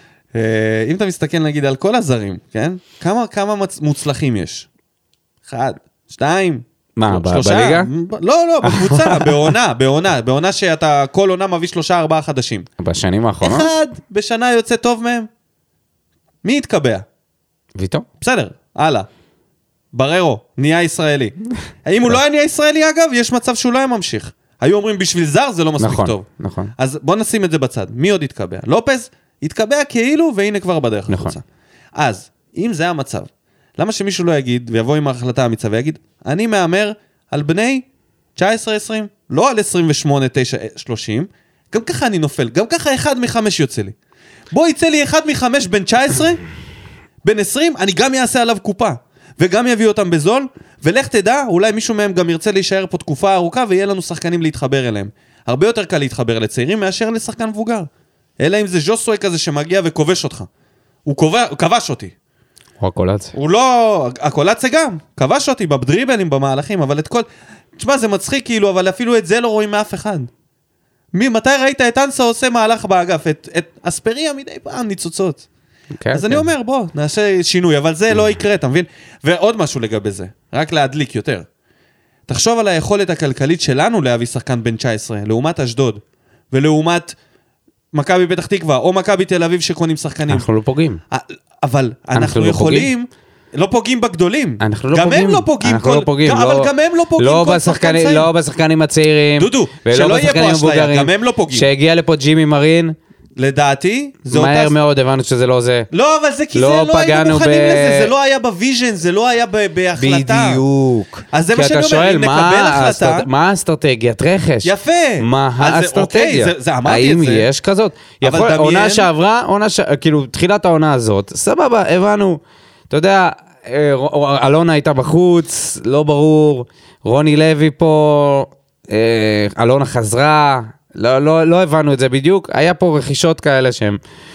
Speaker 1: אם אתה מסתכל נגיד על כל הזרים, כן? כמה מוצלחים יש? אחד, שתיים,
Speaker 2: מה, בליגה?
Speaker 1: לא, לא, בקבוצה, בעונה, בעונה, בעונה שאתה כל עונה מביא שלושה, ארבעה חדשים.
Speaker 2: בשנים האחרונות?
Speaker 1: אחד בשנה יוצא טוב מהם. מי התקבע?
Speaker 2: ויטור?
Speaker 1: בסדר, הלאה. בררו, נהיה ישראלי. האם הוא לא היה נהיה ישראלי אגב? יש מצב שהוא לא היה ממשיך. היו אומרים בשביל זר זה לא מספיק
Speaker 2: נכון,
Speaker 1: טוב.
Speaker 2: נכון.
Speaker 1: אז בוא נשים את זה בצד. מי עוד התקבע? לופז התקבע כאילו, והנה כבר בדרך
Speaker 2: נכון.
Speaker 1: החוצה. אז, אם זה המצב, למה שמישהו לא יגיד, ויבוא עם ההחלטה האמיצה ויגיד, אני מאמר על בני תשע עשרה עשרים, לא על עשרים ושמונה תשע שלושים, גם ככה אני נופל, גם ככה אחד מחמש יוצא לי. בוא יצא לי אחד מחמש בין תשע עשרה, בין עשרים, אני גם יעשה עליו קופה, וגם יביא אותם בזול, ולך תדע, אולי מישהו מהם גם ירצה להישאר פה תקופה ארוכה, ויהיה לנו שחקנים להתחבר אליהם. הרבה יותר קל להתחבר לצעירים, מאשר לשחקן מבוגר. אלא אם זה ז'וסוי כזה שמגיע וכובש אותך. הוא קובע, הוא כבש אותי.
Speaker 2: או הקולץ.
Speaker 1: הוא לא, הקולץ זה גם, כבש אותי בדריבלים, במהלכים, אבל את כל, תשמע, זה מצחיק כאילו, אבל אפילו את זה לא רואים מאף אחד. מי, מתי ראית את אנסה עושה מהלך באגף? את, את אספריה מדי פעם ניצוצות.
Speaker 2: כן,
Speaker 1: אז
Speaker 2: כן.
Speaker 1: אני אומר, בוא, נעשה שינוי, אבל זה לא יקרה, אתה מבין? ועוד משהו לגבי זה, רק להדליק יותר. תחשוב על היכולת הכלכלית שלנו להביא שחקן בן תשע עשרה, לעומת אשדוד, ולעומת מכבי פתח תקווה, או מכבי תל אביב שקונים שחקנים.
Speaker 2: אנחנו לא פוגעים.
Speaker 1: אבל אנחנו
Speaker 2: לא
Speaker 1: יכולים, לא פוגעים בגדולים.
Speaker 2: אנחנו לא
Speaker 1: גם
Speaker 2: פוגעים.
Speaker 1: הם לא פוגעים.
Speaker 2: אנחנו
Speaker 1: כל-
Speaker 2: לא פוגעים.
Speaker 1: אבל
Speaker 2: לא-
Speaker 1: גם הם לא פוגעים
Speaker 2: לא
Speaker 1: כל
Speaker 2: בשחקנים-
Speaker 1: שחקן צעיר.
Speaker 2: לא בשחקנים הצעירים.
Speaker 1: דודו,
Speaker 2: ולא
Speaker 1: שלא יהיה פה
Speaker 2: בשחקנים
Speaker 1: אשליה,
Speaker 2: המבוגרים.
Speaker 1: גם הם לא פוגעים.
Speaker 2: שהגיע לפה ג'ימי מרין,
Speaker 1: לדעתי, זה
Speaker 2: מהר
Speaker 1: אותה...
Speaker 2: מאוד הבנו שזה לא זה.
Speaker 1: לא, אבל זה כי
Speaker 2: לא
Speaker 1: זה לא היינו
Speaker 2: פגענו
Speaker 1: מוכנים
Speaker 2: ב-
Speaker 1: לזה, זה לא היה בוויז'ן, זה לא היה ב- בהחלטה.
Speaker 2: בדיוק.
Speaker 1: אז זה
Speaker 2: כי
Speaker 1: מה שאני
Speaker 2: אתה
Speaker 1: אומר,
Speaker 2: שואל,
Speaker 1: אם
Speaker 2: מה
Speaker 1: נקבל החלטה...
Speaker 2: האסטרט- מה האסטרטגיית רכש?
Speaker 1: יפה.
Speaker 2: מה
Speaker 1: אז זה-
Speaker 2: האסטרטגיה?
Speaker 1: אוקיי, זה- זה- אמרתי
Speaker 2: האם
Speaker 1: את זה.
Speaker 2: יש כזאת?
Speaker 1: אבל
Speaker 2: יכול-
Speaker 1: דמיין-
Speaker 2: עונה שעברה, עונה ש... כאילו, תחילת העונה הזאת, סבבה, הבנו. אתה יודע, אה, ר- אלונה הייתה בחוץ, לא ברור, רוני לוי פה, אה, אלונה חזרה, לא, לא, לא הבנו את זה בדיוק, היה פה רכישות כאלה שהן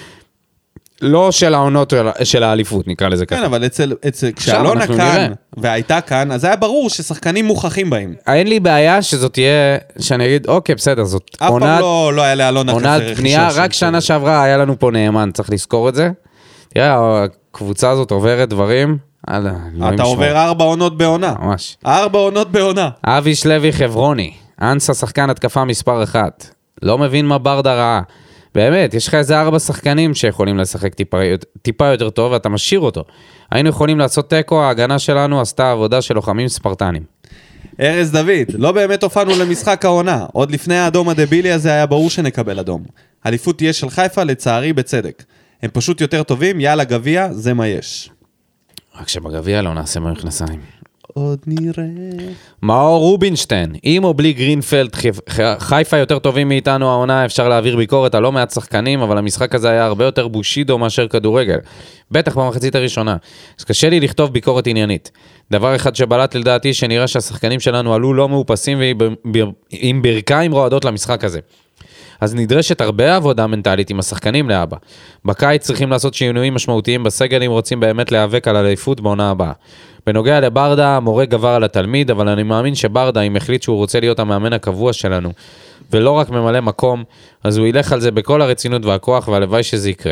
Speaker 2: לא של העונות של האליפות, נקרא לזה ככה.
Speaker 1: כן, אבל אצל, אצל, כשאלונה
Speaker 2: אנחנו
Speaker 1: כאן,
Speaker 2: נראה.
Speaker 1: והייתה כאן, אז היה ברור ששחקנים מוכחים בהם.
Speaker 2: אין לי בעיה שזאת תהיה, שאני אגיד, אוקיי, בסדר, זאת
Speaker 1: אף פעם
Speaker 2: עונת,
Speaker 1: לא, לא היה לאלונה כזה
Speaker 2: עונת
Speaker 1: רכישה.
Speaker 2: בנייה,
Speaker 1: של-
Speaker 2: רק שנה שעברה היה לנו פה נאמן, צריך לזכור את זה. תראה, הקבוצה הזאת עוברת דברים, אללה, אלוהים
Speaker 1: אתה
Speaker 2: ישמור.
Speaker 1: עובר ארבע עונות בעונה.
Speaker 2: ממש.
Speaker 1: ארבע עונות בעונה.
Speaker 2: אביש לוי חברוני, אנסה שחקן התקפה מספר אחת. לא מבין מה ברדה ראה. באמת, יש לך איזה ארבע שחקנים שיכולים לשחק טיפה, טיפה יותר טוב, ואתה משאיר אותו. היינו יכולים לעשות טקו, ההגנה שלנו עשתה עבודה של לוחמים ספרטנים.
Speaker 1: ארז דוד, לא באמת הופענו למשחק העונה. עוד לפני האדום הדבילי הזה היה ברור שנקבל אדום. אליפות תהיה של חיפה, לצערי בצדק. הם פשוט יותר טובים, יאללה גביע, זה מה יש.
Speaker 2: רק שבגביע לא נעשה במכנסיים.
Speaker 1: עוד נראה.
Speaker 2: מאור רובינשטיין, עם או בלי גרינפלד, ח- חיפה יותר טובים מאיתנו העונה, אפשר להעביר ביקורת על לא מעט שחקנים, אבל המשחק הזה היה הרבה יותר בושידו מאשר כדורגל. בטח במחצית הראשונה. אז קשה לי לכתוב ביקורת עניינית. דבר אחד שבלט לדעתי, שנראה שהשחקנים שלנו עלו לא מאופסים ועם ברכיים רועדות למשחק הזה. אז נדרשת הרבה עבודה מנטלית עם השחקנים לאבא. בקיץ צריכים לעשות שינויים משמעותיים בסגל אם רוצים באמת להיאבק על אליפות בעונה הבאה. בנוגע לברדה, המורה גבר על התלמיד, אבל אני מאמין שברדה, אם החליט שהוא רוצה להיות המאמן הקבוע שלנו, ולא רק ממלא מקום, אז הוא ילך על זה בכל הרצינות והכוח, והלוואי שזה יקרה.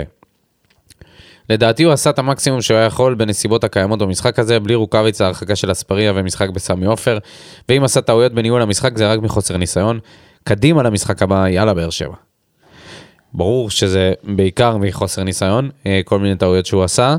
Speaker 2: לדעתי הוא עשה את המקסימום שהוא היה יכול בנסיבות הקיימות במשחק הזה, בלי רוקאביץ ההרחקה של אספריה ומשחק בסמי עופר, ואם עשה טעויות בניהול המשחק זה רק מחוסר ניסיון. קדימה למשחק הבא, יאללה באר שבע. ברור שזה בעיקר מחוסר ניסיון, כל מיני טעויות שהוא עשה.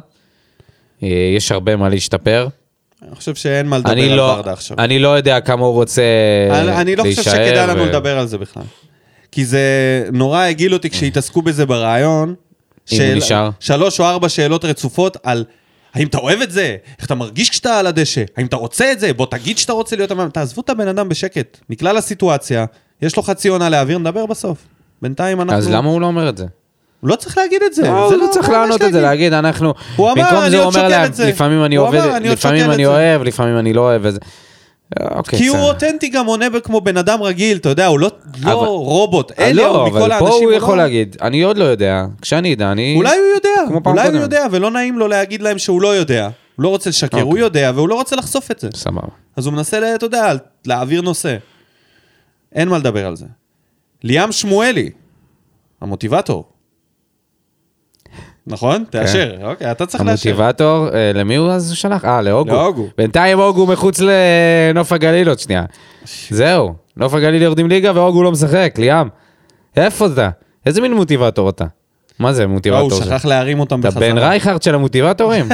Speaker 2: יש הרבה מה להשתפר.
Speaker 1: אני חושב שאין מה לדבר
Speaker 2: אני
Speaker 1: על
Speaker 2: לא,
Speaker 1: ברדה עכשיו.
Speaker 2: אני לא יודע כמה הוא רוצה
Speaker 1: אני, אני לא חושב
Speaker 2: להישאר
Speaker 1: שכדאי לנו
Speaker 2: ו-
Speaker 1: לדבר על זה בכלל. כי זה נורא הגיל אותי כשהתעסקו בזה ברעיון.
Speaker 2: אם הוא נשאר.
Speaker 1: שלוש או ארבע שאלות רצופות על האם אתה אוהב את זה? איך אתה מרגיש כשאתה על הדשא? האם אתה רוצה את זה? בוא תגיד שאתה רוצה להיות המאמן. תעזבו את הבן אדם בשקט. מכלל הסיטואציה, יש לו חצי עונה להעביר, נדבר בסוף. בינתיים אנחנו...
Speaker 2: אז למה הוא לא אומר את זה?
Speaker 1: הוא לא צריך להגיד את זה.
Speaker 2: לא,
Speaker 1: זה
Speaker 2: הוא לא צריך
Speaker 1: מה
Speaker 2: לענות
Speaker 1: יש
Speaker 2: את זה,
Speaker 1: להגיד.
Speaker 2: להגיד, אנחנו...
Speaker 1: הוא אמר,
Speaker 2: במקום
Speaker 1: אני
Speaker 2: זה הוא
Speaker 1: עוד
Speaker 2: אומר
Speaker 1: שוקל
Speaker 2: להם,
Speaker 1: את זה.
Speaker 2: לפעמים אני
Speaker 1: הוא
Speaker 2: עובד,
Speaker 1: אמר, אני עוד
Speaker 2: לפעמים
Speaker 1: שוקל
Speaker 2: אני
Speaker 1: את זה.
Speaker 2: אוהב, לפעמים אני לא אוהב וזה. אוקיי,
Speaker 1: כי הוא
Speaker 2: בסדר.
Speaker 1: אותנטי גם עונה כמו בן אדם רגיל, אתה יודע, הוא לא
Speaker 2: אבל-
Speaker 1: רובוט.
Speaker 2: אה,
Speaker 1: אליהו
Speaker 2: לא,
Speaker 1: מכל
Speaker 2: אבל פה
Speaker 1: האנשים
Speaker 2: הוא
Speaker 1: לא-
Speaker 2: יכול להגיד, אני עוד לא יודע, כשאני אדע, אני...
Speaker 1: אולי הוא יודע,
Speaker 2: כמו פעם
Speaker 1: אולי הוא
Speaker 2: קודמת.
Speaker 1: יודע, ולא נעים לו להגיד להם שהוא לא יודע. הוא לא רוצה לשקר, הוא יודע, והוא לא רוצה לחשוף את זה.
Speaker 2: סבבה.
Speaker 1: אז הוא מנסה, אתה יודע, להעביר נושא. אין מה לדבר על זה. ליאם שמואלי, המוטיבטור. נכון? תאשר. אוקיי, אתה צריך לאשר.
Speaker 2: המוטיבטור, אה, למי הוא אז שלח? אה, לאוגו.
Speaker 1: לאוגו.
Speaker 2: בינתיים אוגו מחוץ לנוף הגליל עוד שנייה. זהו, נוף הגליל יורדים ליגה ואוגו לא משחק, ליאם. איפה אתה? איזה מין מוטיבטור אתה? מה זה מוטיבטור?
Speaker 1: הוא שכח להרים אותם
Speaker 2: אתה
Speaker 1: בחזרה.
Speaker 2: בן רייכרד של המוטיבטורים.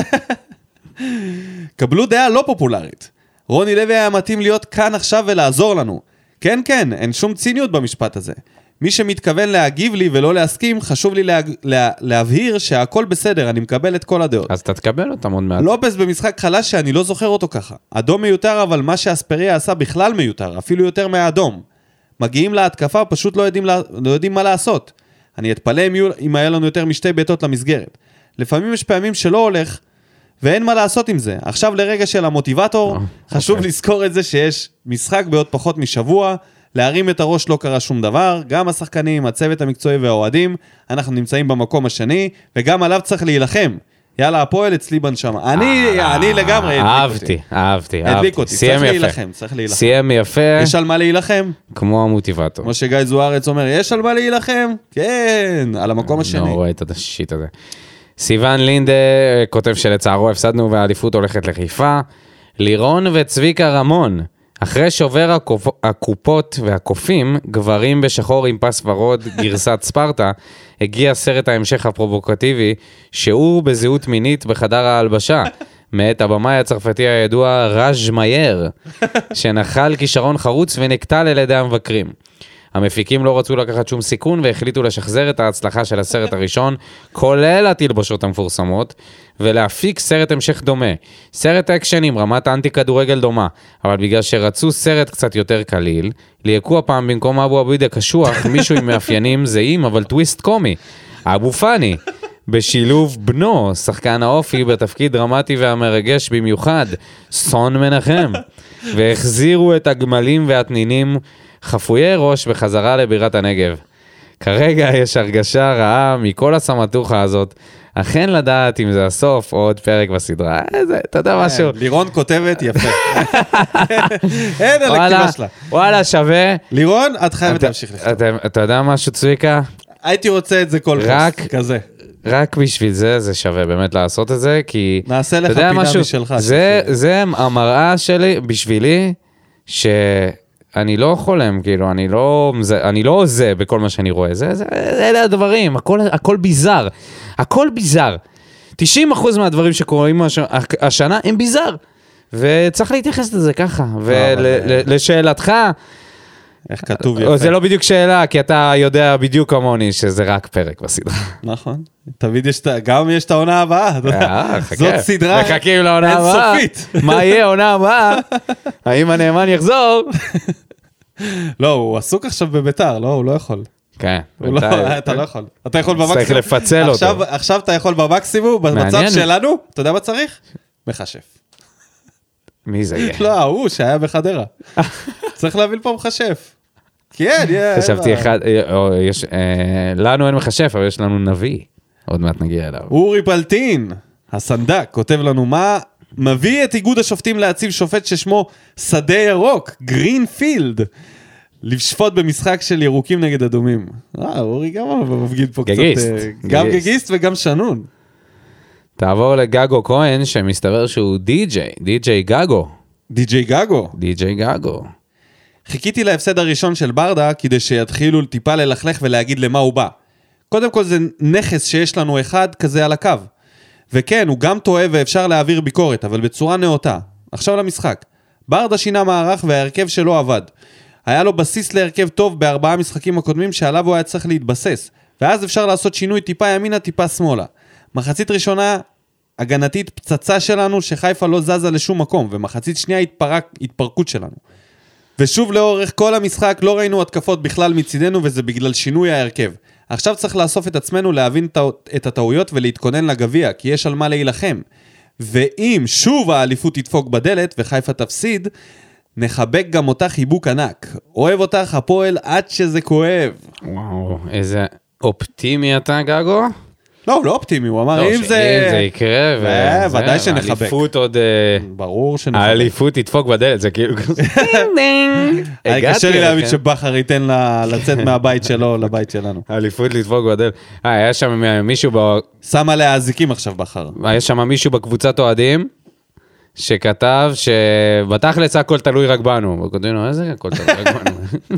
Speaker 1: קבלו דעה לא פופולרית. רוני לוי היה מתאים להיות כאן עכשיו ולעזור לנו. כן, כן, אין שום ציניות במשפט הזה. מי שמתכוון להגיב לי ולא להסכים, חשוב לי לה, לה, להבהיר שהכל בסדר, אני מקבל את כל הדעות.
Speaker 2: אז אתה תקבל אותם עוד מעט.
Speaker 1: לופס במשחק חלש שאני לא זוכר אותו ככה. אדום מיותר, אבל מה שאספריה עשה בכלל מיותר, אפילו יותר מהאדום. מגיעים להתקפה, פשוט לא יודעים, לא יודעים מה לעשות. אני אתפלא אם, אם היה לנו יותר משתי ביתות למסגרת. לפעמים יש פעמים שלא הולך, ואין מה לעשות עם זה. עכשיו לרגע של המוטיבטור, חשוב לזכור את זה שיש משחק בעוד פחות משבוע, להרים את הראש לא קרה שום דבר, גם השחקנים, הצוות המקצועי והאוהדים, אנחנו נמצאים במקום השני, וגם עליו צריך להילחם. יאללה, הפועל אצלי בנשמה. אני, אני לגמרי הדליק אותי.
Speaker 2: אהבתי, אהבתי,
Speaker 1: הדליק אותי, צריך להילחם, צריך להילחם.
Speaker 2: סיים יפה.
Speaker 1: יש על מה להילחם?
Speaker 2: כמו המוטיבטור.
Speaker 1: כמו שגיא זוארץ אומר, יש על מה להילחם? כן, על המקום השני.
Speaker 2: לא רואה את השיט הזה. סיוון לינדה כותב שלצערו הפסדנו והאליפות הולכת לחיפה. לירון וצביקה רמון. אחרי שובר הקופ... הקופות והקופים, גברים בשחור עם פס ורוד, גרסת ספרטה, הגיע סרט ההמשך הפרובוקטיבי, שיעור בזהות מינית בחדר ההלבשה, מאת הבמאי הצרפתי הידוע ראז' מאייר, שנחל כישרון חרוץ ונקטל על ידי המבקרים. המפיקים לא רצו לקחת שום סיכון והחליטו לשחזר את ההצלחה של הסרט הראשון, כולל התלבושות המפורסמות, ולהפיק סרט המשך דומה. סרט אקשן עם רמת אנטי כדורגל דומה, אבל בגלל שרצו סרט קצת יותר קליל, ליהקו הפעם במקום אבו עביד הקשוח, מישהו עם מאפיינים זהים, אבל טוויסט קומי. אבו פני, בשילוב בנו, שחקן האופי בתפקיד דרמטי והמרגש במיוחד, סון מנחם. והחזירו את הגמלים והתנינים חפויי ראש בחזרה לבירת הנגב. כרגע יש הרגשה רעה מכל הסמטוחה הזאת, אכן לדעת אם זה הסוף או עוד פרק בסדרה. איזה, אתה יודע משהו.
Speaker 1: לירון כותבת יפה. אין על הכתיבה שלה.
Speaker 2: וואלה, שווה.
Speaker 1: לירון, את חייבת להמשיך לכתוב.
Speaker 2: אתה יודע משהו, צביקה?
Speaker 1: הייתי רוצה את זה כל פוסט כזה.
Speaker 2: רק בשביל זה, זה שווה באמת לעשות את זה, כי...
Speaker 1: נעשה לך פינה משלך.
Speaker 2: זה המראה שלי, בשבילי, ש... אני לא חולם, כאילו, אני לא, זה, אני לא עושה בכל מה שאני רואה. זה, זה, אלה הדברים, הכל, הכל ביזר. הכל ביזר. תשעים אחוז מהדברים שקורים הש, השנה הם ביזר. וצריך להתייחס לזה ככה. ולשאלתך,
Speaker 1: איך כתוב יפה.
Speaker 2: זה לא בדיוק שאלה, כי אתה יודע בדיוק כמוני שזה רק פרק בסדרה.
Speaker 1: נכון. תמיד יש, גם יש את העונה הבאה. זאת סדרה
Speaker 2: מחכים לעונה הבאה. מה יהיה העונה הבאה? האם הנאמן יחזור?
Speaker 1: לא, הוא עסוק עכשיו בביתר, לא, הוא לא יכול.
Speaker 2: כן.
Speaker 1: אתה לא יכול. אתה יכול במקסימום.
Speaker 2: צריך לפצל אותו.
Speaker 1: עכשיו אתה יכול במקסימום, במצב שלנו, אתה יודע מה צריך? מחשף.
Speaker 2: מי זה יהיה?
Speaker 1: לא, הוא שהיה בחדרה. צריך להביא פה מחשף. כן, יהיה.
Speaker 2: חשבתי אחד, לנו אין מחשף, אבל יש לנו נביא. עוד מעט נגיע אליו.
Speaker 1: אורי פלטין, הסנדק, כותב לנו מה מביא את איגוד השופטים להציב שופט ששמו שדה ירוק, גרינפילד, לשפוט במשחק של ירוקים נגד אדומים. אה, אורי גם מפגיד פה קצת.
Speaker 2: גגיסט.
Speaker 1: גם גגיסט וגם שנון.
Speaker 2: תעבור לגגו כהן, שמסתבר שהוא די-ג'יי, די-ג'יי גגו.
Speaker 1: די-ג'יי גגו?
Speaker 2: די-ג'יי גגו.
Speaker 1: חיכיתי להפסד הראשון של ברדה, כדי שיתחילו טיפה ללכלך ולהגיד למה הוא בא. קודם כל זה נכס שיש לנו אחד כזה על הקו. וכן, הוא גם טועה ואפשר להעביר ביקורת, אבל בצורה נאותה. עכשיו למשחק. ברדה שינה מערך וההרכב שלו עבד. היה לו בסיס להרכב טוב בארבעה משחקים הקודמים שעליו הוא היה צריך להתבסס. ואז אפשר לעשות שינוי טיפה ימינה, טיפה שמאלה. מחצית ראשונה, הגנתית פצצה שלנו שחיפה לא זזה לשום מקום, ומחצית שנייה התפרק, התפרקות שלנו. ושוב לאורך כל המשחק לא ראינו התקפות בכלל מצידנו, וזה בגלל שינוי ההרכב. עכשיו צריך לאסוף את עצמנו, להבין את הטעויות ולהתכונן לגביע, כי יש על מה להילחם. ואם שוב האליפות תדפוק בדלת וחיפה תפסיד, נחבק גם אותה חיבוק ענק. אוהב אותך הפועל עד שזה כואב.
Speaker 2: וואו, איזה אופטימי אתה גגו?
Speaker 1: לא, הוא לא אופטימי, הוא אמר, אם זה...
Speaker 2: אם זה יקרה,
Speaker 1: ודאי שנחבק.
Speaker 2: האליפות עוד...
Speaker 1: ברור שנחבק.
Speaker 2: האליפות תדפוק בדלת, זה כאילו...
Speaker 1: קשה לי להבין שבחר ייתן לה לצאת מהבית שלו לבית שלנו.
Speaker 2: האליפות לדפוק בדלת. היה שם מישהו ב...
Speaker 1: שם עליה הזיקים עכשיו בחר.
Speaker 2: היה שם מישהו בקבוצת אוהדים, שכתב שבתכלס הכל תלוי רק בנו. וכותבים, איזה הכל תלוי רק בנו?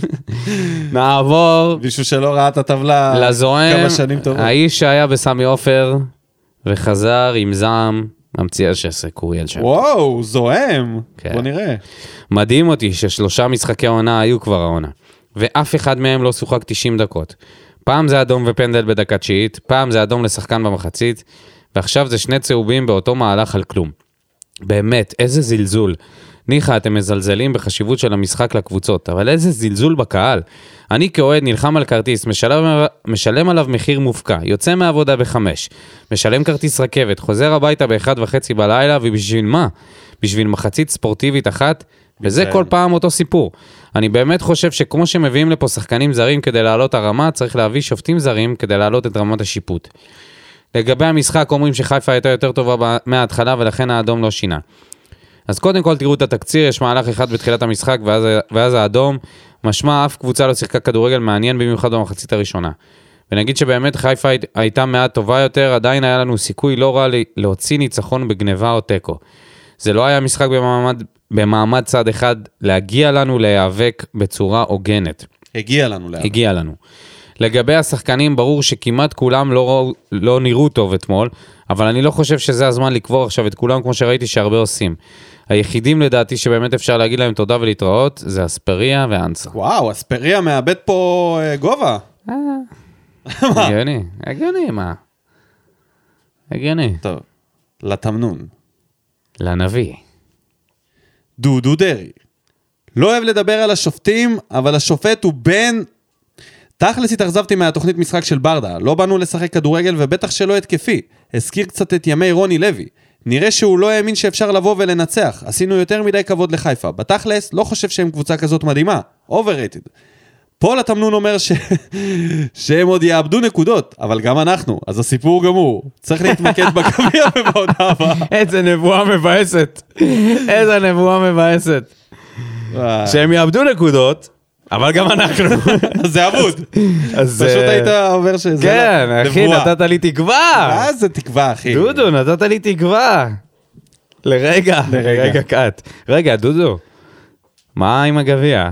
Speaker 2: נעבור...
Speaker 1: מישהו שלא ראה את הטבלה
Speaker 2: לזוהם,
Speaker 1: כמה שנים טובות.
Speaker 2: האיש שהיה בסמי עופר, וחזר עם זעם, ממציא השסק, אוריאל שם.
Speaker 1: וואו, זוהם.
Speaker 2: כן.
Speaker 1: בוא נראה.
Speaker 2: מדהים אותי ששלושה משחקי עונה היו כבר העונה, ואף אחד מהם לא שוחק תשעים דקות. פעם זה אדום ופנדל בדקה תשיעית, פעם זה אדום לשחקן במחצית, ועכשיו זה שני צהובים באותו מהלך על כלום. באמת, איזה זלזול. ניחה, אתם מזלזלים בחשיבות של המשחק לקבוצות, אבל איזה זלזול בקהל. אני כאוהד נלחם על כרטיס, משלם, משלם עליו מחיר מופקע, יוצא מהעבודה בחמש, משלם כרטיס רכבת, חוזר הביתה באחד וחצי בלילה, ובשביל מה? בשביל מחצית ספורטיבית אחת, וזה כל פעם אותו סיפור. אני באמת חושב שכמו שמביאים לפה שחקנים זרים כדי לעלות הרמה, צריך להביא שופטים זרים כדי לעלות את רמת השיפוט. לגבי המשחק אומרים שחיפה הייתה יותר טובה מההתחלה, ולכן האדום לא שינה. אז קודם כל תראו את התקציר, יש מהלך אחד בתחילת המשחק, ואז, ואז האדום, משמע אף קבוצה לא שיחקה כדורגל מעניין במיוחד במחצית הראשונה. ונגיד שבאמת חיפה הייתה מעט טובה יותר, עדיין היה לנו סיכוי לא רע להוציא ניצחון בגניבה או טקו. זה לא היה משחק במעמד, במעמד צד אחד, להגיע לנו להיאבק בצורה הוגנת.
Speaker 1: הגיע לנו להיאבק.
Speaker 2: הגיע לנו. לגבי השחקנים, ברור שכמעט כולם לא, לא נראו טוב אתמול, אבל אני לא חושב שזה הזמן לקבור עכשיו את כולם, כמו שראיתי שהרבה עושים. היחידים לדעתי שבאמת אפשר להגיד להם תודה ולהתראות, זה אספריה ואנסה.
Speaker 1: וואו, אספריה מאבד פה אה, גובה.
Speaker 2: הגיוני, הגיוני, מה? הגיוני.
Speaker 1: טוב, לתמנון.
Speaker 2: לנביא.
Speaker 1: דודו דרי. לא אוהב לדבר על השופטים, אבל השופט הוא בן... תכלס התאכזבתי מהתוכנית משחק של ברדה, לא באנו לשחק כדורגל ובטח שלא התקפי. הזכיר קצת את ימי רוני לוי. נראה שהוא לא האמין שאפשר לבוא ולנצח. עשינו יותר מדי כבוד לחיפה. בתכלס, לא חושב שהם קבוצה כזאת מדהימה. overrated. פול התמנון אומר ש... שהם עוד יאבדו נקודות, אבל גם אנחנו. אז הסיפור גמור. צריך להתמקד בגביע ובעונה הבאה.
Speaker 2: איזה נבואה מבאסת. איזה נבואה מבאסת. שהם יאבדו נקודות, אבל גם אנחנו.
Speaker 1: זה אבוד. פשוט היית אומר שזה
Speaker 2: כן, אחי, נתת לי תקווה.
Speaker 1: מה זה תקווה, אחי?
Speaker 2: דודו, נתת לי תקווה. לרגע, לרגע קט. רגע, דודו, מה עם הגביע?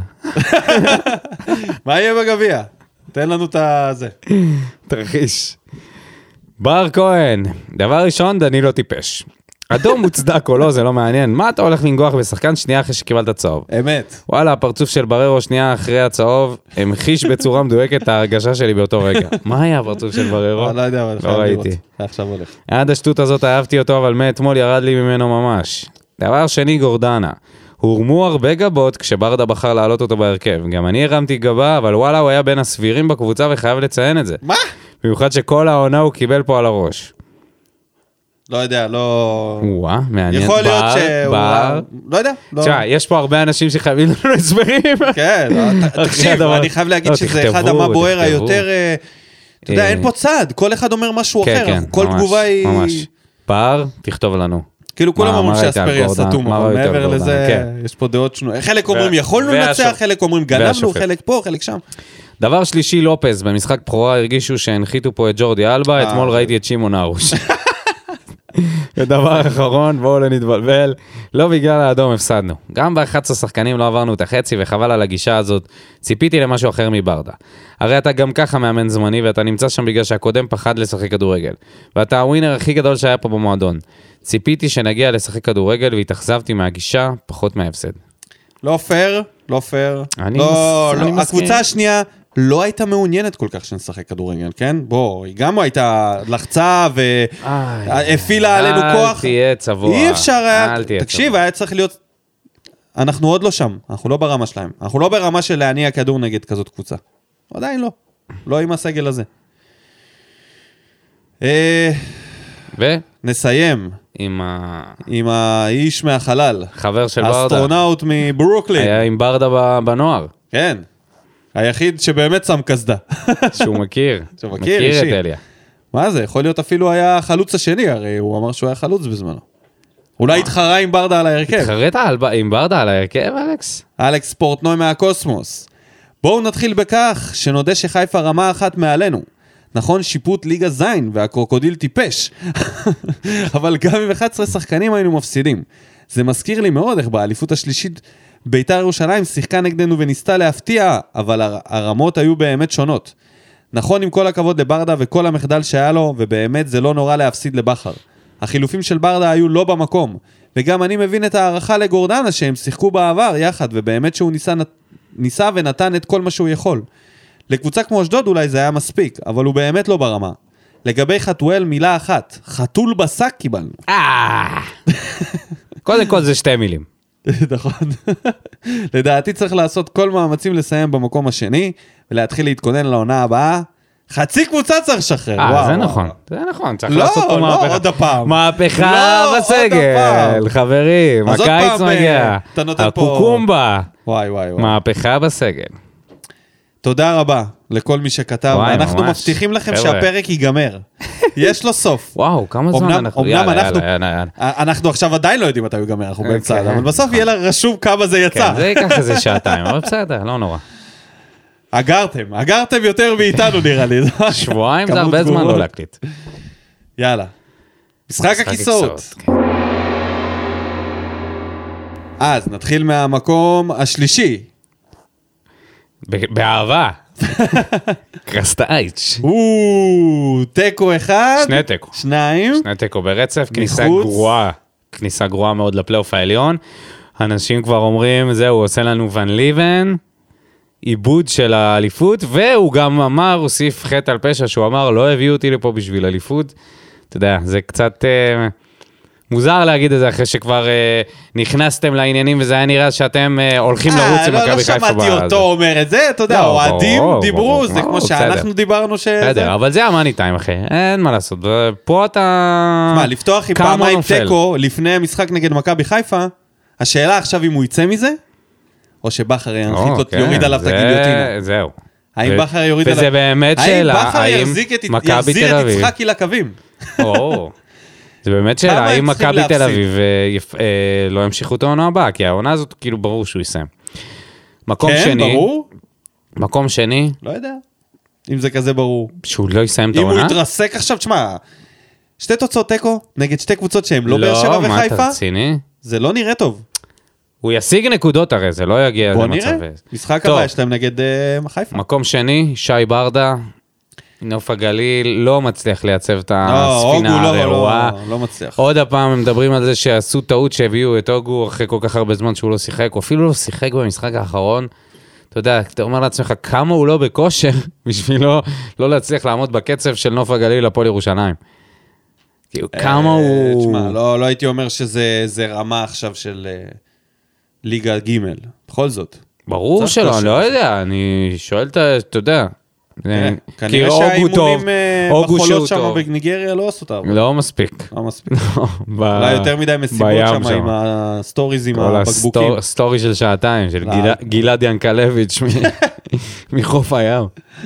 Speaker 1: מה יהיה בגביע? תן לנו את זה.
Speaker 2: תרחיש. בר כהן, דבר ראשון, דני לא טיפש. אדום מוצדק או לא, זה לא מעניין. מה אתה הולך לנגוח בשחקן שנייה אחרי שקיבלת צהוב?
Speaker 1: אמת.
Speaker 2: וואלה, הפרצוף של בררו שנייה אחרי הצהוב, המחיש בצורה מדויקת את ההרגשה שלי באותו רגע. מה היה הפרצוף של בררו?
Speaker 1: לא יודע, אבל
Speaker 2: לא ראיתי.
Speaker 1: עכשיו הולך.
Speaker 2: עד השטות הזאת אהבתי אותו, אבל מאתמול ירד לי ממנו ממש. דבר שני, גורדנה. הורמו הרבה גבות כשברדה בחר להעלות אותו בהרכב. גם אני הרמתי גבה, אבל וואלה, הוא היה בין הסבירים בקבוצה וחייב לציין את זה.
Speaker 1: מה?
Speaker 2: במיוחד שכל העונה הוא קיבל פה על הראש.
Speaker 1: לא יודע, לא...
Speaker 2: וואה, מעניין.
Speaker 1: יכול להיות שהוא... לא יודע.
Speaker 2: תשמע, יש פה הרבה אנשים שחייבים לנו הסברים.
Speaker 1: כן, תקשיב, אני חייב להגיד שזה אחד המה בוער היותר... אתה יודע, אין פה צד, כל אחד אומר משהו אחר, כל תגובה היא...
Speaker 2: ממש. בר, תכתוב לנו.
Speaker 1: כאילו כולם אומרים שאספריה סתום, אבל מעבר לזה, יש פה דעות שונות. חלק אומרים יכולנו לנצח, חלק אומרים גנבנו, חלק פה, חלק שם.
Speaker 2: דבר שלישי, לופז, במשחק בכורה הרגישו שהנחיתו פה את ג'ורדי אלבה, אתמול ראיתי את שמעון ארוש. ודבר אחרון, בואו לא נתבלבל, לא בגלל האדום הפסדנו. גם ב-אחד עשר שחקנים לא עברנו את החצי, וחבל על הגישה הזאת, ציפיתי למשהו אחר מברדה. הרי אתה גם ככה מאמן זמני, ואתה נמצא שם בגלל שהקודם פחד לשחק כדורגל. ואתה הווינר הכי גדול שהיה פה במועדון. ציפיתי שנגיע לשחק כדורגל, והתאכזבתי מהגישה, פחות מההפסד.
Speaker 1: לא פייר, לא פייר.
Speaker 2: אני
Speaker 1: לא,
Speaker 2: מס...
Speaker 1: לא. הקבוצה השנייה לא הייתה מעוניינת כל כך שנשחק כדורגל, כן? בוא, היא גם הייתה לחצה והפעילה עלינו כוח.
Speaker 2: אל תהיה צבוע.
Speaker 1: אי אפשר היה, תקשיב, היה צריך להיות, אנחנו עוד לא שם, אנחנו לא ברמה שלהם. אנחנו לא ברמה של להניע כדור נגד כזאת קבוצה. עדיין לא. לא עם הסגל הזה.
Speaker 2: ו?
Speaker 1: נסיים.
Speaker 2: עם ה...
Speaker 1: עם האיש מהחלל.
Speaker 2: חבר של ברדה.
Speaker 1: אסטרונאוט מברוקלין.
Speaker 2: היה עם ברדה בנוער.
Speaker 1: כן. היחיד שבאמת שם קסדה.
Speaker 2: שהוא מכיר.
Speaker 1: שהוא מכיר, אישי.
Speaker 2: מכיר את אליה.
Speaker 1: מה זה? יכול להיות אפילו היה החלוץ השני, הרי הוא אמר שהוא היה חלוץ בזמנו. אולי התחרה עם ברדה על ההרכב.
Speaker 2: התחרית עם ברדה על ההרכב, אלכס?
Speaker 1: אלכס פורטנוי מהקוסמוס. בואו נתחיל בכך שנודה שחיפה רמה אחת מעלינו. נכון, שיפוט ליגה זין והקרוקודיל טיפש. אבל גם עם אחד עשר שחקנים היינו מפסידים. זה מזכיר לי מאוד איך באליפות השלישית בית"ר ירושלים שיחקה נגדנו וניסתה להפתיע, אבל הר- הרמות היו באמת שונות. נכון, עם כל הכבוד לברדה וכל המחדל שהיה לו, ובאמת זה לא נורא להפסיד לבחר. החילופים של ברדה היו לא במקום, וגם אני מבין את הערכה לגורדנה שהם שיחקו בעבר יחד, ובאמת שהוא ניסה, ניסה ונתן את כל מה שהוא יכול. לקבוצה כמו אשדוד אולי זה היה מספיק, אבל הוא באמת לא ברמה. לגבי חתואל מילה אחת, חתול בשק קיבלנו.
Speaker 2: אה! קודם כל זה שתי מילים.
Speaker 1: נכון. לדעתי צריך לעשות כל מאמצים לסיים במקום השני, ולהתחיל להתכונן לעונה הבאה. חצי קבוצה צריך לשחרר.
Speaker 2: אה, זה נכון. זה נכון, צריך
Speaker 1: לא,
Speaker 2: לעשות פה
Speaker 1: לא,
Speaker 2: מהפכה.
Speaker 1: עוד הפעם.
Speaker 2: מהפכה
Speaker 1: לא, עוד
Speaker 2: בסגל,
Speaker 1: הפעם.
Speaker 2: חברים.
Speaker 1: אז עוד
Speaker 2: הקיץ
Speaker 1: פעם,
Speaker 2: מגיע.
Speaker 1: אתה נותן פה-
Speaker 2: הקוקומבה.
Speaker 1: וואי, וואי, וואי.
Speaker 2: מהפכה בסגל.
Speaker 1: תודה רבה לכל מי שכתב.
Speaker 2: וואי,
Speaker 1: אנחנו
Speaker 2: ממש.
Speaker 1: מבטיחים לכם
Speaker 2: חבר'ה.
Speaker 1: שהפרק ייגמר. יש לו סוף.
Speaker 2: וואו, כמה זמן
Speaker 1: אמנם-
Speaker 2: אנחנו...
Speaker 1: אמנם
Speaker 2: יאללה,
Speaker 1: אנחנו-
Speaker 2: יאללה, יאללה, יאללה.
Speaker 1: אנחנו עכשיו עדיין לא יודעים מתי הוא ייגמר, אנחנו באמצע,
Speaker 2: כן.
Speaker 1: אבל בסוף יהיה לה רשום כמה זה יצא.
Speaker 2: כן, זה ייקח איזה שעתיים, אבל בסדר, לא נורא.
Speaker 1: אגרתם, אגרתם יותר מאיתנו נראה לי.
Speaker 2: שבועיים זה
Speaker 1: כמות
Speaker 2: הרבה זמן
Speaker 1: תגובות.
Speaker 2: לא להקליט.
Speaker 1: יאללה. משחק הכיסאות.
Speaker 2: כן.
Speaker 1: אז נתחיל מהמקום השלישי.
Speaker 2: ב- באהבה. קרסטייץ'.
Speaker 1: או, תיקו אחד.
Speaker 2: שני תיקו.
Speaker 1: שניים.
Speaker 2: שני תיקו ברצף, כניסה
Speaker 1: מחוץ.
Speaker 2: גרועה. כניסה גרועה מאוד לפלייאוף העליון. אנשים כבר אומרים, זהו, הוא עושה לנו ון ליבן, עיבוד של האליפות, והוא גם אמר, הוסיף חטא על פשע, שהוא אמר, לא הביאו אותי לפה בשביל אליפות. אתה יודע, זה קצת אה, מוזר להגיד את זה, אחרי שכבר אה, נכנסתם לעניינים, וזה היה נראה שאתם אה, הולכים לרוץ עם
Speaker 1: אה,
Speaker 2: מכבי
Speaker 1: לא
Speaker 2: חיפה.
Speaker 1: שמעתי
Speaker 2: בזה.
Speaker 1: אותו אומר את זה, אתה יודע,
Speaker 2: לא,
Speaker 1: אוהדים
Speaker 2: ברור,
Speaker 1: דיברו,
Speaker 2: ברור,
Speaker 1: זה
Speaker 2: ברור,
Speaker 1: כמו
Speaker 2: בסדר.
Speaker 1: שאנחנו דיברנו ש...
Speaker 2: בסדר, אבל זה המאני טיים, אחי, אין מה לעשות. פה אתה...
Speaker 1: מה, לפתוח עם
Speaker 2: כמה
Speaker 1: פעמיים
Speaker 2: נופל.
Speaker 1: תיקו לפני המשחק נגד מכבי חיפה, השאלה עכשיו אם הוא יצא מזה, או שבחר ינחית
Speaker 2: או,
Speaker 1: לו,
Speaker 2: כן,
Speaker 1: יוריד עליו את
Speaker 2: זה-
Speaker 1: הגיליוטינה.
Speaker 2: זהו.
Speaker 1: האם
Speaker 2: ו-
Speaker 1: בכר יוריד עליו...
Speaker 2: וזה באמת
Speaker 1: האם
Speaker 2: שאלה,
Speaker 1: בכר
Speaker 2: האם
Speaker 1: יחזיק את-
Speaker 2: מכבי
Speaker 1: יחזיר
Speaker 2: תל
Speaker 1: את
Speaker 2: אביב...
Speaker 1: יצחקי לקווים?
Speaker 2: או, זה באמת
Speaker 1: כמה
Speaker 2: שאלה,
Speaker 1: הם
Speaker 2: האם
Speaker 1: צריכים
Speaker 2: מכבי תל
Speaker 1: להפסיד?
Speaker 2: אביב אה, יפ- אה, לא ימשיכו את העונה הבאה, כי העונה הזאת כאילו ברור שהוא יסיים. מקום
Speaker 1: כן,
Speaker 2: שני,
Speaker 1: ברור?
Speaker 2: מקום שני,
Speaker 1: לא יודע. אם זה כזה ברור.
Speaker 2: שהוא לא יסיים את
Speaker 1: אם הוא
Speaker 2: העונה?
Speaker 1: יתרסק עכשיו, תשמע, שתי תוצאות תיקו נגד שתי קבוצות שהן לא באר שבע
Speaker 2: לא, מה אתה
Speaker 1: וחיפה,
Speaker 2: רציני?
Speaker 1: זה לא נראה טוב.
Speaker 2: הוא ישיג נקודות הרי, זה לא יגיע
Speaker 1: בוא
Speaker 2: למצב...
Speaker 1: נראה. משחק
Speaker 2: טוב.
Speaker 1: הבא יש להם נגד אה, חיפה.
Speaker 2: מקום שני, שי ברדה, נוף הגליל, לא מצליח לייצב את
Speaker 1: לא, אוגו
Speaker 2: הספינה
Speaker 1: לא,
Speaker 2: הרעועה.
Speaker 1: לא, לא מצליח.
Speaker 2: עוד הפעם הם מדברים על זה שעשו טעות שהביאו את אוגו אחרי כל כך הרבה זמן שהוא לא שיחק, הוא אפילו לא שיחק במשחק האחרון. אתה יודע, אתה אומר לעצמך כמה הוא לא בכושר בשביל לא, לא להצליח לעמוד בקצב של נוף הגליל לפועל ירושלים. כאילו, כמה
Speaker 1: אה,
Speaker 2: הוא...
Speaker 1: תשמע, לא, לא הייתי אומר שזה זה רמה עכשיו של אה, ליגה ג' בכל זאת.
Speaker 2: ברור
Speaker 1: צריך
Speaker 2: שלא,
Speaker 1: כושר.
Speaker 2: אני לא יודע, אני שואל את ה... אתה יודע.
Speaker 1: אה,
Speaker 2: כי
Speaker 1: כנראה
Speaker 2: אוגו טוב,
Speaker 1: שהאימונים אה,
Speaker 2: אוגו שהוא
Speaker 1: בחולות שם
Speaker 2: טוב.
Speaker 1: בניגריה לא עשו את העבודה.
Speaker 2: לא מספיק.
Speaker 1: לא מספיק.
Speaker 2: ב-
Speaker 1: אולי יותר מדי מסיבות
Speaker 2: בים
Speaker 1: שם
Speaker 2: שם.
Speaker 1: עם הסטוריז עם
Speaker 2: כל
Speaker 1: הבקבוקים.
Speaker 2: הסטור- סטורי של שעתיים, של
Speaker 1: לא.
Speaker 2: גילה- גלעד ינקלביץ' מ- מחוף הים.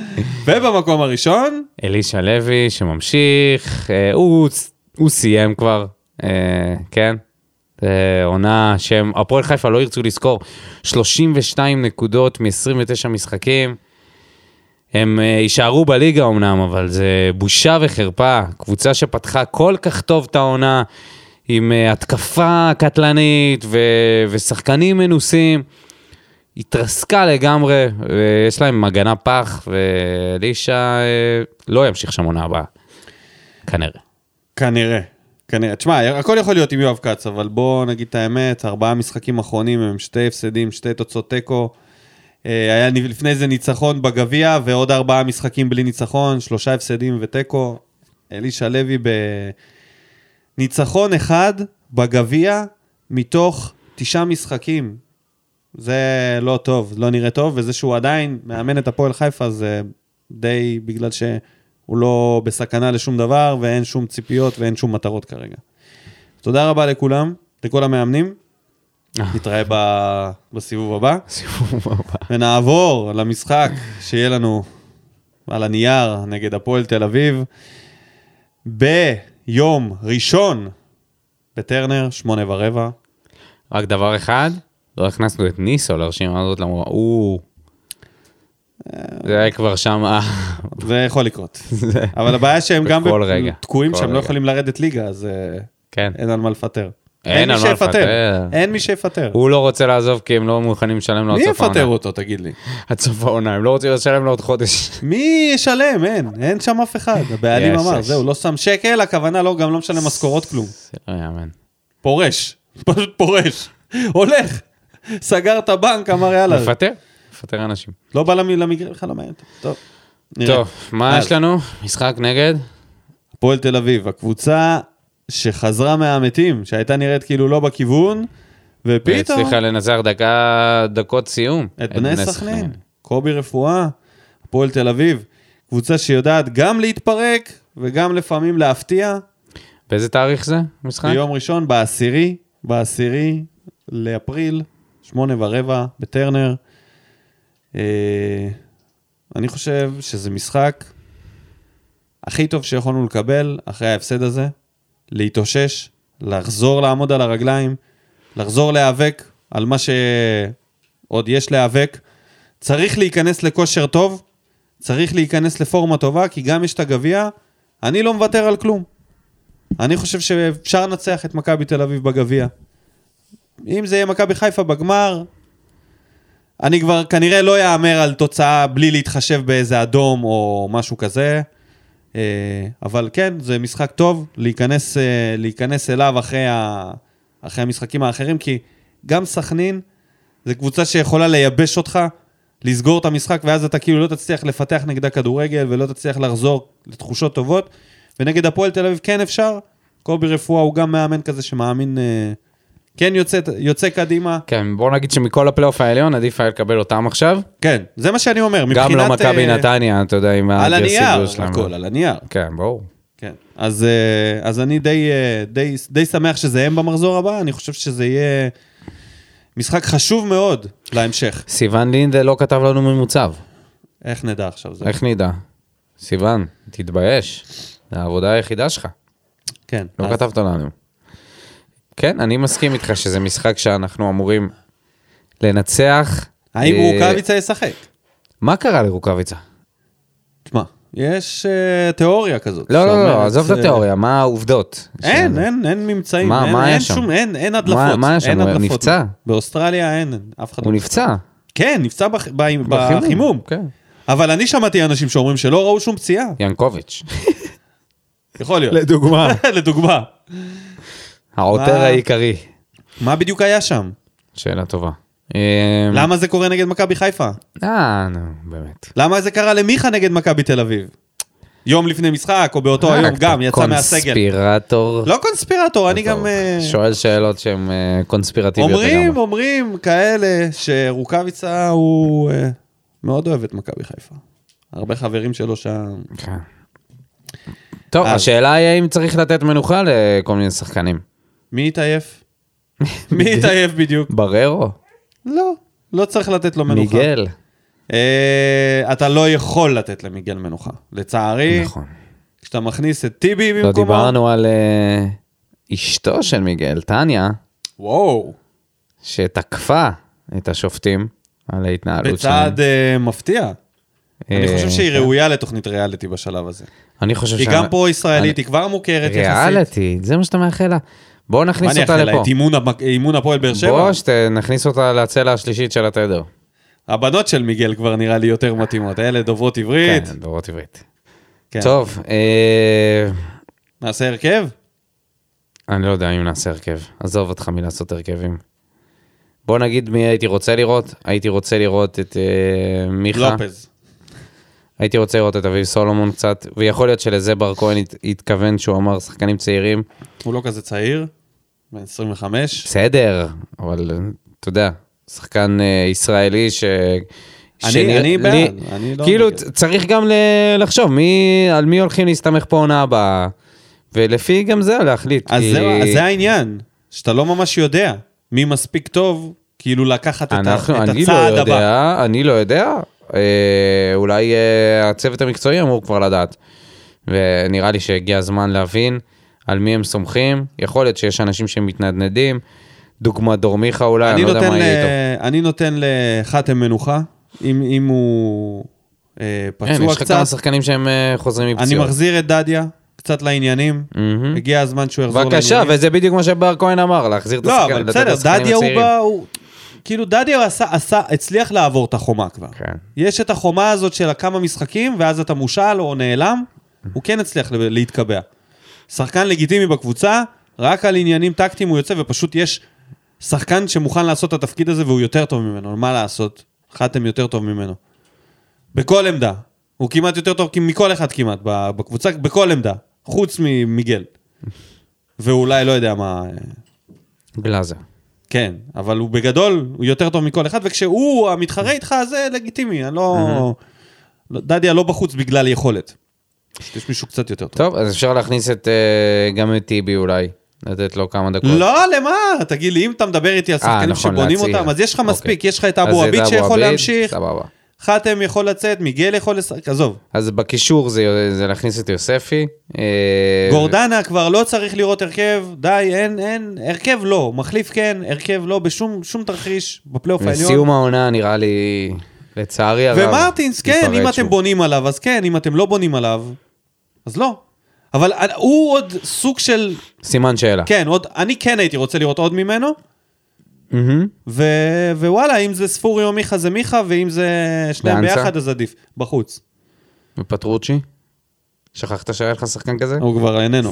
Speaker 1: ובמקום הראשון,
Speaker 2: אלישע לוי שממשיך, אה, הוא, הוא סיים כבר, אה, כן? אה, עונה שהם, הפועל חיפה לא ירצו לזכור, שלושים ושתיים נקודות מ-עשרים ותשעה משחקים, הם אה, יישארו בליגה אמנם, אבל זה בושה וחרפה, קבוצה שפתחה כל כך טוב את העונה, עם אה, התקפה קטלנית ו- ושחקנים מנוסים, התרסקה לגמרי, ויש להם הגנה פח, ואלישע אה, לא ימשיך שם עונה הבאה, כנראה.
Speaker 1: כנראה. כנראה. תשמע, הכל יכול להיות עם יואב קץ, אבל בוא נגיד את האמת, ארבעה משחקים אחרונים הם שתי הפסדים, שתי תוצאות תיקו. היה לפני זה ניצחון בגביע, ועוד ארבעה משחקים בלי ניצחון, שלושה הפסדים ותיקו. אלישע לוי בניצחון אחד בגביע, מתוך תשעה משחקים. זה לא טוב, לא נראה טוב, וזה שהוא עדיין מאמן את הפועל חיפה, זה די בגלל שהוא לא בסכנה לשום דבר, ואין שום ציפיות ואין שום מטרות כרגע. תודה רבה לכולם, לכל המאמנים. נתראה ב... בסיבוב הבא.
Speaker 2: סיבוב הבא.
Speaker 1: ונעבור למשחק שיהיה לנו על הנייר נגד הפועל תל אביב, ביום ראשון, בטרנר, שמונה ורבע.
Speaker 2: רק דבר אחד, לא הכנסנו את ניסו לרשימה הזאת, למרות, הוא... זה היה כבר שם...
Speaker 1: זה יכול לקרות. אבל הבעיה שהם גם
Speaker 2: בכל רגע.
Speaker 1: תקועים
Speaker 2: בכל
Speaker 1: שהם לא
Speaker 2: רגע.
Speaker 1: יכולים לרדת ליגה, אז אה,
Speaker 2: כן.
Speaker 1: אין על מה לפטר. אין
Speaker 2: על
Speaker 1: מי
Speaker 2: מה
Speaker 1: שיפטר.
Speaker 2: לפטר.
Speaker 1: אין מי שיפטר.
Speaker 2: הוא לא רוצה לעזוב כי הם לא מוכנים לשלם לו עד
Speaker 1: מי
Speaker 2: סוף העונה.
Speaker 1: יפטר אותו, תגיד לי?
Speaker 2: עד סוף העונה, הם לא רוצים לשלם לו עוד חודש.
Speaker 1: מי ישלם? אין. אין שם אף אחד. הבעלים
Speaker 2: יש,
Speaker 1: אמר,
Speaker 2: יש.
Speaker 1: זהו, לא שם שקל, הכוונה לא, גם לא משלם משכורות כלום.
Speaker 2: זה לא יאמן.
Speaker 1: פורש. פשוט פורש. הולך. סגר את הבנק, אמר יאללה.
Speaker 2: מפטר? מפטר אנשים.
Speaker 1: לא בא למגרש, בכלל לא מעניין. טוב. נראה.
Speaker 2: טוב, מה יש לנו? משחק נגד?
Speaker 1: הפועל תל אביב, הקבוצה שחזרה מהמתים, שהייתה נראית כאילו לא בכיוון, ופתאום...
Speaker 2: והצליחה לנצח דקה, דקות סיום.
Speaker 1: את בני סכנין, קובי רפואה, הפועל תל אביב, קבוצה שיודעת גם להתפרק, וגם לפעמים להפתיע.
Speaker 2: באיזה תאריך זה? משחק?
Speaker 1: ביום ראשון, בעשירי, בעשירי לאפריל, שמונה ורבע, בטרנר. אני חושב שזה משחק הכי טוב שיכולנו לקבל אחרי ההפסד הזה, להתאושש, לחזור לעמוד על הרגליים, לחזור להיאבק על מה שעוד יש להיאבק. צריך להיכנס לכושר טוב, צריך להיכנס לפורמה טובה, כי גם יש את הגביע, אני לא מוותר על כלום. אני חושב שאפשר לנצח את מכבי תל אביב בגביע. אם זה יהיה מכבי חיפה בגמר, אני כבר כנראה לא יאמר על תוצאה בלי להתחשב באיזה אדום או משהו כזה, אבל כן, זה משחק טוב להיכנס, להיכנס אליו אחרי, ה, אחרי המשחקים האחרים, כי גם סכנין זה קבוצה שיכולה לייבש אותך, לסגור את המשחק, ואז אתה כאילו לא תצליח לפתח נגדה כדורגל, ולא תצליח לחזור לתחושות טובות, ונגד הפועל תל אביב כן אפשר, קובי רפואה הוא גם מאמן כזה שמאמין, כן יוצא, יוצא קדימה.
Speaker 2: כן, בוא נגיד שמכל הפלייאוף העליון, עדיף היה לקבל אותם עכשיו.
Speaker 1: כן, זה מה שאני אומר.
Speaker 2: גם לא מכבי נתניה, אתה יודע, עם
Speaker 1: הגרסיביות שלהם. על הנייר, הכל, על הנייר.
Speaker 2: כן, ברור.
Speaker 1: כן, אז, אז אני די, די, די שמח שזה הם במחזור הבא, אני חושב שזה יהיה משחק חשוב מאוד להמשך.
Speaker 2: סיוון לינדה לא כתב לנו ממוצב.
Speaker 1: איך נדע עכשיו זה?
Speaker 2: איך נדע? סיוון, תתבייש. זה העבודה היחידה שלך.
Speaker 1: כן.
Speaker 2: לא אז... כתבת לנו. כן, אני מסכים איתך שזה משחק שאנחנו אמורים לנצח.
Speaker 1: האם אה... רוקאביצה ישחק?
Speaker 2: מה קרה לרוקאביצה?
Speaker 1: תשמע, יש uh, תיאוריה כזאת.
Speaker 2: לא, לא, לא, עזוב את התיאוריה, מה העובדות?
Speaker 1: אין, אין, אין ממצאים.
Speaker 2: מה,
Speaker 1: אין,
Speaker 2: מה
Speaker 1: אין
Speaker 2: היה שם?
Speaker 1: שום, אין, אין הדלפות.
Speaker 2: מה, מה היה שם? הוא נפצע?
Speaker 1: באוסטרליה אין, אף אחד
Speaker 2: הוא נפצע?
Speaker 1: כן, נפצע בח... בחימום.
Speaker 2: כן.
Speaker 1: אבל אני שמעתי אנשים שאומרים שלא ראו שום פציעה.
Speaker 2: ינקוביץ'.
Speaker 1: יכול להיות.
Speaker 2: לדוגמה.
Speaker 1: לדוגמה.
Speaker 2: העותר העיקרי.
Speaker 1: מה בדיוק היה שם?
Speaker 2: שאלה טובה.
Speaker 1: למה זה קורה נגד מכבי חיפה?
Speaker 2: אה, נו, באמת.
Speaker 1: למה זה קרה למיכה נגד מכבי תל אביב? יום לפני משחק, או באותו היום גם, יצא מהסגל.
Speaker 2: קונספירטור.
Speaker 1: לא קונספירטור, אני גם...
Speaker 2: שואל שאלות שהן קונספירטיביות.
Speaker 1: אומרים, אומרים כאלה, שרוקאביצה הוא מאוד אוהב את מכבי חיפה. הרבה חברים שלו שם.
Speaker 2: כן. טוב, השאלה היא האם צריך לתת מנוחה לכל מיני שחקנים.
Speaker 1: מי יתעייף? מי יתעייף בדיוק?
Speaker 2: בררו?
Speaker 1: לא, לא צריך לתת לו מנוחה.
Speaker 2: מיגל?
Speaker 1: אתה לא יכול לתת למיגל מנוחה. לצערי,
Speaker 2: נכון.
Speaker 1: כשאתה מכניס את טיבי במקומו...
Speaker 2: לא דיברנו על אשתו של מיגל, טניה.
Speaker 1: וואו.
Speaker 2: שתקפה את השופטים על ההתנהלות שלהם.
Speaker 1: בצעד מפתיע. אני חושב שהיא ראויה לתוכנית ריאליטי בשלב הזה.
Speaker 2: אני חושב
Speaker 1: היא גם פה ישראלית, היא כבר מוכרת יחסית.
Speaker 2: ריאליטי, זה מה שאתה מאחל לה. בואו נכניס אותה לפה.
Speaker 1: את אימון הפועל באר שבע?
Speaker 2: בואו, שנכניס אותה לצלע השלישית של התדר.
Speaker 1: הבנות של מיגל כבר נראה לי יותר מתאימות. אלה דוברות עברית.
Speaker 2: כן, דוברות עברית. טוב.
Speaker 1: נעשה הרכב?
Speaker 2: אני לא יודע אם נעשה הרכב. עזוב אותך מלעשות הרכבים. בוא נגיד מי הייתי רוצה לראות. הייתי רוצה לראות את מיכה.
Speaker 1: לופז.
Speaker 2: הייתי רוצה לראות את אביב סולומון קצת, ויכול להיות שלזה בר כהן התכוון שהוא אמר שחקנים צעירים.
Speaker 1: הוא לא כזה צעיר, בן עשרים וחמש.
Speaker 2: בסדר, אבל אתה יודע, שחקן ישראלי ש...
Speaker 1: אני, אני בעד, אני לא...
Speaker 2: כאילו צריך גם לחשוב על מי הולכים להסתמך פה עונה הבאה, ולפי גם זה להחליט.
Speaker 1: אז זה העניין, שאתה לא ממש יודע מי מספיק טוב, כאילו לקחת את הצעד הבא.
Speaker 2: אני לא יודע. אולי הצוות המקצועי אמור כבר לדעת, ונראה לי שהגיע הזמן להבין על מי הם סומכים. יכול להיות שיש אנשים שמתנדנדים, דוגמה דורמיכה אולי, אני לא יודע מה יהיה איתו.
Speaker 1: אני נותן לחתם מנוחה, אם הוא פצוע קצת.
Speaker 2: יש לך כמה שחקנים שהם חוזרים מפציעות.
Speaker 1: אני מחזיר את דדיה, קצת לעניינים, הגיע הזמן שהוא יחזור לעניינים.
Speaker 2: בבקשה, וזה בדיוק מה שבר כהן אמר, להחזיר את השחקנים.
Speaker 1: לא, אבל בסדר, דדיה הוא בא, כאילו דדיה הצליח לעבור את החומה כבר. יש את החומה הזאת של כמה משחקים, ואז אתה מושל או נעלם, הוא כן הצליח להתקבע. שחקן לגיטימי בקבוצה, רק על עניינים טקטיים הוא יוצא, ופשוט יש שחקן שמוכן לעשות את התפקיד הזה, והוא יותר טוב ממנו. מה לעשות? חתם יותר טוב ממנו. בכל עמדה. הוא כמעט יותר טוב מכל אחד כמעט, בקבוצה, בכל עמדה. חוץ ממיגל. ואולי לא יודע מה...
Speaker 2: גלאזר.
Speaker 1: כן, אבל הוא בגדול, הוא יותר טוב מכל אחד, וכשהוא המתחרה איתך, זה לגיטימי. אני לא... דדיה לא בחוץ בגלל יכולת. יש מישהו קצת יותר טוב.
Speaker 2: טוב, אז אפשר להכניס את, גם את טיבי אולי, לתת לו כמה דקות.
Speaker 1: לא, למה? תגיד לי, אם אתה מדבר איתי על שחקנים שבונים אותם, אז יש לך מספיק, יש לך את אבו עביד שיכול להמשיך, חתם יכול לצאת, מיגל יכול לשחק, עזוב.
Speaker 2: אז בקישור זה להכניס את יוספי.
Speaker 1: גורדנה כבר לא צריך לראות הרכב, די, אין, אין, הרכב לא, מחליף כן, הרכב לא, בשום תרחיש, בפלייאוף העליון.
Speaker 2: וסיום העונה נראה לי... לצערי הרב.
Speaker 1: ומרטינס, כן, אם אתם בונים עליו, אז כן, אם אתם לא בונים עליו, אז לא. אבל הוא עוד סוג של...
Speaker 2: סימן שאלה.
Speaker 1: כן, עוד, אני כן הייתי רוצה לראות עוד ממנו, ווואלה, אם זה ספורי או מיכה זה מיכה, ואם זה שניהם ביחד, אז עדיף, בחוץ.
Speaker 2: ופטרוצ'י? שכחת שהיה לך שחקן כזה?
Speaker 1: הוא כבר איננו.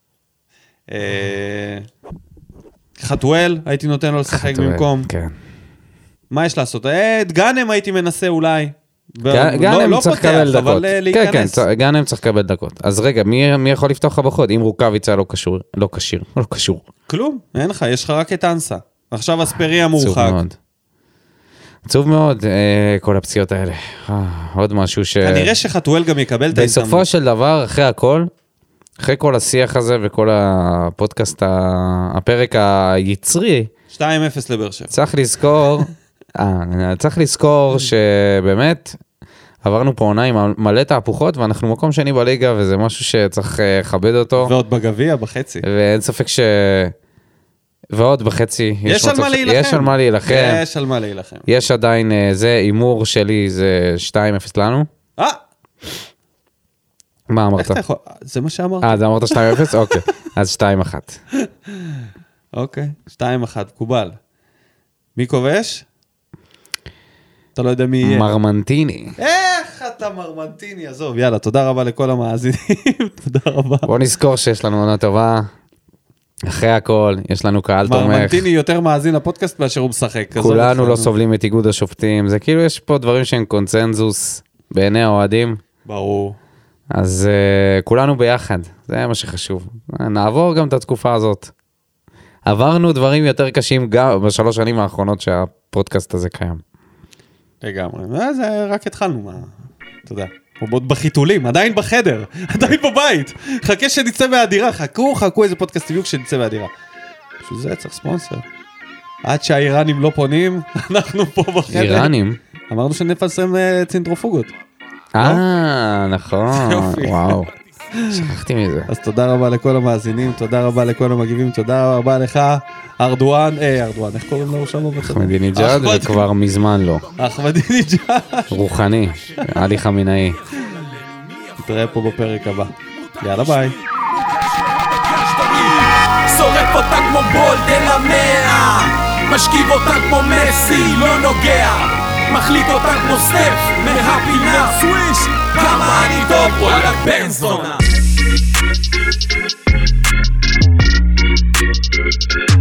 Speaker 1: חתואל, הייתי נותן לו לשחק במקום.
Speaker 2: כן.
Speaker 1: מה יש לעשות? את גאנם הייתי מנסה אולי.
Speaker 2: גאנם צריך לקבל דקות. כן, כן, גאנם צריך לקבל דקות. אז רגע, מי יכול לפתוח לך בחוד? אם רוקאביצה לא קשור, לא קשיר, לא קשור.
Speaker 1: כלום, אין לך, יש לך רק את אנסה. עכשיו אספריה מורחק.
Speaker 2: עצוב מאוד, כל הפציעות האלה. עוד משהו ש...
Speaker 1: כנראה שחתואל גם יקבל את ההזדמנות.
Speaker 2: בסופו של דבר, אחרי הכל, אחרי כל השיח הזה וכל הפודקאסט, הפרק היצרי,
Speaker 1: שתיים אפס לבאר שבע.
Speaker 2: צריך לזכור... אה, צריך לזכור שבאמת עברנו פה עונה עם מלא תהפוכות, ואנחנו מקום שני בליגה, וזה משהו שצריך לכבד אותו.
Speaker 1: ועוד בגביע, בחצי.
Speaker 2: ואין ספק ש... ועוד בחצי.
Speaker 1: יש על מה להילחם.
Speaker 2: יש על מה להילחם.
Speaker 1: יש על מה להילחם.
Speaker 2: יש עדיין, זה אימור שלי, זה שתיים אפס לנו.
Speaker 1: אה!
Speaker 2: מה אמרת?
Speaker 1: איך אתה יכול? זה מה שאמרת.
Speaker 2: אה, זה אמרת שתיים אפס? אוקיי. אז שתיים אחת.
Speaker 1: אוקיי, שתיים אחת, קובל. מי כובש? אתה לא יודע מי יהיה.
Speaker 2: מרמנטיני.
Speaker 1: איך אתה מרמנטיני? עזוב, יאללה, תודה רבה לכל המאזינים. תודה רבה.
Speaker 2: בוא נזכור שיש לנו עונה טובה. אחרי הכל, יש לנו קהל תומך.
Speaker 1: מרמנטיני יותר מאזין לפודקאסט מאשר הוא משחק.
Speaker 2: כולנו לא סובלים את איגוד השופטים. זה כאילו יש פה דברים שהם קונצנזוס בעיני האוהדים.
Speaker 1: ברור.
Speaker 2: אז uh, כולנו ביחד. זה מה שחשוב. נעבור גם את התקופה הזאת. עברנו דברים יותר קשים גם בשלוש שנים האחרונות שהפודקאסט הזה קיים.
Speaker 1: לגמרי, זה רק התחלנו, מה, אתה יודע, עוד בחיתולים, עדיין בחדר, עדיין בבית, חכה שנצא מהדירה, חכו, חכו איזה פודקאסט טיביוק שנצא מהדירה. בשביל זה צריך ספונסר. עד שהאיראנים לא פונים, אנחנו פה בחדר.
Speaker 2: איראנים?
Speaker 1: אמרנו שנפרסם צנטרופוגות.
Speaker 2: אה, נכון, וואו. שכחתי מזה.
Speaker 1: אז תודה רבה לכל המאזינים, תודה רבה לכל המגיבים, תודה רבה לך, ארדואן, אה, ארדואן, איך קוראים לו שם?
Speaker 2: אחמדינג'אד, וכבר מזמן לא.
Speaker 1: אחמדינג'אד.
Speaker 2: רוחני, עלי חמינאי.
Speaker 1: נתראה פה בפרק הבא. יאללה ביי.
Speaker 3: שורף אותה כמו בולד אל המאה, משכיב אותה כמו מסי, לא נוגע, מחליט אותה כמו סטף, מהפינה סוויש, כמה אני טוב, וואלה בן זונה.